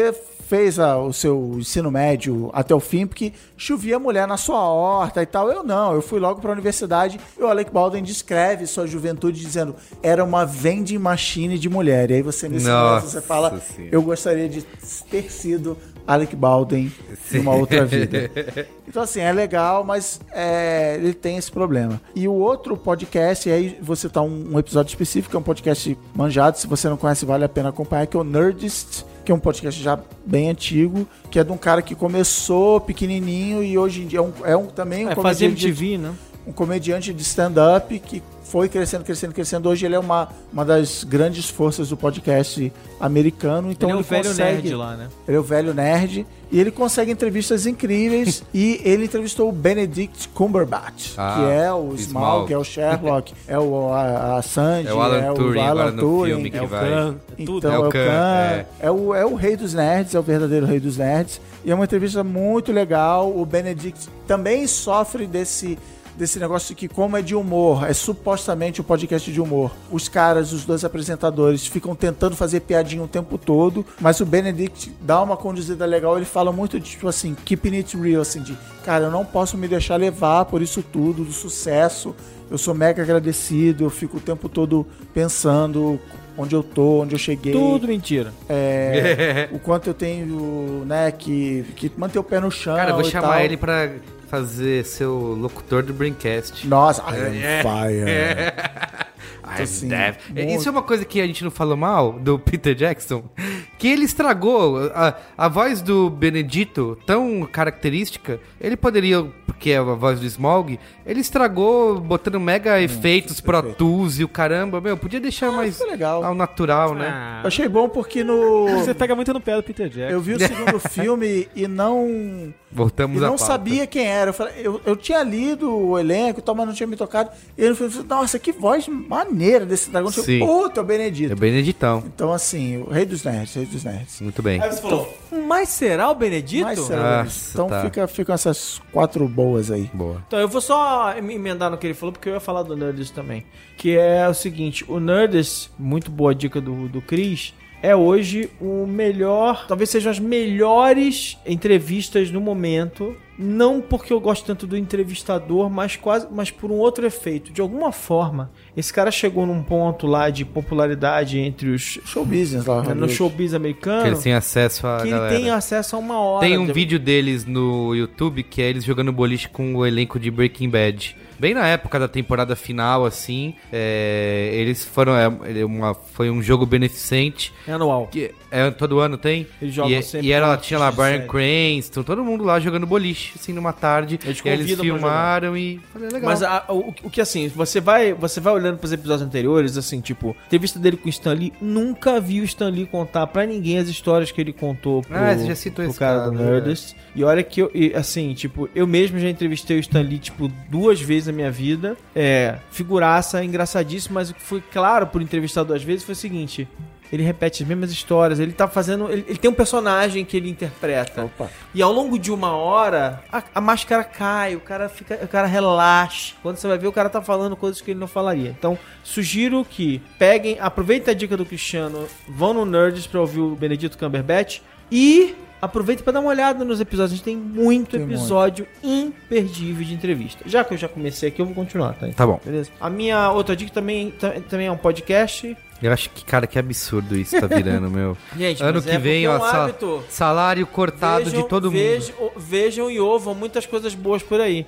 fez a- o seu ensino médio até o fim porque chovia mulher na sua horta e tal. Eu não, eu fui logo pra universidade e o Alec Baldwin descreve sua juventude dizendo era uma vending machine de mulher. E aí você nesse Nossa momento você fala, Senhora. eu gostaria de ter sido Alec Baldwin numa outra vida. Então, assim, é legal, mas é, ele tem esse problema. E o outro podcast, e aí você tá um, um episódio específico, é um podcast manjado, se você não conhece, vale a pena acompanhar, que é o Nerdist, que é um podcast já bem antigo, que é de um cara que começou pequenininho e hoje em dia é, um, é um, também um É, fazia M comediante T V, né? um comediante de stand-up que foi crescendo, crescendo, crescendo. Hoje ele é uma, uma das grandes forças do podcast americano. Então Ele ele, é o velho consegue, nerd lá, né? Ele é o velho nerd. E ele consegue entrevistas incríveis. E ele entrevistou o Benedict Cumberbatch, Ah, que é o Smaug. Smaug, é o Sherlock, é o a, a Sandy, É o Alan Turing agora no Turing, filme que é o vai. Khan. tudo. Então, É é o o Khan, Khan, é. é. o, é o rei dos nerds, é o verdadeiro rei dos nerds. E é uma entrevista muito legal. O Benedict também sofre desse, desse negócio de que, como é de humor, é supostamente um podcast de humor, os caras, os dois apresentadores, ficam tentando fazer piadinha o tempo todo, mas o Benedict dá uma conduzida legal. Ele fala muito de, tipo assim, keeping it real, assim, de, cara, eu não posso me deixar levar por isso tudo, do sucesso. Eu sou mega agradecido, eu fico o tempo todo pensando onde eu tô, onde eu cheguei. Tudo mentira. É, o quanto eu tenho, né, que, que manter o pé no chão. Cara, eu vou e chamar tal. ele pra fazer seu locutor do Braincast. Nossa, I am É. fire. I'm assim, deaf. muito- Isso é uma coisa que a gente não falou mal do Peter Jackson, que ele estragou a, a voz do Benedito, tão característica. Ele poderia, porque é a voz do Smaug, ele estragou botando mega efeitos Pro perfeito. Tools e o caramba. Meu, podia deixar mais ficou legal. ao natural, né? Ah, Eu achei bom porque no... você pega muito no pé do Peter Jackson. Eu vi o segundo filme e não... Voltamos E à não pauta. sabia quem era. Eu, falei, eu, eu tinha lido o elenco e tal, mas não tinha me tocado. E ele falou, nossa, que voz maneira desse dragão. Sim. Puta, é o É Benedito. Beneditão. Então, assim, o rei dos nerds, rei dos nerds. Muito bem. Aí você falou, mas será o Benedito? Mas, será, Nossa, então tá. fica, ficam essas quatro boas aí. Boa. Então, eu vou só me emendar no que ele falou, porque eu ia falar do Nerdist também. Que é o seguinte, o Nerdist, muito boa dica do, do Chris, é hoje o melhor, talvez sejam as melhores entrevistas no momento. Não porque eu gosto tanto do entrevistador, mas quase, mas por um outro efeito. De alguma forma, esse cara chegou num ponto lá de popularidade entre os Show business lá. no Hollywood. showbiz americano, Que eles têm acesso a que ele galera. tem acesso a uma hora. Tem um de- vídeo deles no YouTube que é eles jogando boliche com o elenco de Breaking Bad. Bem na época da temporada final, assim, é, eles foram. É, ele- uma, foi um jogo beneficente. É anual. Que é, todo ano tem. Eles jogam e, sempre e era, com tinha lá artistas de Bryan Cranston, todo mundo lá jogando boliche, assim, numa tarde. Eles e aí eles convidam pra filmaram e. Falei, legal. Mas a- o, o que assim, você vai, você vai olhando pros episódios anteriores, assim, tipo, entrevista dele com o Stan Lee, nunca vi o Stan Lee contar pra ninguém as histórias que ele contou pro, Ah, você já citou pro esse cara cara, do né? Nerdist. E olha que eu, e, assim, tipo, eu mesmo já entrevistei o Stan Lee, tipo, duas vezes na minha vida. É, figuraça, engraçadíssimo, mas o que foi claro por entrevistar duas vezes foi o seguinte. Ele repete as mesmas histórias, ele tá fazendo. Ele, ele tem um personagem que ele interpreta. Opa. E ao longo de uma hora, a, a máscara cai, o cara fica. O cara relaxa. Quando você vai ver, o cara tá falando coisas que ele não falaria. Então, sugiro que peguem, aproveitem a dica do Cristiano, vão no Nerds pra ouvir o Benedito Cumberbatch e aproveitem pra dar uma olhada nos episódios. A gente tem muito Tem episódio imperdível de entrevista. Já que eu já comecei aqui, eu vou continuar, tá? Tá bom. Beleza? A minha outra dica também, tam- também é um podcast. Eu acho que, cara, que absurdo isso tá virando, meu. Gente, Ano mas que é vem, porque ó, é um sa- hábito. salário cortado Vejam- de todo mundo. vejam, Vejam e ouvam muitas coisas boas por aí.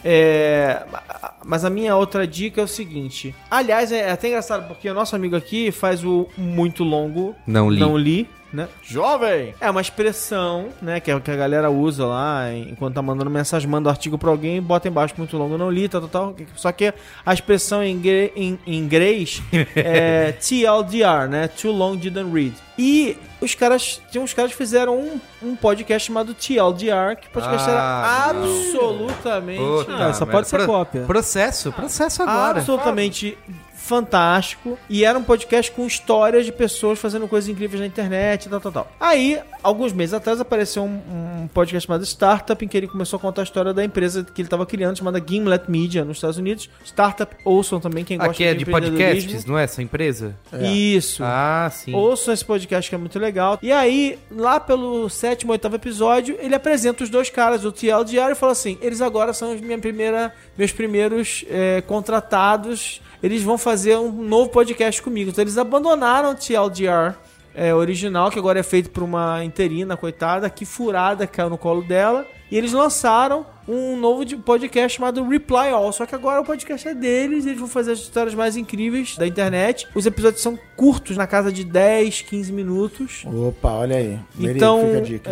É, mas a minha outra dica é o seguinte. Aliás, é até engraçado porque o nosso amigo aqui faz o muito longo. Não li. Não li, né? Jovem! É uma expressão, né? Que, a- que a galera usa lá enquanto tá mandando mensagem, manda um artigo pra alguém, bota embaixo muito longo, não li, tal, tal, tal. Só que a expressão em, ingre- em, em inglês é T L D R, né? Too long didn't read. E os caras, tinha uns caras que fizeram um, um podcast chamado T L D R, que o podcast Ah, era não. absolutamente Puta Ah, só merda. pode ser Pro- cópia. Processo, processo agora. absolutamente fantástico. E era um podcast com histórias de pessoas fazendo coisas incríveis na internet, tal, tal, tal. Aí, alguns meses atrás, apareceu um- um podcast chamado Startup, em que ele começou a contar a história da empresa que ele estava criando, chamada Gimlet Media, nos Estados Unidos. Startup, ouçam também, quem gosta Aqui é de empreendedorismo. podcasts, não é essa empresa? Isso. Ah, sim. Ouçam esse podcast que é muito legal. E aí, lá pelo sétimo, oitavo episódio, ele apresenta os dois caras, o T L D R, e fala assim, eles agora são os minha primeira, meus primeiros é, contratados, eles vão fazer um novo podcast comigo. Então eles abandonaram o T L D R é, original, que agora é feito por uma interina, coitada, que furada caiu no colo dela. E eles lançaram um novo podcast chamado Reply All. Só que agora o podcast é deles, eles vão fazer as histórias mais incríveis da internet. Os episódios são curtos, na casa de dez, quinze minutos. Opa, olha aí. Então, fica a dica.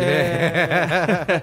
É...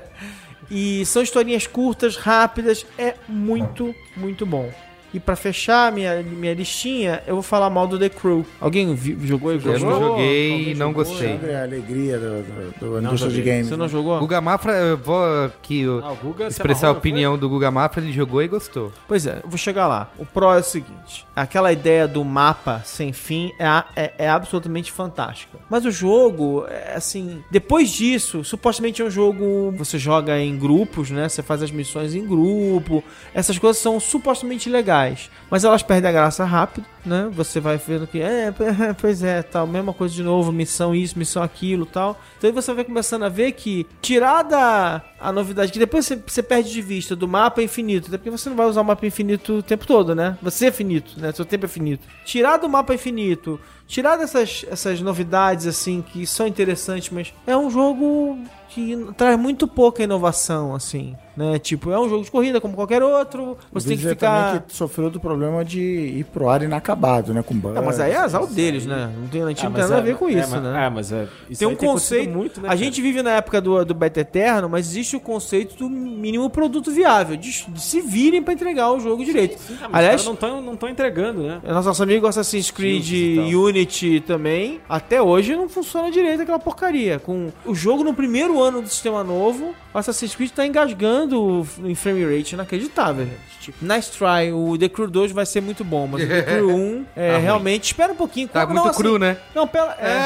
e são historinhas curtas, rápidas. É muito, muito bom. E pra fechar minha, minha listinha, eu vou falar mal do The Crew. Alguém vi, jogou e Eu gostou? não joguei Alguém e não jogou? gostei. É a alegria do, do, do Não indústria de joguei. games. Você não né? jogou? Guga Mafra, eu vou aqui eu Ah, o Guga se expressar a amarrou, opinião do Guga Mafra, ele jogou e gostou. Pois é, eu vou chegar lá. O Pro é o seguinte: aquela ideia do mapa sem fim é, a- é, é absolutamente fantástica. Mas o jogo, é, assim, depois disso, supostamente é um jogo. Você joga em grupos, né? Você faz as missões em grupo. Essas coisas são supostamente legais. Mas elas perdem a graça rápido, né? Você vai vendo que, é, pois é, tal, mesma coisa de novo, missão isso, missão aquilo, tal. Então aí você vai começando a ver que, tirada a novidade, que depois você, você perde de vista do mapa infinito, até porque você não vai usar o mapa infinito o tempo todo, né? Você é finito, né? Seu tempo é finito. Tirar do mapa infinito, tirar dessas essas novidades, assim, que são interessantes, mas é um jogo que traz muito pouca inovação, assim, né? Tipo, é um jogo de corrida como qualquer outro, você tem que Dizer ficar... também que sofreu do problema de ir pro ar inacabado, né? Com bugs. Ah, mas aí é azar deles, né? Não tem, a gente Ah, não tem mas nada a é- ver com é, isso, mas- né? É, mas é, isso Tem um aí acontecido conceito. muito, né, a cara? gente vive na época do, do beta eterno, mas existe o conceito do mínimo produto viável, de, de se virem pra entregar o jogo direito. Ah, mas Aliás, os caras não estão não tão entregando, né? nosso, nosso amigo Assassin's Creed Shields e tal. Unity também, até hoje não funciona direito aquela porcaria. Com o jogo no primeiro ano do sistema novo, o Assassin's Creed tá engasgando em frame rate inacreditável, gente. Tipo, nice try, o The Crew dois vai ser muito bom, mas o The Crew um é Tá ruim. realmente... Espera um pouquinho. Tá como muito não, assim? cru, né? Não, pera... É.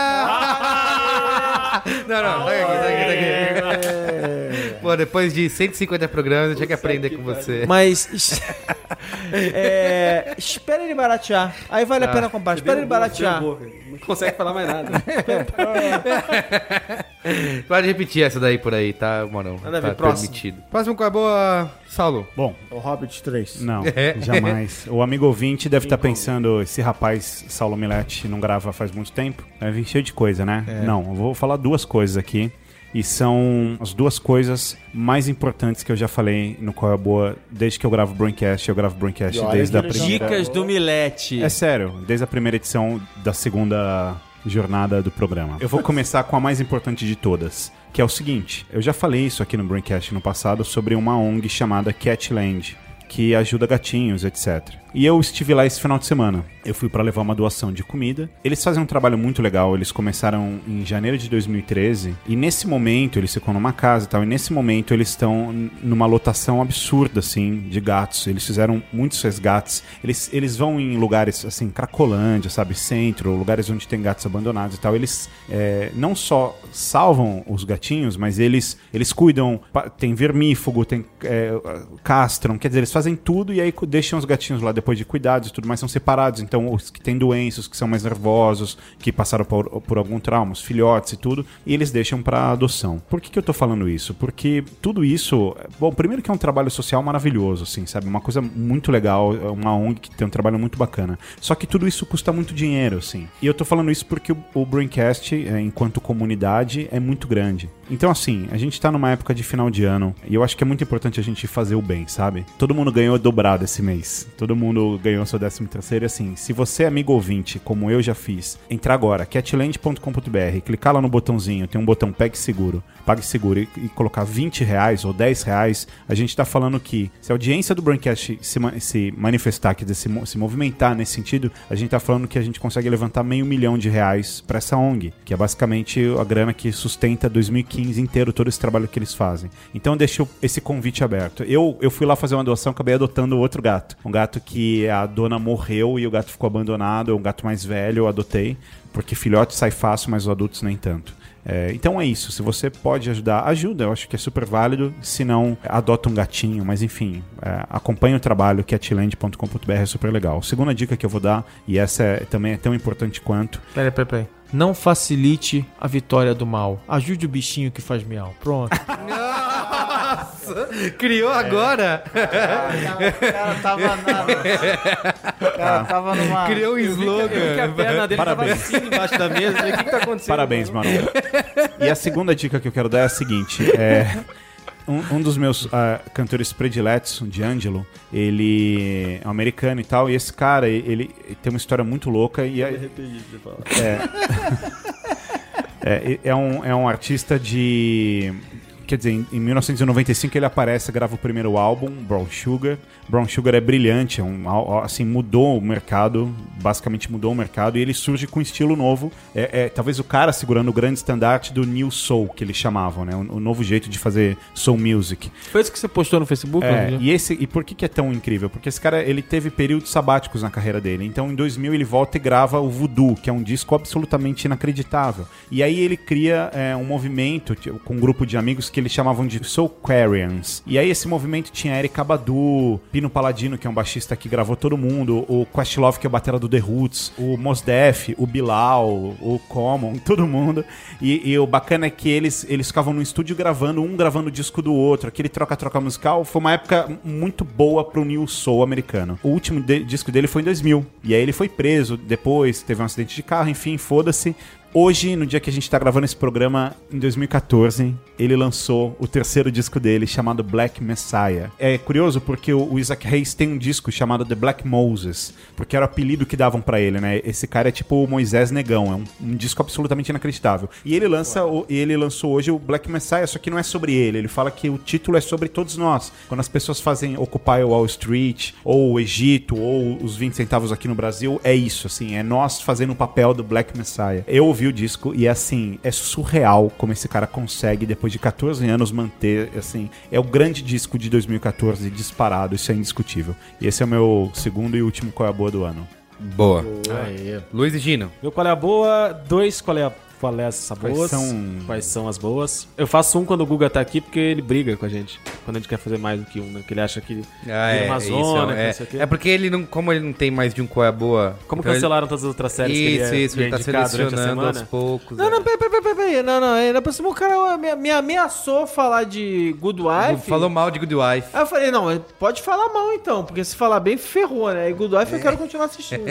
Não, não, tá aqui, tá aqui, tá aqui. Pô, depois de cento e cinquenta programas, eu tinha que aprender com você. Mas é, espera ele baratear. Aí vale a pena comprar. Espera ele baratear. Não consegue falar mais nada. Pode repetir essa daí por aí, tá, mano? Nada a Tá ver, próximo. permitido. Próximo qual é boa, Saulo? Bom, O Hobbit três. não, É. jamais. O amigo ouvinte deve estar pensando, esse rapaz, Saulo Milete, não grava faz muito tempo. Deve vir cheio de coisa, né? Não, eu vou falar duas coisas aqui. E são as duas coisas mais importantes que eu já falei no Qual é a Boa desde que eu gravo Braincast. Eu gravo Braincast E olha desde que a ele já primeira... Dicas do Milete. É sério, desde a primeira edição da segunda jornada do programa. Eu vou começar com a mais importante de todas, que é o seguinte. Eu já falei isso aqui no Braincast no passado sobre uma O N G chamada Catland, que ajuda gatinhos, etcétera. E eu estive lá esse final de semana. Eu fui pra levar uma doação de comida. Eles fazem um trabalho muito legal. Eles começaram em janeiro de dois mil e treze. E nesse momento, eles ficam numa casa e tal. E nesse momento, eles estão numa lotação absurda, assim, de gatos. Eles fizeram muitos resgates. Eles, eles vão em lugares, assim, Cracolândia, sabe? Centro, lugares onde tem gatos abandonados e tal. Eles é, não só salvam os gatinhos, mas eles, eles cuidam. pa- Tem vermífugo, tem é, castram. Quer dizer, eles fazem tudo e aí cu- deixam os gatinhos lá depois de cuidados e tudo mais, são separados. Então, os que têm doenças, os que são mais nervosos, que passaram por, por algum trauma, os filhotes e tudo, e eles deixam pra adoção. Por que que eu tô falando isso? Porque tudo isso... Bom, primeiro que é um trabalho social maravilhoso, assim, sabe? Uma coisa muito legal, é uma O N G que tem um trabalho muito bacana. Só que tudo isso custa muito dinheiro, assim. E eu tô falando isso porque o, o Braincast, é, enquanto comunidade, é muito grande. Então, assim, a gente tá numa época de final de ano, e eu acho que é muito importante a gente fazer o bem, sabe? Todo mundo ganhou dobrado esse mês. Todo mundo ganhou seu décimo terceiro, e assim, se você é amigo ouvinte, como eu já fiz, entrar agora, catland ponto com ponto b r, clicar lá no botãozinho, tem um botão Pegue Seguro, Pague Seguro, e, e colocar vinte reais ou dez reais, a gente tá falando que se a audiência do Braincast se, ma- se manifestar, quer dizer, se, mo- se movimentar nesse sentido, a gente tá falando que a gente consegue levantar meio milhão de reais pra essa O N G, que é basicamente a grana que sustenta dois mil e quinze inteiro todo esse trabalho que eles fazem. Então deixo esse convite aberto. Eu, eu fui lá fazer uma doação, acabei adotando outro gato. Um gato que a dona morreu e o gato ficou abandonado, é um gato mais velho, eu adotei, porque filhote sai fácil, mas os adultos nem tanto. É, então é isso, se você pode ajudar, ajuda, eu acho que é super válido, se não, adota um gatinho, mas enfim, é, acompanha o trabalho, catland ponto com ponto b r, é super legal. Segunda dica que eu vou dar, e essa é, também é tão importante quanto... Peraí, peraí, peraí. Não facilite a vitória do mal. Ajude o bichinho que faz miau. Pronto. Nossa! Criou agora? O cara tava na... O cara tava numa... Criou um slogan. Eu vi que a perna dele Parabéns. tava assim embaixo da mesa. O que, que tá acontecendo? Parabéns, mano. E a segunda dica que eu quero dar é a seguinte, é... Um, um dos meus uh, cantores prediletos, o D'Angelo, ele é um americano e tal, e esse cara, ele, ele tem uma história muito louca e é, é, é, é, um, é um artista de... Quer dizer, em, em mil novecentos e noventa e cinco ele aparece, grava o primeiro álbum, Brown Sugar. Brown Sugar é brilhante, é um, assim, mudou o mercado, basicamente mudou o mercado, e ele surge com um estilo novo. É, é talvez o cara segurando o grande estandarte do New Soul, que eles chamavam, né? O, o novo jeito de fazer soul music. Foi isso que você postou no Facebook? É, e, esse, e por que, que é tão incrível? Porque esse cara, ele teve períodos sabáticos na carreira dele. Então, em dois mil, ele volta e grava o Voodoo, que é um disco absolutamente inacreditável. E aí ele cria é, um movimento com um grupo de amigos que eles chamavam de Soulquarians. E aí esse movimento tinha Erykah Badu, Pino Palladino, que é um baixista que gravou todo mundo, o Questlove, que é o batera do The Roots, o Mos Def, o Bilal, o Common, todo mundo. E, e o bacana é que eles, eles ficavam no estúdio gravando, um gravando o disco do outro, aquele troca-troca musical. Foi uma época muito boa pro New Soul americano. O último de- disco dele foi em dois mil. E aí ele foi preso depois, teve um acidente de carro, enfim, foda-se. Hoje, no dia que a gente tá gravando esse programa, em dois mil e catorze, ele lançou o terceiro disco dele, chamado Black Messiah. É curioso porque o Isaac Hayes tem um disco chamado The Black Moses, porque era o apelido que davam pra ele, né? Esse cara é tipo o Moisés Negão, é um, um disco absolutamente inacreditável. E ele, lança o, ele lançou hoje o Black Messiah, só que não é sobre ele. Ele fala que o título é sobre todos nós. Quando as pessoas fazem Occupy Wall Street, ou o Egito, ou os vinte centavos aqui no Brasil, é isso, assim, é nós fazendo o papel do Black Messiah. Eu ouvi o disco e, assim, é surreal como esse cara consegue, depois de catorze anos, manter, assim, é o grande disco de dois mil e catorze disparado, isso é indiscutível. E esse é o meu segundo e último Qual é a Boa do ano. Boa. Aí. Luiz e Gino. Meu qual é a boa, dois qual é a qual é as boas, Quais são- quais são as boas. Eu faço um quando o Guga tá aqui porque ele briga com a gente. Quando a gente quer fazer mais do que um, né? Que ele acha que Ah, vira é, uma isso, zona, que é, não sei o quê. é porque ele não, como ele não tem mais de um Qual é a Boa. Como então ele- cancelaram todas as outras séries Isso, que ele ia, isso, ia ele tá indicar durante a selecionando aos semana? poucos. Não, é. não, peraí, peraí, peraí, peraí. Não, não, ainda por cima o cara me, me ameaçou falar de Good Wife. Falou mal de Good Wife. Aí eu falei, não, pode falar mal então, porque se falar bem, ferrou, né? E Good Wife eu quero continuar assistindo.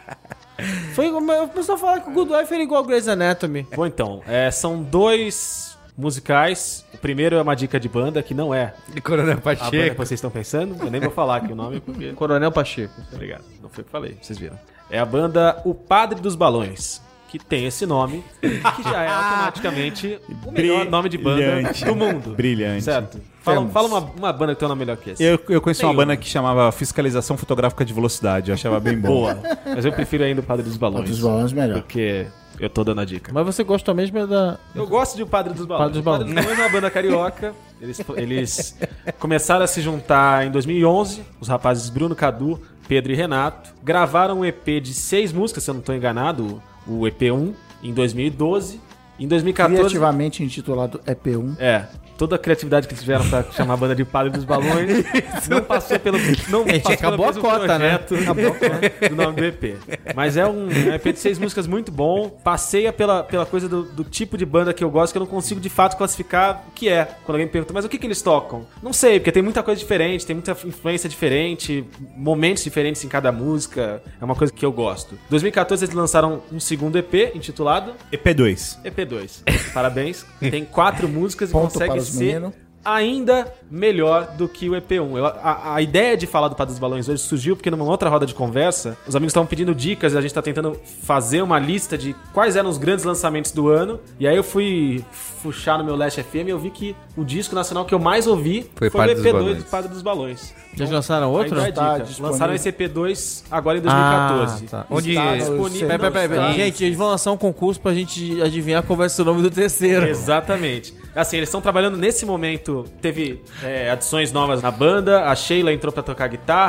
Foi, eu comecei a falar que o Good Wife era igual ao Grey's Anatomy. Bom, então, é, são dois musicais. O primeiro é uma dica de banda que não é De Coronel a banda que Pacheco. vocês estão pensando. Eu nem vou falar aqui o nome porque... Coronel Pacheco. Obrigado. Não foi o que falei, vocês viram. É a banda O Padre dos Balões, que tem esse nome, que já é automaticamente o melhor nome de banda Brilhante. do mundo. Brilhante. Certo? Fala, Temos. fala uma, uma banda que tem um nome melhor que esse. Eu, eu conheci Tem uma banda uma. que chamava Fiscalização Fotográfica de Velocidade, eu achava bem bom. Boa. Mas eu prefiro ainda o Padre dos Balões. Dos balões melhor. Porque eu tô dando a dica. Mas você gosta mesmo é da... Eu gosto de O Padre dos Balões. Padre dos O Padre dos Balões é uma banda carioca. Eles, eles começaram a se juntar em dois mil e onze. Os rapazes Bruno Cadu, Pedro e Renato. Gravaram um E P de seis músicas, se eu não tô enganado. O E P um, em dois mil e doze. Em dois mil e quatorze... Criativamente intitulado E P um. É, toda a criatividade que eles tiveram pra chamar a banda de Padre dos Balões não passou pelo não Gente, passou acabou pelo a cota, né? projeto do nome do E P. Mas é um E P de seis músicas muito bom, passeia pela, pela coisa do, do tipo de banda que eu gosto, que eu não consigo de fato classificar o que é. Quando alguém me pergunta, mas o que, que eles tocam? Não sei, porque tem muita coisa diferente, tem muita influência diferente, momentos diferentes em cada música, é uma coisa que eu gosto. Em dois mil e catorze eles lançaram um segundo E P intitulado E P dois. E P dois. Parabéns. Tem quatro músicas e Ponto consegue para os ser meninos. ainda melhor do que o E P um. Eu- a, a ideia de falar do Padre dos Balões hoje surgiu porque numa outra roda de conversa, os amigos estavam pedindo dicas e a gente tá tentando fazer uma lista de quais eram os grandes lançamentos do ano. E aí eu fui fuxar no meu Last F M e eu vi que o disco nacional que eu mais ouvi Foi foi, Padre o dos E P dois Balões. do Padre dos Balões. Já lançaram outro? Aí vai a Tá dica. disponível. Lançaram esse E P dois agora em dois mil e catorze. Ah, tá. Onde... Está Está- disponível. Peraí, peraí, peraí. Está- Gente, eles vão lançar um concurso pra gente adivinhar qual vai ser o nome do terceiro. Exatamente. Assim, eles estão trabalhando nesse momento. Teve é, adições novas na banda. A Sheila entrou pra tocar guitarra.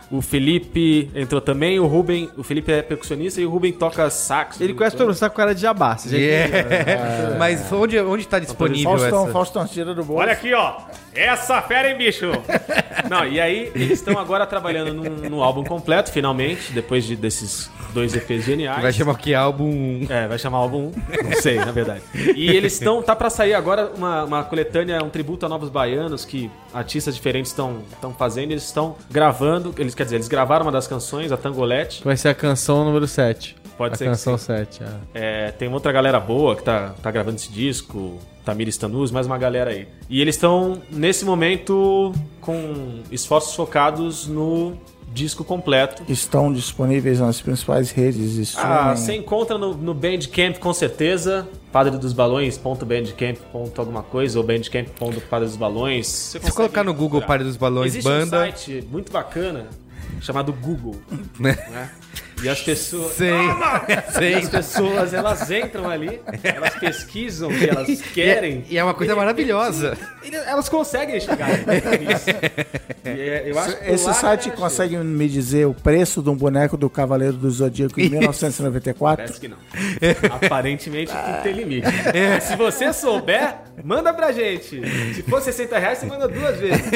O Felipe entrou também, o Ruben, o Felipe é percussionista e o Ruben toca sax. Ele conhece todo mundo, sabe com cara de jabá. Você já Yeah. Mas onde, onde tá disponível Faustão, essa? Faustão, tira do bolso. Olha aqui, ó. Essa fera, hein, bicho? Não, e aí eles estão agora trabalhando num, num álbum completo, finalmente, depois de, desses dois E Ps geniais. Vai chamar o que? Álbum... É, vai chamar álbum um. Não sei, na verdade. E eles estão... Tá pra sair agora uma, uma coletânea, um tributo a novos baianos que artistas diferentes estão fazendo. Eles estão gravando... Eles, quer dizer, eles gravaram uma das canções, a Tangolete. vai ser a canção número sete. Pode a ser que canção sim. sete, é. É, tem outra galera boa que tá, tá gravando esse disco, Tamir Stanus, mais uma galera aí. E eles estão, nesse momento, com esforços focados no disco completo. Estão disponíveis nas principais redes de streaming. Ah, você encontra no, no Bandcamp com certeza, padre dos balões ponto bandcamp ponto alguma coisa, ou bandcamp ponto padre dos balões. Você Se colocar no Google Padre dos Balões Existe Banda... um site muito bacana chamado Google, Né? né? E as pessoas... Sei, E sei. as pessoas, elas entram ali, elas pesquisam o que elas querem. E é uma coisa maravilhosa. E elas conseguem chegar nisso. E é- eu acho que Esse lá, site né, consegue me dizer o preço de um boneco do Cavaleiro do Zodíaco em mil novecentos e noventa e quatro? Parece que não. Aparentemente tudo tem limite. Se você souber, manda pra gente. Se for sessenta reais, você manda duas vezes.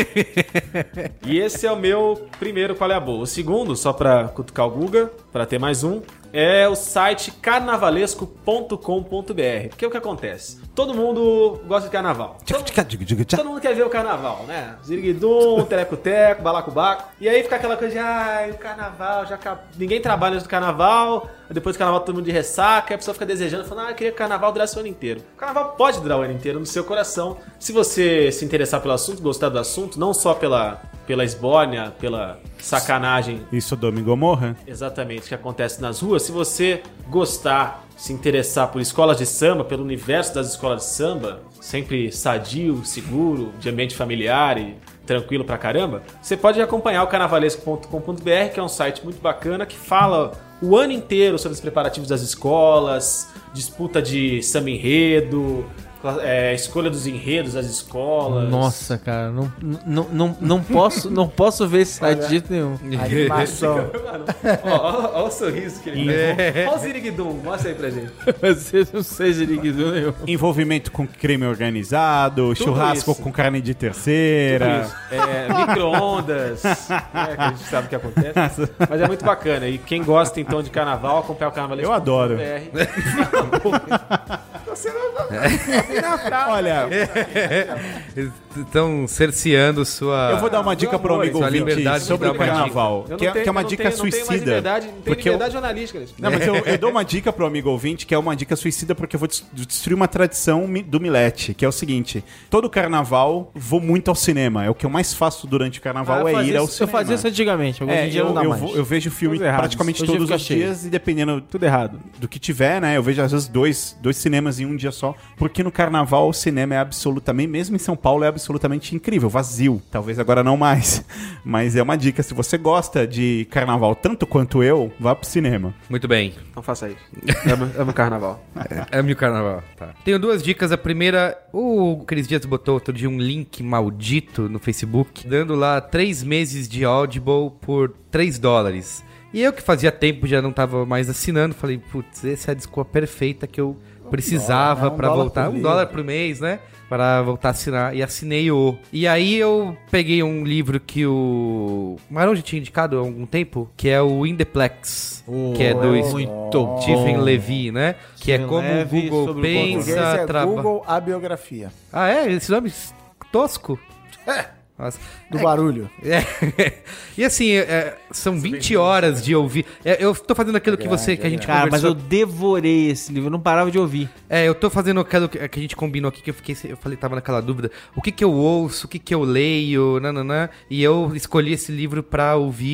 E esse é o meu primeiro Qual é a Boa. O segundo, só pra cutucar o Guga, pra ter mais um, é o site carnavalesco ponto com ponto br. Porque o que acontece? Todo mundo gosta de carnaval. Todo, todo mundo quer ver o carnaval, né? Ziriguidum, teleco-teco, balacobaco. E aí fica aquela coisa de, ai, o carnaval, já acabou. Ninguém trabalha antes do carnaval, depois do carnaval todo mundo de ressaca, e a pessoa fica desejando, falando, ah, eu queria que o carnaval durasse o ano inteiro. O carnaval pode durar o ano inteiro no seu coração, se você se interessar pelo assunto, gostar do assunto, não só pela, pela esbórnia, pela sacanagem Isso, Sodoma e Gomorra? exatamente que acontece nas ruas. Se você gostar, se interessar por escolas de samba, pelo universo das escolas de samba, sempre sadio, seguro, de ambiente familiar e tranquilo pra caramba, você pode acompanhar o carnavalesco ponto com ponto br, que é um site muito bacana que fala o ano inteiro sobre os preparativos das escolas, disputa de samba enredo, é, escolha dos enredos das escolas. Nossa, cara, não, não, não, não, posso, não posso ver esse site de jeito nenhum. Animação. Olha o sorriso que ele faz. Olha o Ziriguidum, mostra aí pra gente. Você não seja liquido nenhum. Envolvimento com crime organizado, Tudo churrasco isso. com carne de terceira. Isso. É, micro-ondas, né, que a gente sabe o que acontece. Mas é muito bacana. E quem gosta então de carnaval, acompanha o carnaval. Eu adoro. Você não Olha, Estão cerceando sua... eu vou dar uma dica pro amigo sua ouvinte liberdade de sobre dar o uma dica. carnaval, Eu não que é, tenho- que é uma eu não dica tenho- não tenho mais suicida. liberdade, não tem porque eu- liberdade jornalística. Gente. Não, mas eu, eu dou uma dica pro amigo ouvinte, que é uma dica suicida, porque eu vou des- destruir uma tradição mi- do Milete, que é o seguinte: todo carnaval vou muito ao cinema. É o que eu mais faço durante o carnaval, Ah, eu é fazia ir ao isso- cinema. Eu fazia isso antigamente, hoje É, em dia eu, não dá eu mais. vou- eu vejo filme Tudo errado. praticamente Hoje todos fica os cheio. dias e dependendo Tudo errado. do que tiver, né? Eu vejo às vezes dois, dois cinemas em um dia só, porque no carnaval o cinema é absolutamente, mesmo em São Paulo, é absolutamente incrível, vazio. Talvez agora não mais, mas é uma dica. Se você gosta de carnaval tanto quanto eu, vá pro cinema. Muito bem. Não faça isso. Amo, amo carnaval. É meu carnaval. Tá. Tenho duas dicas. A primeira, o Cris Dias botou outro dia um link maldito no Facebook, dando lá três meses de Audible por três dólares. E eu que fazia tempo já não tava mais assinando, falei, putz, essa é a desculpa perfeita que eu precisava dólar, né? Um pra dólar voltar. por Um livro. dólar por mês, né? Para voltar a assinar. E assinei o. E aí eu peguei um livro que o Marão já tinha indicado há algum tempo, que é o Indeplex, que é do Muito Stephen bom. Levy, né? Que é Stephen como Levy o Google sobre o Português pensa, é trabalha. Google a biografia Ah, é? Esse nome tosco? É. Nossa. do barulho. É. E assim, é, são vinte horas de ouvir. É, eu tô fazendo aquilo que você, que a gente Cara, mas eu conversou. devorei esse livro, eu não parava de ouvir. É, eu tô fazendo aquilo que que a gente combinou aqui, que eu fiquei, eu falei, tava naquela dúvida. O que que eu ouço, o que que eu leio, nananã. E eu escolhi esse livro pra ouvir,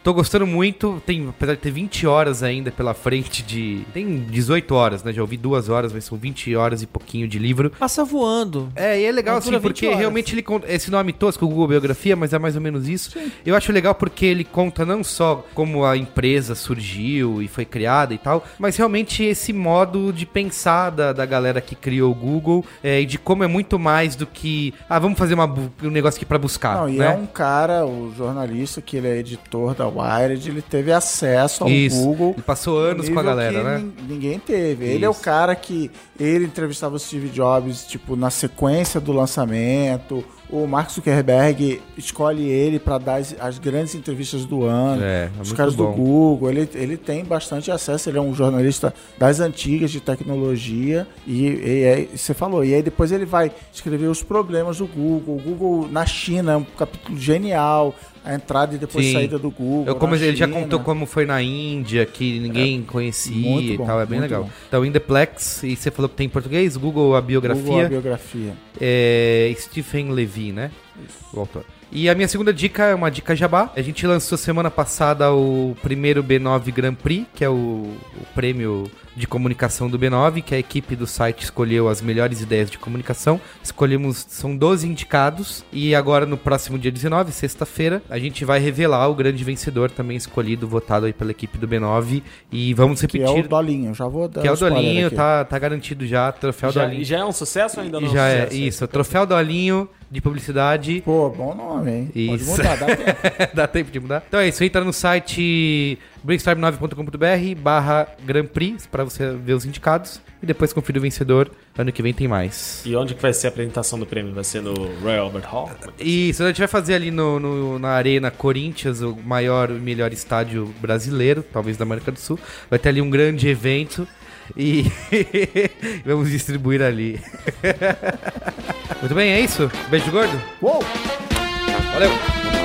Tô gostando muito, tem, apesar de ter vinte horas ainda pela frente de... Tem dezoito horas, né? Já ouvi duas horas, mas são vinte horas e pouquinho de livro. Passa voando. É, e é legal Mas dura assim, vinte porque horas. realmente ele conta... Esse nome tosco, Google Biografia, mas é mais ou menos isso. Sim. Eu acho legal porque ele conta não só como a empresa surgiu e foi criada e tal, mas realmente esse modo de pensar da, da galera que criou o Google é, e de como é muito mais do que... Ah, vamos fazer uma, bu- um negócio aqui pra buscar, Não, e né? é um cara, o jornalista, que ele é editor da Wired, ele teve acesso ao Isso. Google. Ele passou anos com a nível galera, que né? nin- Ninguém teve. Ele é o Isso. cara que ele entrevistava o Steve Jobs, tipo, na sequência do lançamento. O Mark Zuckerberg escolhe ele para dar as, as grandes entrevistas do ano. É, é Os muito caras bom. do Google, ele, ele tem bastante acesso. Ele é um jornalista das antigas de tecnologia. E, e é, você falou. E aí depois ele vai escrever os problemas do Google. O Google na China é um capítulo genial. A entrada e depois Sim. saída do Google. Eu, como na ele já China. contou como foi na Índia, que ninguém conhecia muito e bom, tal, é bem muito legal. bom. Então, Indeplex, e você falou que tem em português, Google a biografia, Google, a biografia. é Stephen Levy, né? O autor. E a minha segunda dica é uma dica jabá. A gente lançou semana passada o primeiro B nove Grand Prix, que é o, o prêmio de comunicação do B nove, que a equipe do site escolheu as melhores ideias de comunicação. Escolhemos, são doze indicados, e agora no próximo dia dezenove, sexta-feira, a gente vai revelar o grande vencedor também escolhido, votado aí pela equipe do B nove, e vamos Que é repetir... o Dolinho. Já vou dar Que é o spoiler Dolinho, aqui. tá, tá garantido já, troféu Já, Dolinho. já é um sucesso ou ainda não Já é um é, sucesso? isso, troféu Dolinho de publicidade. Pô, bom nome, hein? Pode Isso. mudar, dá tempo. Dá tempo de mudar. Então é isso, entra no site brainstorm nove ponto com ponto b r barra Grand Prix pra você ver os indicados e depois conferir o vencedor. Ano que vem tem mais. E onde que vai ser a apresentação do prêmio? Vai ser no Royal Albert Hall? Isso, a gente vai fazer ali no, no- na Arena Corinthians, o maior e melhor estádio brasileiro, talvez da América do Sul. Vai ter ali um grande evento e vamos distribuir ali. Muito bem, é isso? Beijo gordo? Uou! Valeu!